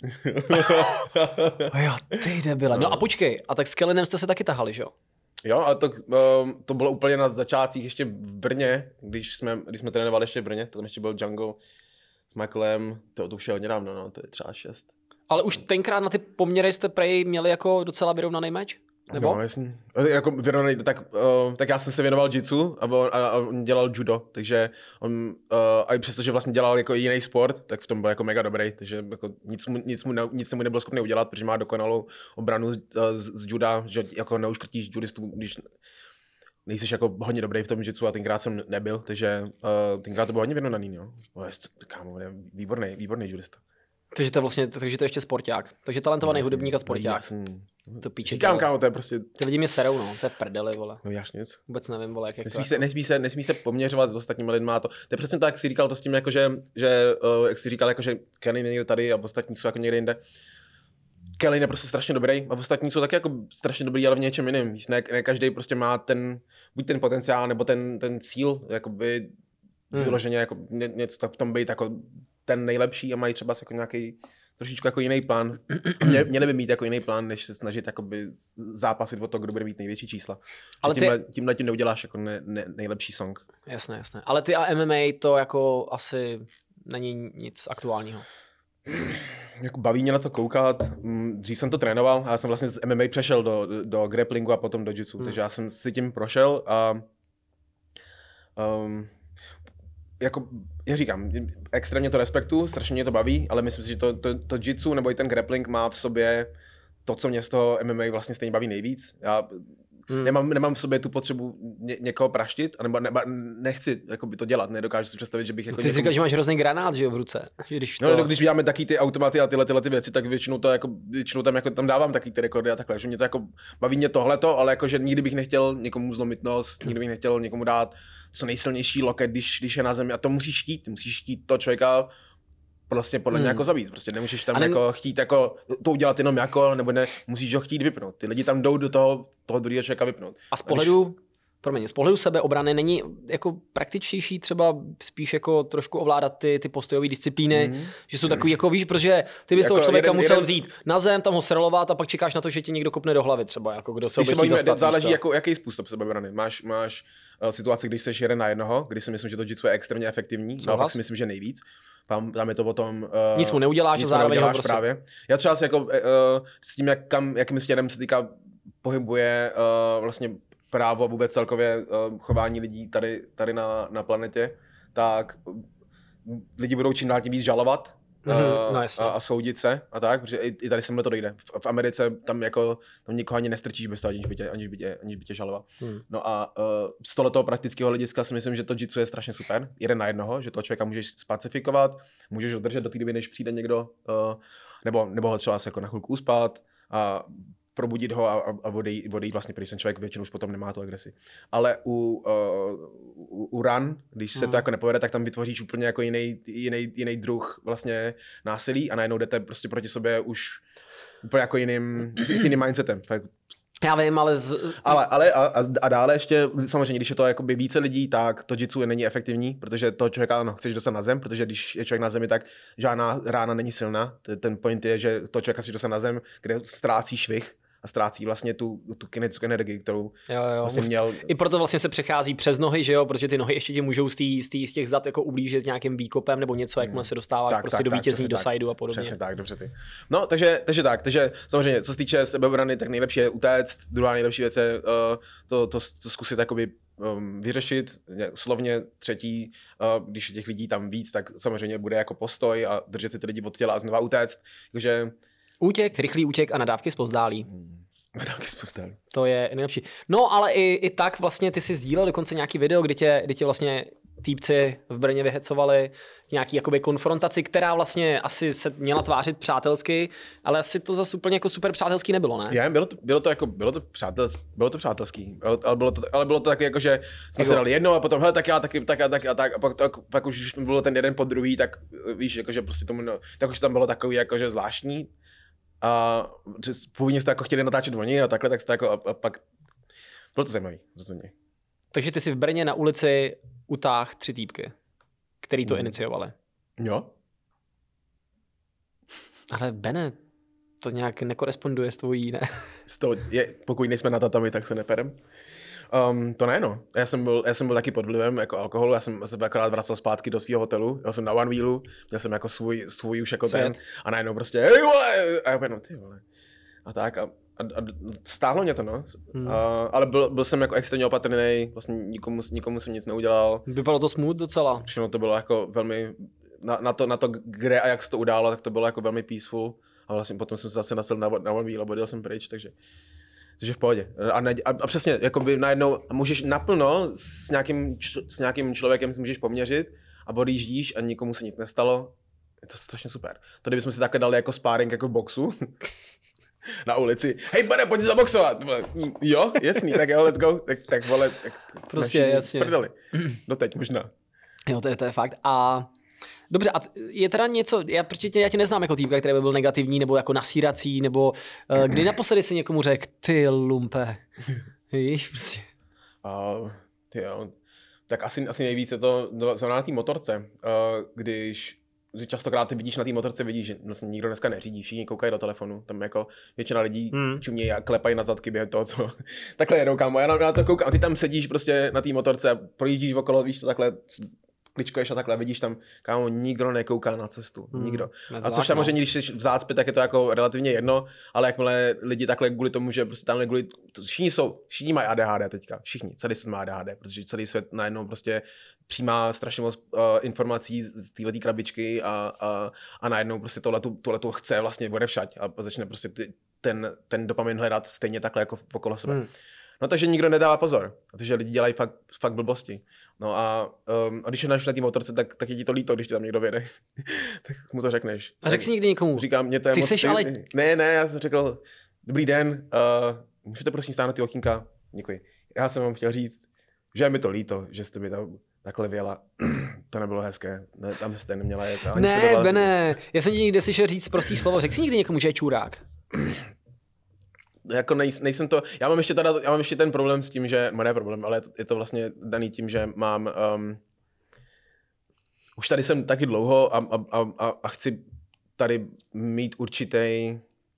A já, ty debile. No a počkej, a tak s Kellenem jste se taky tahali, že jo? Jo, ale to, um, to bylo úplně na začátcích ještě v Brně, když jsme, když jsme trénovali ještě v Brně, to tam ještě byl Django s Michaelem, to, to už je hodně dávno, no, to je třeba šest. Ale už tenkrát na ty poměry jste prej měli jako docela vyrovnaný meč? Nebo? No, jasně. Jako vyrovnaný, tak, uh, tak já jsem se věnoval jitsu a on, a, a on dělal judo, takže on, uh, a i přesto, že vlastně dělal jako jiný sport, tak v tom byl jako mega dobrý, takže jako nic, mu, nic, mu ne, nic se mu nebylo schopný udělat, protože má dokonalou obranu uh, z, z juda, že jako neuškrtíš judistu, když nejsi jako hodně dobrý v tom jitsu a tenkrát jsem nebyl, takže uh, tenkrát to bylo hodně vyrovnaný, no. Kámo, je výborný, výborný judista. Takže to je vlastně, takže to je ještě sporták. Takže talentovaný no, hudebník a sporták. Jasný. To píče. Říkám, kámo, to je prostě... Ty lidi mě serou, no, to je prdeli, vole. No jáš nic. Vůbec nevím, vole, jak je nesmí to. Se, nesmí, se, nesmí se poměřovat s ostatními lidmi. To, to je přesně to, jak jsi říkal to s tím, jako že, že uh, jak jsi říkal, jako, že Kenny není tady a ostatní jsou jako někde jinde. Kelly je prostě strašně dobrý a ostatní jsou taky jako strašně dobrý, ale v něčem jiném. Ne, ne každý prostě má ten, buď ten potenciál, nebo ten, ten cíl, jakoby hmm. vyloženě jako ně, něco v tom být jako ten nejlepší a mají třeba jako nějaký trošičku jako jiný plán. Mě, měli by mít jako jiný plán, než se snažit jakoby zápasit o to, kdo bude mít největší čísla. Ale tímhle, ty... tímhle tím neuděláš jako ne, ne, nejlepší song. Jasné, jasné. Ale ty a M M A to jako asi není nic aktuálního. Jako baví mě na to koukat. Dřív jsem to trénoval a já jsem vlastně z M M A přešel do, do grapplingu a potom do jitsu. Hmm. Takže já jsem si tím prošel a um, jako, já říkám, extrémně to respektu, strašně mě to baví, ale myslím si, že to, to, to jitsu nebo i ten grappling má v sobě to, co mě z toho M M A vlastně stejně baví nejvíc. Já hmm. nemám, nemám v sobě tu potřebu ně, někoho praštit, anebo ne, nechci jakoby, to dělat, nedokážu si představit, že bych... Jako ty někomu... jsi říkal, že máš hrozný granát, že jo, v ruce. Když, to... no, když děláme taky ty automaty a tyhle, tyhle ty věci, tak většinou, to jako, většinou tam, jako, tam dávám taky ty rekordy a takhle, že mě to jako baví mě tohleto, ale jako, že nikdy bych nechtěl někomu zlomit nos, nikdy bych nechtěl někomu dát co nejsilnější loket, když, když je na zemi a to musíš chtít, musíš chtít to člověka prostě podle mě hmm. jako zabít, prostě nemůžeš tam ne... jako chtít jako to udělat jenom jako, nebo ne, musíš ho chtít vypnout, ty lidi tam jdou do toho, toho druhého člověka vypnout. A z pohledu, když... promiň, z pohledu sebeobrany není jako praktičtější třeba spíš jako trošku ovládat ty, ty postojové disciplíny, mm. že jsou takový jako víš, protože ty bys jako toho člověka jeden, musel jeden... vzít na zem, tam ho serolovat a pak čekáš na to, že ti někdo kopne do hlavy třeba, jako kdo se obětí zastat. Záleží jako, jaký způsob sebeobrany. Máš, máš uh, situaci, když jsi jeden na jednoho, kdy si myslím, že to jitsu je extrémně efektivní, no pak si myslím, že nejvíc. Tam, tam je to o tom... Uh, nic mu neuděláš nic a zároveň neuděláš prostě... právě. Já třeba si jako uh, s tím, jak, kam, jakým směrem se týká pohybuje uh, vlastně právo a vůbec celkově uh, chování lidí tady, tady na, na planetě, tak lidi budou čím dál tím víc žalovat mm-hmm, uh, no a, a soudit se a tak, protože i, i tady sem to dojde. V, v Americe tam jako tam nikoho ani nestrčíš bez toho, aniž by tě, aniž by tě, aniž by tě žaloval. Hmm. No a uh, z tohoto praktického hlediska si myslím, že to jitsu je strašně super, jeden na jednoho, že toho člověka můžeš spacifikovat, můžeš ho držet do té doby, než přijde někdo, uh, nebo, nebo ho třeba se jako na chvilku uspat a probudit ho a, a odejít, odejít vlastně, protože ten člověk většinou už potom nemá tu agresi. Ale u, uh, u, u run, když se mm. to jako nepovede, tak tam vytvoříš úplně jako jiný, jiný, jiný druh vlastně násilí a najednou jdete prostě proti sobě už úplně jako jiným, s, s jiným mindsetem. Já vím, ale... Z... Ale, ale a, a dále ještě, samozřejmě, když je to jakoby více lidí, tak to jitsu není efektivní, protože to člověka ano, chceš dostat na zem, protože když je člověk na zemi, tak žádná rána není silná. Ten point je, že to člověka chceš dostat na zem, kde ztrácí švih a ztrácí vlastně tu, tu kinetickou energii, kterou jo, jo. vlastně měl. I proto vlastně se přechází přes nohy, že jo, protože ty nohy ještě ti můžou z, tý, z, tý, z těch zad jako ublížit nějakým výkopem nebo něco, jakmile se dostáváš tak, prostě tak, do tak, vítězní, do tak, sideu a podobně. Přesně tak, dobře ty. No, takže, takže tak, takže samozřejmě, co se týče sebeobrany, tak nejlepší je utéct, druhá nejlepší věc je uh, to, to, to zkusit jakoby um, vyřešit, slovně třetí, uh, když těch lidí tam víc, tak samozřejmě bude jako postoj a držet si ty lidi od těla a znova utéct, takže... Útěk, rychlý útěk a nadávky zpozdálí. Hmm. Nadávky zpozdálí. To je nejlepší. No, ale i, i tak vlastně ty si sdílel dokonce nějaký video, kdy tě, kdy tě vlastně týpci v Brně vyhecovali nějaký jakoby konfrontaci, která vlastně asi se měla tvářit přátelsky, ale asi to zase úplně jako super přátelský nebylo, ne? Já, bylo to, bylo to jako, bylo to, přátels, bylo to přátelský, ale bylo to, ale bylo to taky jako, že jsme jako... se dali jedno a potom, hele, tak já taky, tak já taky a tak a pak, tak, pak už bylo ten jeden po druhý, tak víš, jakože prostě tomu, no, tak už tam bylo takový jakože zvláštní a původně jste jako chtěli natáčet oni a takhle, tak jste jako a, a pak, bylo to zajímavý, rozhodně. Takže ty si v Brně na ulici utáh tři týpky, který to hmm. iniciovali. Jo. Ale Bene, to nějak nekoresponduje s tvojí, ne? Z toho je, pokud nejsme na tatami, tak se neperem. Um, to ne, no. Já jsem, byl, já jsem byl taky pod vlivem jako alkoholu, já jsem se akorát vracel zpátky do svého hotelu, já jsem na One Wheelu, měl jsem jako svůj, svůj už jako ten a najednou prostě hej vole, a já no ty vole. A tak a, a, a stáhlo mě to, no. Hmm. A, ale byl, byl jsem jako extrémně opatrný, vlastně nikomu, nikomu jsem nic neudělal. Vypadalo to smooth docela. Všechno to bylo jako velmi, na, na, to, na to, kde a jak se to událo, tak to bylo jako velmi peaceful. A vlastně potom jsem se zase nasil na, na One Wheel a bodil jsem pryč, takže... Takže v pohodě. A, ne, a, a přesně, jakoby najednou můžeš naplno s nějakým, s nějakým člověkem si můžeš poměřit a odjíždíš a nikomu se nic nestalo. Je to strašně super. To kdybychom si takhle dali jako sparring jako v boxu na ulici. Hej, pane, pojď zaboxovat. Jo, jasný, tak jo, let's go. Tak, tak vole, tak prostě jasně. Prdeli. Doteď možná. Jo, to je, to je fakt. A dobře, a je teda něco, já, protože tě, já tě neznám jako týpka, který by byl negativní, nebo jako nasírací, nebo uh, kdy naposledy si někomu řekl, ty lumpe, víš, prostě. Uh, ty jo, tak asi, asi nejvíc je to znamená na té motorce, uh, když častokrát ty vidíš na té motorce, vidíš, že vlastně nikdo dneska neřídí, všichni koukají do telefonu, tam jako většina lidí hmm. čumějí a klepají na zadky během toho, co takhle jedou, kámo, já na, na to koukám, a ty tam sedíš prostě na té motorce a projíždíš okolo, víš to takhle, kličkuješ a takhle, vidíš tam, kámo, nikdo nekouká na cestu, hmm, nikdo. A což samozřejmě, když jsi v zácpě, tak je to jako relativně jedno, ale jakmile lidi takhle kvůli tomu, že prostě tamhle kvůli, všichni jsou, všichni mají A D H D teďka, všichni, celý svět má A D H D, protože celý svět najednou prostě přijímá strašně moc uh, informací z této krabičky a, a, a najednou prostě tohleto, tohleto chce vlastně odevšať a začne prostě ty, ten, ten dopamin hledat stejně takhle jako okolo sebe. Hmm. No takže nikdo nedává pozor, protože lidi dělají fakt, fakt blbosti. No a, um, a když je naš na té motorce, tak, tak je ti to líto, když ti tam někdo vyjede. Tak mu to řekneš. A řekl jsi někdy někomu? Říkám, mě to je ty moc... Jsi ty... ale... Ne, ne, já jsem řekl, dobrý den, uh, můžete prosím stáhnout ty okýnka? Děkuji. Já jsem vám chtěl říct, že je mi to líto, že jste mi tam takhle vyjela. To nebylo hezké, ne, tam jste neměla jet. Ani ne, Bene, já jsem ti někdy slyšel říct prostý slovo, řekl jsi někdy někomu, že je čurák? Jako nej, nejsem to, já mám ještě teda, já mám ještě ten problém s tím, že, no ne problém, ale je to vlastně daný tím, že mám, um, už tady jsem taky dlouho a, a, a, a chci tady mít určitý,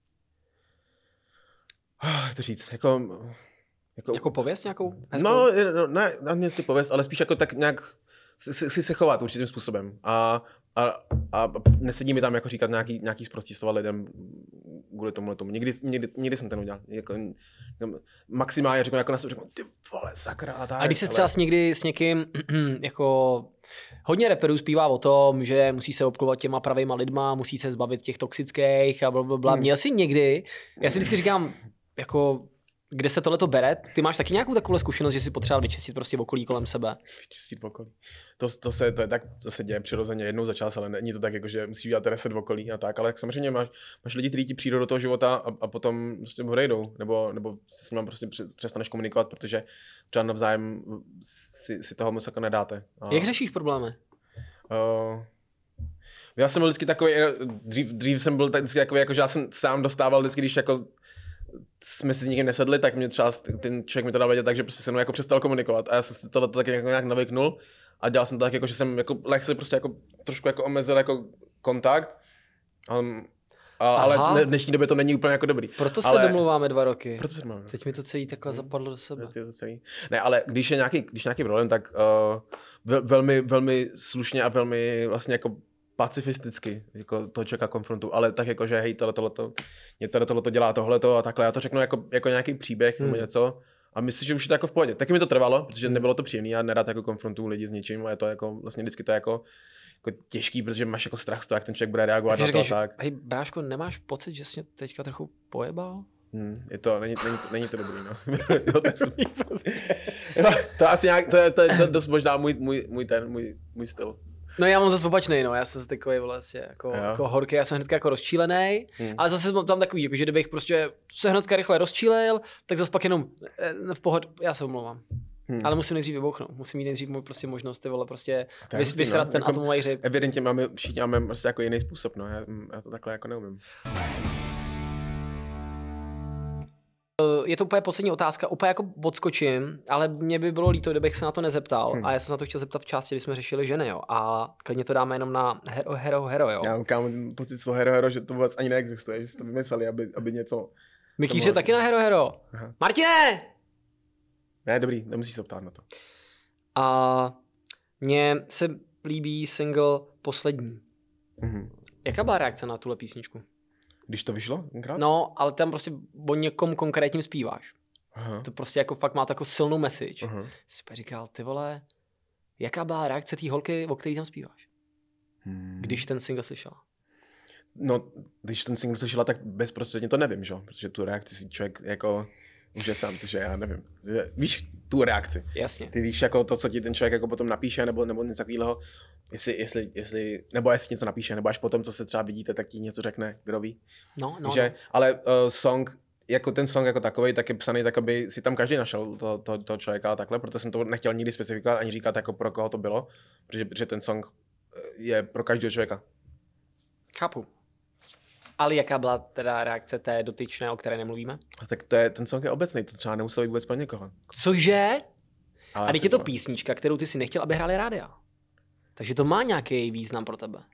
jak to říct, jako... Jako, jako pověst nějakou hezkou? No, no ne, ne si pověst, ale spíš jako tak nějak si, si se chovat určitým způsobem a, a, a nesedí mi tam jako říkat nějaký, nějaký sprostý slova lidem kvůli tomu tomu. Nikdy, nikdy, nikdy jsem to neudělal. Jako, maximálně řeknu jako na sebe, řeknu, ty vole, sakra. A, tak, a když se ale... třeba s někdy s někým, jako hodně reperů zpívá o tom, že musí se obklovat těma pravejma lidma, musí se zbavit těch toxických a blablabla. Hmm. Měl jsi někdy, já si vždycky říkám, jako kde se tohleto bere? Ty máš taky nějakou takovou zkušenost, že si potřeboval vyčistit prostě okolí kolem sebe? Vyčistit okolí. To, to, se, to, je tak, to se děje přirozeně jednou za čas, ale není to tak, jako, že musíš udělat reset okolí a tak, ale samozřejmě máš, máš lidi, kteří ti přijdou do toho života a, a potom prostě odejdou, nebo, nebo s nimi prostě přestaneš komunikovat, protože třeba navzájem si, si toho moc jako nedáte. A, jak řešíš problémy? Uh, já jsem byl vždycky takový, dřív, dřív jsem byl vždycky takový, jako, že já jsem sám dostával vždycky, když jako jsme si s nikým nesedli, tak mě třeba ten člověk mi to dal vědět tak, že prostě se mnou jako přestal komunikovat a já jsem si to taky jako nějak navyknul a dělal jsem to tak, jako, že jsem jako lehce prostě jako trošku jako omezil jako kontakt, um, a, ale v dnešní době to není úplně jako dobrý. Proto se ale... domluváme dva roky. Proto se domluváme. Teď mi to celý takhle hmm. zapadlo do sebe. Je to celý. Ne, ale když je nějaký, když je nějaký problém, tak uh, vel, velmi, velmi slušně a velmi vlastně jako pacifisticky jako toho člověka konfrontu, ale tak jako, že hej, tohle, tohleto, mě tohle, tohleto dělá tohleto a takhle, já to řeknu jako, jako nějaký příběh hmm. nebo něco a myslím, že už je to jako v pohodě. Taky mi to trvalo, protože nebylo to příjemné, já nerad jako konfrontuju lidi s něčím a je to jako, vlastně vždycky to jako, jako těžký, protože máš jako strach z toho, jak ten člověk bude reagovat na to a tak. Hej, bráško, nemáš pocit, že jsi mě teďka trochu pojebal? Hmm, je to, není, není, to, není to dobrý, no. Jo, to, je, to asi nějak, to je, to je dost možná můj, můj, můj ten, můj, můj styl. No já mám zase opačnej, no, já jsem takový vlastně jako, jako horký, já jsem hnedka jako rozčílený, hmm. ale zase tam takový, jako, že kdybych prostě se hnedka rychle rozčílil, tak zase pak jenom v pohod, já se omlouvám. Hmm. Ale musím nejdřív vybouchnout, musím mít nejdřív můj prostě možnost, ty vole, prostě vys, vysrat no. ten jako atomový hřeb. Evidentně máme, všichni máme prostě jako jiný způsob, no, já, já to takhle jako neumím. Je to úplně poslední otázka, úplně jako odskočím, ale mě by bylo líto, kdybych se na to nezeptal. Hmm. A já jsem se na to chtěl zeptat v části, kdy jsme řešili ženy, jo. A klidně to dáme jenom na hero, hero, hero, jo. Já mám pocit z toho hero, hero, že to vůbec ani neexistuje, že jste to vymysleli, aby, aby něco... Mikýř je taky na hero, hero. Aha. Martine! Ne, dobrý, nemusíš se ptát na to. A mně se líbí single Poslední. Mm-hmm. Jaká byla reakce na tuhle písničku? Když to vyšlo tenkrát? No, ale tam prostě o někom konkrétním zpíváš. Aha. To prostě jako fakt má takovou silnou message. Aha. Jsi říkal, ty vole, jaká byla reakce té holky, o který tam zpíváš? Hmm. Když ten single slyšela? No, když ten single slyšela, tak bezprostředně to nevím, že? Protože tu reakci si člověk jako už je sám, takže já nevím. Víš tu reakci. Jasně. Ty víš jako to, co ti ten člověk jako potom napíše, nebo, nebo něco takového, jestli, jestli, jestli, nebo jestli něco napíše, nebo až potom, co se třeba vidíte, tak ti něco řekne, kdo ví. No, no, že, no. Ale uh, song, jako ten song jako takovej, tak je psaný tak, aby si tam každý našel toho to, to člověka a takhle, proto jsem to nechtěl nikdy specifikovat ani říkat, jako pro koho to bylo, protože, protože ten song je pro každého člověka. Chápu. Ale jaká byla teda reakce té dotyčné, o které nemluvíme? A tak to je, ten song je obecný, to třeba nemusel být vůbec pro někoho. Cože? Ale a teď je to písnička, kterou ty si nechtěl, aby hráli rádia. Takže to má nějaký význam pro tebe.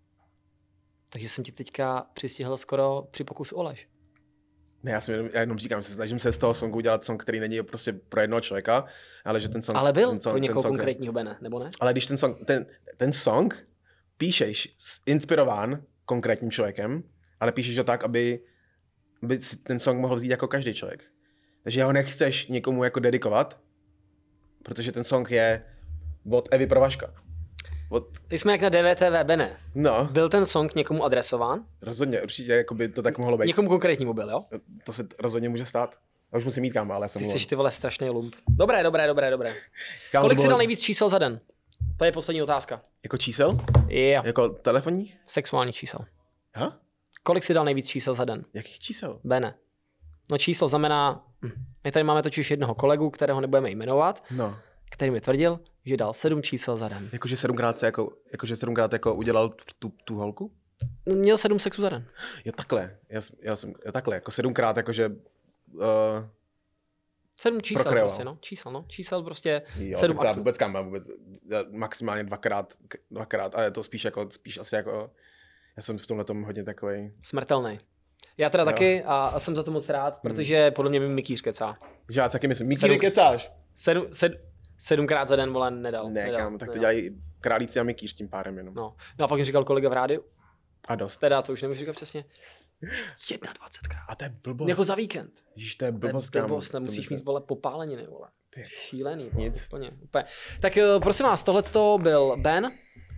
Takže jsem ti teďka přistihl skoro při pokusu o lež. Ne, já, jsem jenom, já jenom říkám, že se snažím se z toho songu udělat song, který není prostě pro jednoho člověka, ale že ten song... Ale byl ten song, pro někoho ten song, konkrétního Bene, nebo ne? Ale když ten song, ten, ten song píšeš inspirován konkrétním člověkem, ale píšeš ho tak, aby, aby si ten song mohl vzít jako každý člověk. Takže ho nechceš někomu jako dedikovat, protože ten song je od Evy pro Vaška. Od... Jsme jak na D V T V, Bene. No. Byl ten song někomu adresován? Rozhodně, určitě jako by to tak mohlo být. Někomu konkrétnímu byl, jo? To se rozhodně může stát. Já už musím mít kam, ale já jsem Ty mluvil. jsi ty vole strašný lump. Dobré, dobré, dobré, dobré. Kam Kolik bylo... si dal nejvíc čísel za den? To je poslední otázka. Jako čísel? Jo. Jako telefonních? Sexuální čísel. Ha? Kolik si dal nejvíc čísel za den? Jakých čísel? Bene. No číslo znamená, my tady máme totiž jednoho kolegu, kterého nebudeme jmenovat, no. který mi tvrdil, že dal sedm čísel za den. Jakože sedmkrát se jako, jakože sedmkrát jako udělal tu, tu holku? Měl sedm sexů za den. Jo takhle, já, já jsem, jo takhle, jako sedmkrát jakože... Uh, sedm čísel prokreoval. prostě, no. Čísel, no. Čísel prostě jo, sedm tak aktů. vůbec kam mám, vůbec maximálně dvakrát, dvakrát, ale je to spíš jako, spíš asi jako, já jsem v tomhle tom hodně takovej... Smrtelný. Já teda jo. taky a jsem za to moc rád, protože podle mě mi Mikýř kecá. Že já taky myslím, Mikýř Sedm- kecáš? Sedm, sed, sedmkrát za den, vole, nedal. Ne, nedal, kámo, tak to nedal. dělají králíci a Mikýř tím párem jenom. No. no a pak mi říkal kolega v rádiu, A dost. teda to už nemůžu říkat přesně, dvacetkrát. A to je blbost. Jako za víkend. Ježiš, to je blbost, To je kámo. blbost, To nemusíš by mít, vole, popáleniny, vole. Ty. Šílený, vole, Nic. úplně, úplně. Tak eh, prosím vás, tohleto byl Ben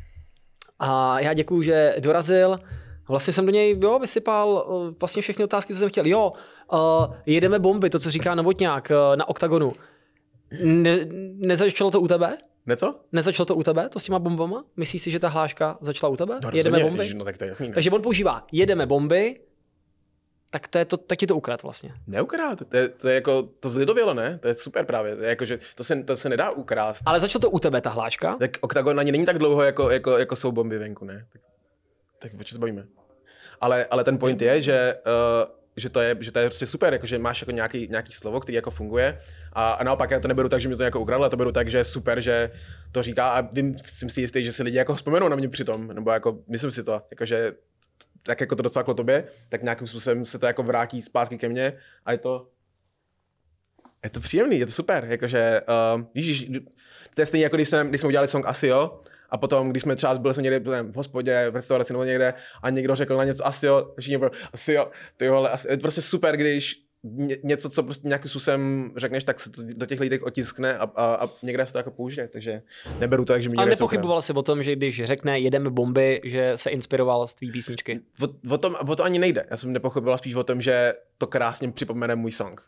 a já děkuju, že dorazil. Vlastně jsem do něj jo, vysypal uh, vlastně všechny otázky, co jsem chtěl. Jo, uh, jedeme bomby, to, co říká Novotňák uh, na OKTAGONu. Ne, nezačalo to u tebe? Neco? Nezačalo to u tebe, to s těma bombama? Myslíš si, že ta hláška začala u tebe? No, jedeme bomby? Ježiš, no tak to je jasný. Ne? Takže on používá jedeme bomby, tak, to je to, tak je to ukrad vlastně. Neukrát, to je, to je jako, to zlidovělo, ne? To je super právě, to je jako, že to se, to se nedá ukrást. Ale začalo to u tebe, ta hláška? Tak OKTAGON ani není tak dlouho, jako, jako, jako jsou bomby venku, ne? Tak, tak proč se bavíme? Ale, ale ten point je, že uh, že to je, že to je prostě super, jako, že máš jako nějaký, nějaký slovo, který jako funguje a, a naopak já to neberu tak, že mě to jako ukradlo, já to beru tak, že je super, že to říká a vím, jsem si jistý, že si lidi jako vzpomenou na mě přitom, nebo jako myslím si to, jako, že tak jako to docvaklo tobě, tak nějakým způsobem se to jako vrátí zpátky ke mně a je to je to příjemný, je to super, jakože uh, víš, to je stejně jako když, jsem, když jsme udělali song Asi jo, a potom, když jsme třeba byli jsme někde v hospodě, v restauraci nebo někde a někdo řekl na něco asi jo, všichni bylo asi jo, ty vole, asi, je to prostě super, když něco, co prostě nějakým způsobem řekneš, tak se to do těch lidí otiskne a, a, a někde se to jako použije, takže neberu to, jak že mi A nepochyboval jsi o tom, že když řekne jedeme bomby, že se inspiroval z tvý písničky? O, o, tom, o to ani nejde, já jsem nepochyboval spíš o tom, že to krásně připomene můj song.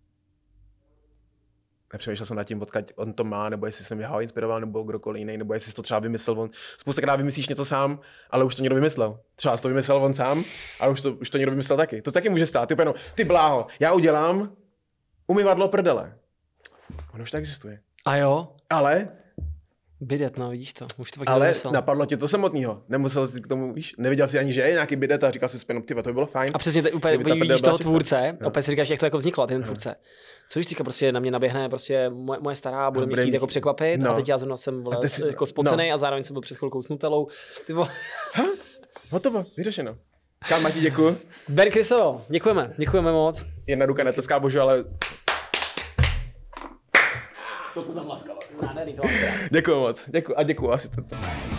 Nepřemýšlel jsem nad tím, odkud on to má, nebo jestli jsem ho inspiroval, nebo kdokoliv jiný, nebo jestli jsi to třeba vymyslel on. Spoustakrát vymyslíš něco sám, ale už to někdo vymyslel. Třeba jsi to vymyslel on sám, ale už to, už to někdo vymyslel taky. To taky může stát. Ty, no, ty bláho, já udělám umyvadlo prdele. Ono už to existuje. A jo? Ale... Bidet, no vidíš to, už to pak Ale vymyslel. napadlo tě to samotného. Nemusel jsi k tomu, víš, neviděl jsi ani, že je nějaký bidet a říkal jsi spěnu, ty, to by bylo fajn. A přesně, t- úplně Kdyby ta vidíš prdel byla toho čistá. tvůrce, No. opět si říkáš, jak to jako vzniklo, ten tvůrce. Co když teďka prostě na mě naběhne prostě moje, moje stará, bude A mě bude chtít mě jako chtít- překvapit no. a teď já zrovna jsem vole, A ty jsi- jako spocenej no. a zároveň jsem byl před chvilkou s Nutelou. Ty vole. Hotovo, vyřešeno. Kámo, ti děkuju. Ben Kristovo, děkujeme, děkujeme moc. Jedna ruka netleská, božu, ale To to zamlaskalo. Nádherný, to mám teda. děkuju moc. Děkuju a děkuju asistentu.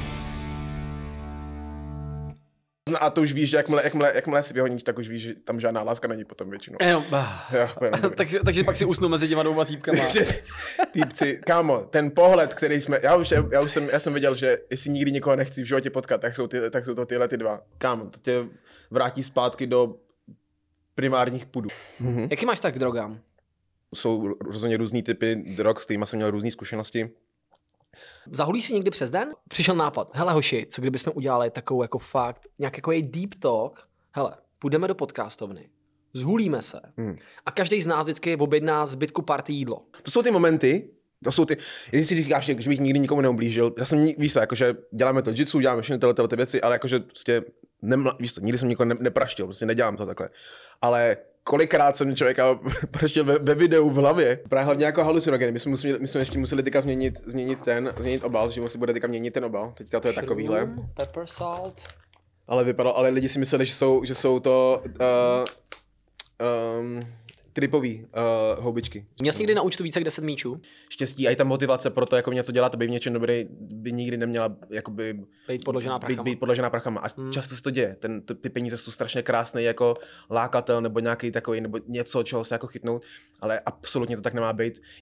A to už víš, že jakmile, jakmile, jakmile si vyhoníš, tak už víš, že tam žádná láska není potom většinou. Jenom, Jo, jenom dobrý. takže, takže pak si usnu mezi těma dvouma týpkama. Takže týpci, kámo, ten pohled, který jsme, já už, já už jsem, já jsem věděl, že jestli nikdy nikoho nechci v životě potkat, tak jsou, ty, tak jsou to tyhle ty dva. Kámo, to tě vrátí zpátky do primárních pudů. Mhm. Jaký máš tak k drogám? Jsou rozhodně různý typy drog, s kterými jsem měl různé zkušenosti. Zahulíš si někdy přes den? Přišel nápad, hele hoši, co kdybychom udělali takovou jako fakt, nějak jako je deep talk, hele, půjdeme do podcastovny, zhulíme se Hmm. a každý z nás vždycky objedná zbytku party jídlo. To jsou ty momenty, to jsou ty, jestli si říkáš, že bych nikdy nikomu neublížil, já jsem, víš co, jakože děláme to jitsu, děláme všechny tyhle, tyhle ty věci, ale jakože prostě, nemla, víš co, nikdy jsem nikoho ne, nepraštil, prostě nedělám to takhle. Ale kolikrát jsem člověka praštil ve, ve videu v hlavě. Právě hlavně jako halucinogeny. My jsme, museli, my jsme ještě museli teďka změnit, změnit ten, změnit obal, že se bude teďka měnit ten obal. Teďka to je takovýhle. Shroom, pepper salt. Ale vypadalo, ale lidi si mysleli, že jsou, že jsou to uh, um, tripový uh, houbičky. Měl jsi někdy na účtu více jak deset míčů? Štěstí a i ta motivace pro to jako něco dělat, aby v něčem dobrý, by nikdy neměla jakoby Být podložená být, prachama. být podložená prachama. A Hmm. často se to děje. Ten, to, ty peníze jsou strašně krásný jako lákatel nebo nějaký takový, nebo něco, čeho se jako chytnout, ale absolutně to tak nemá být.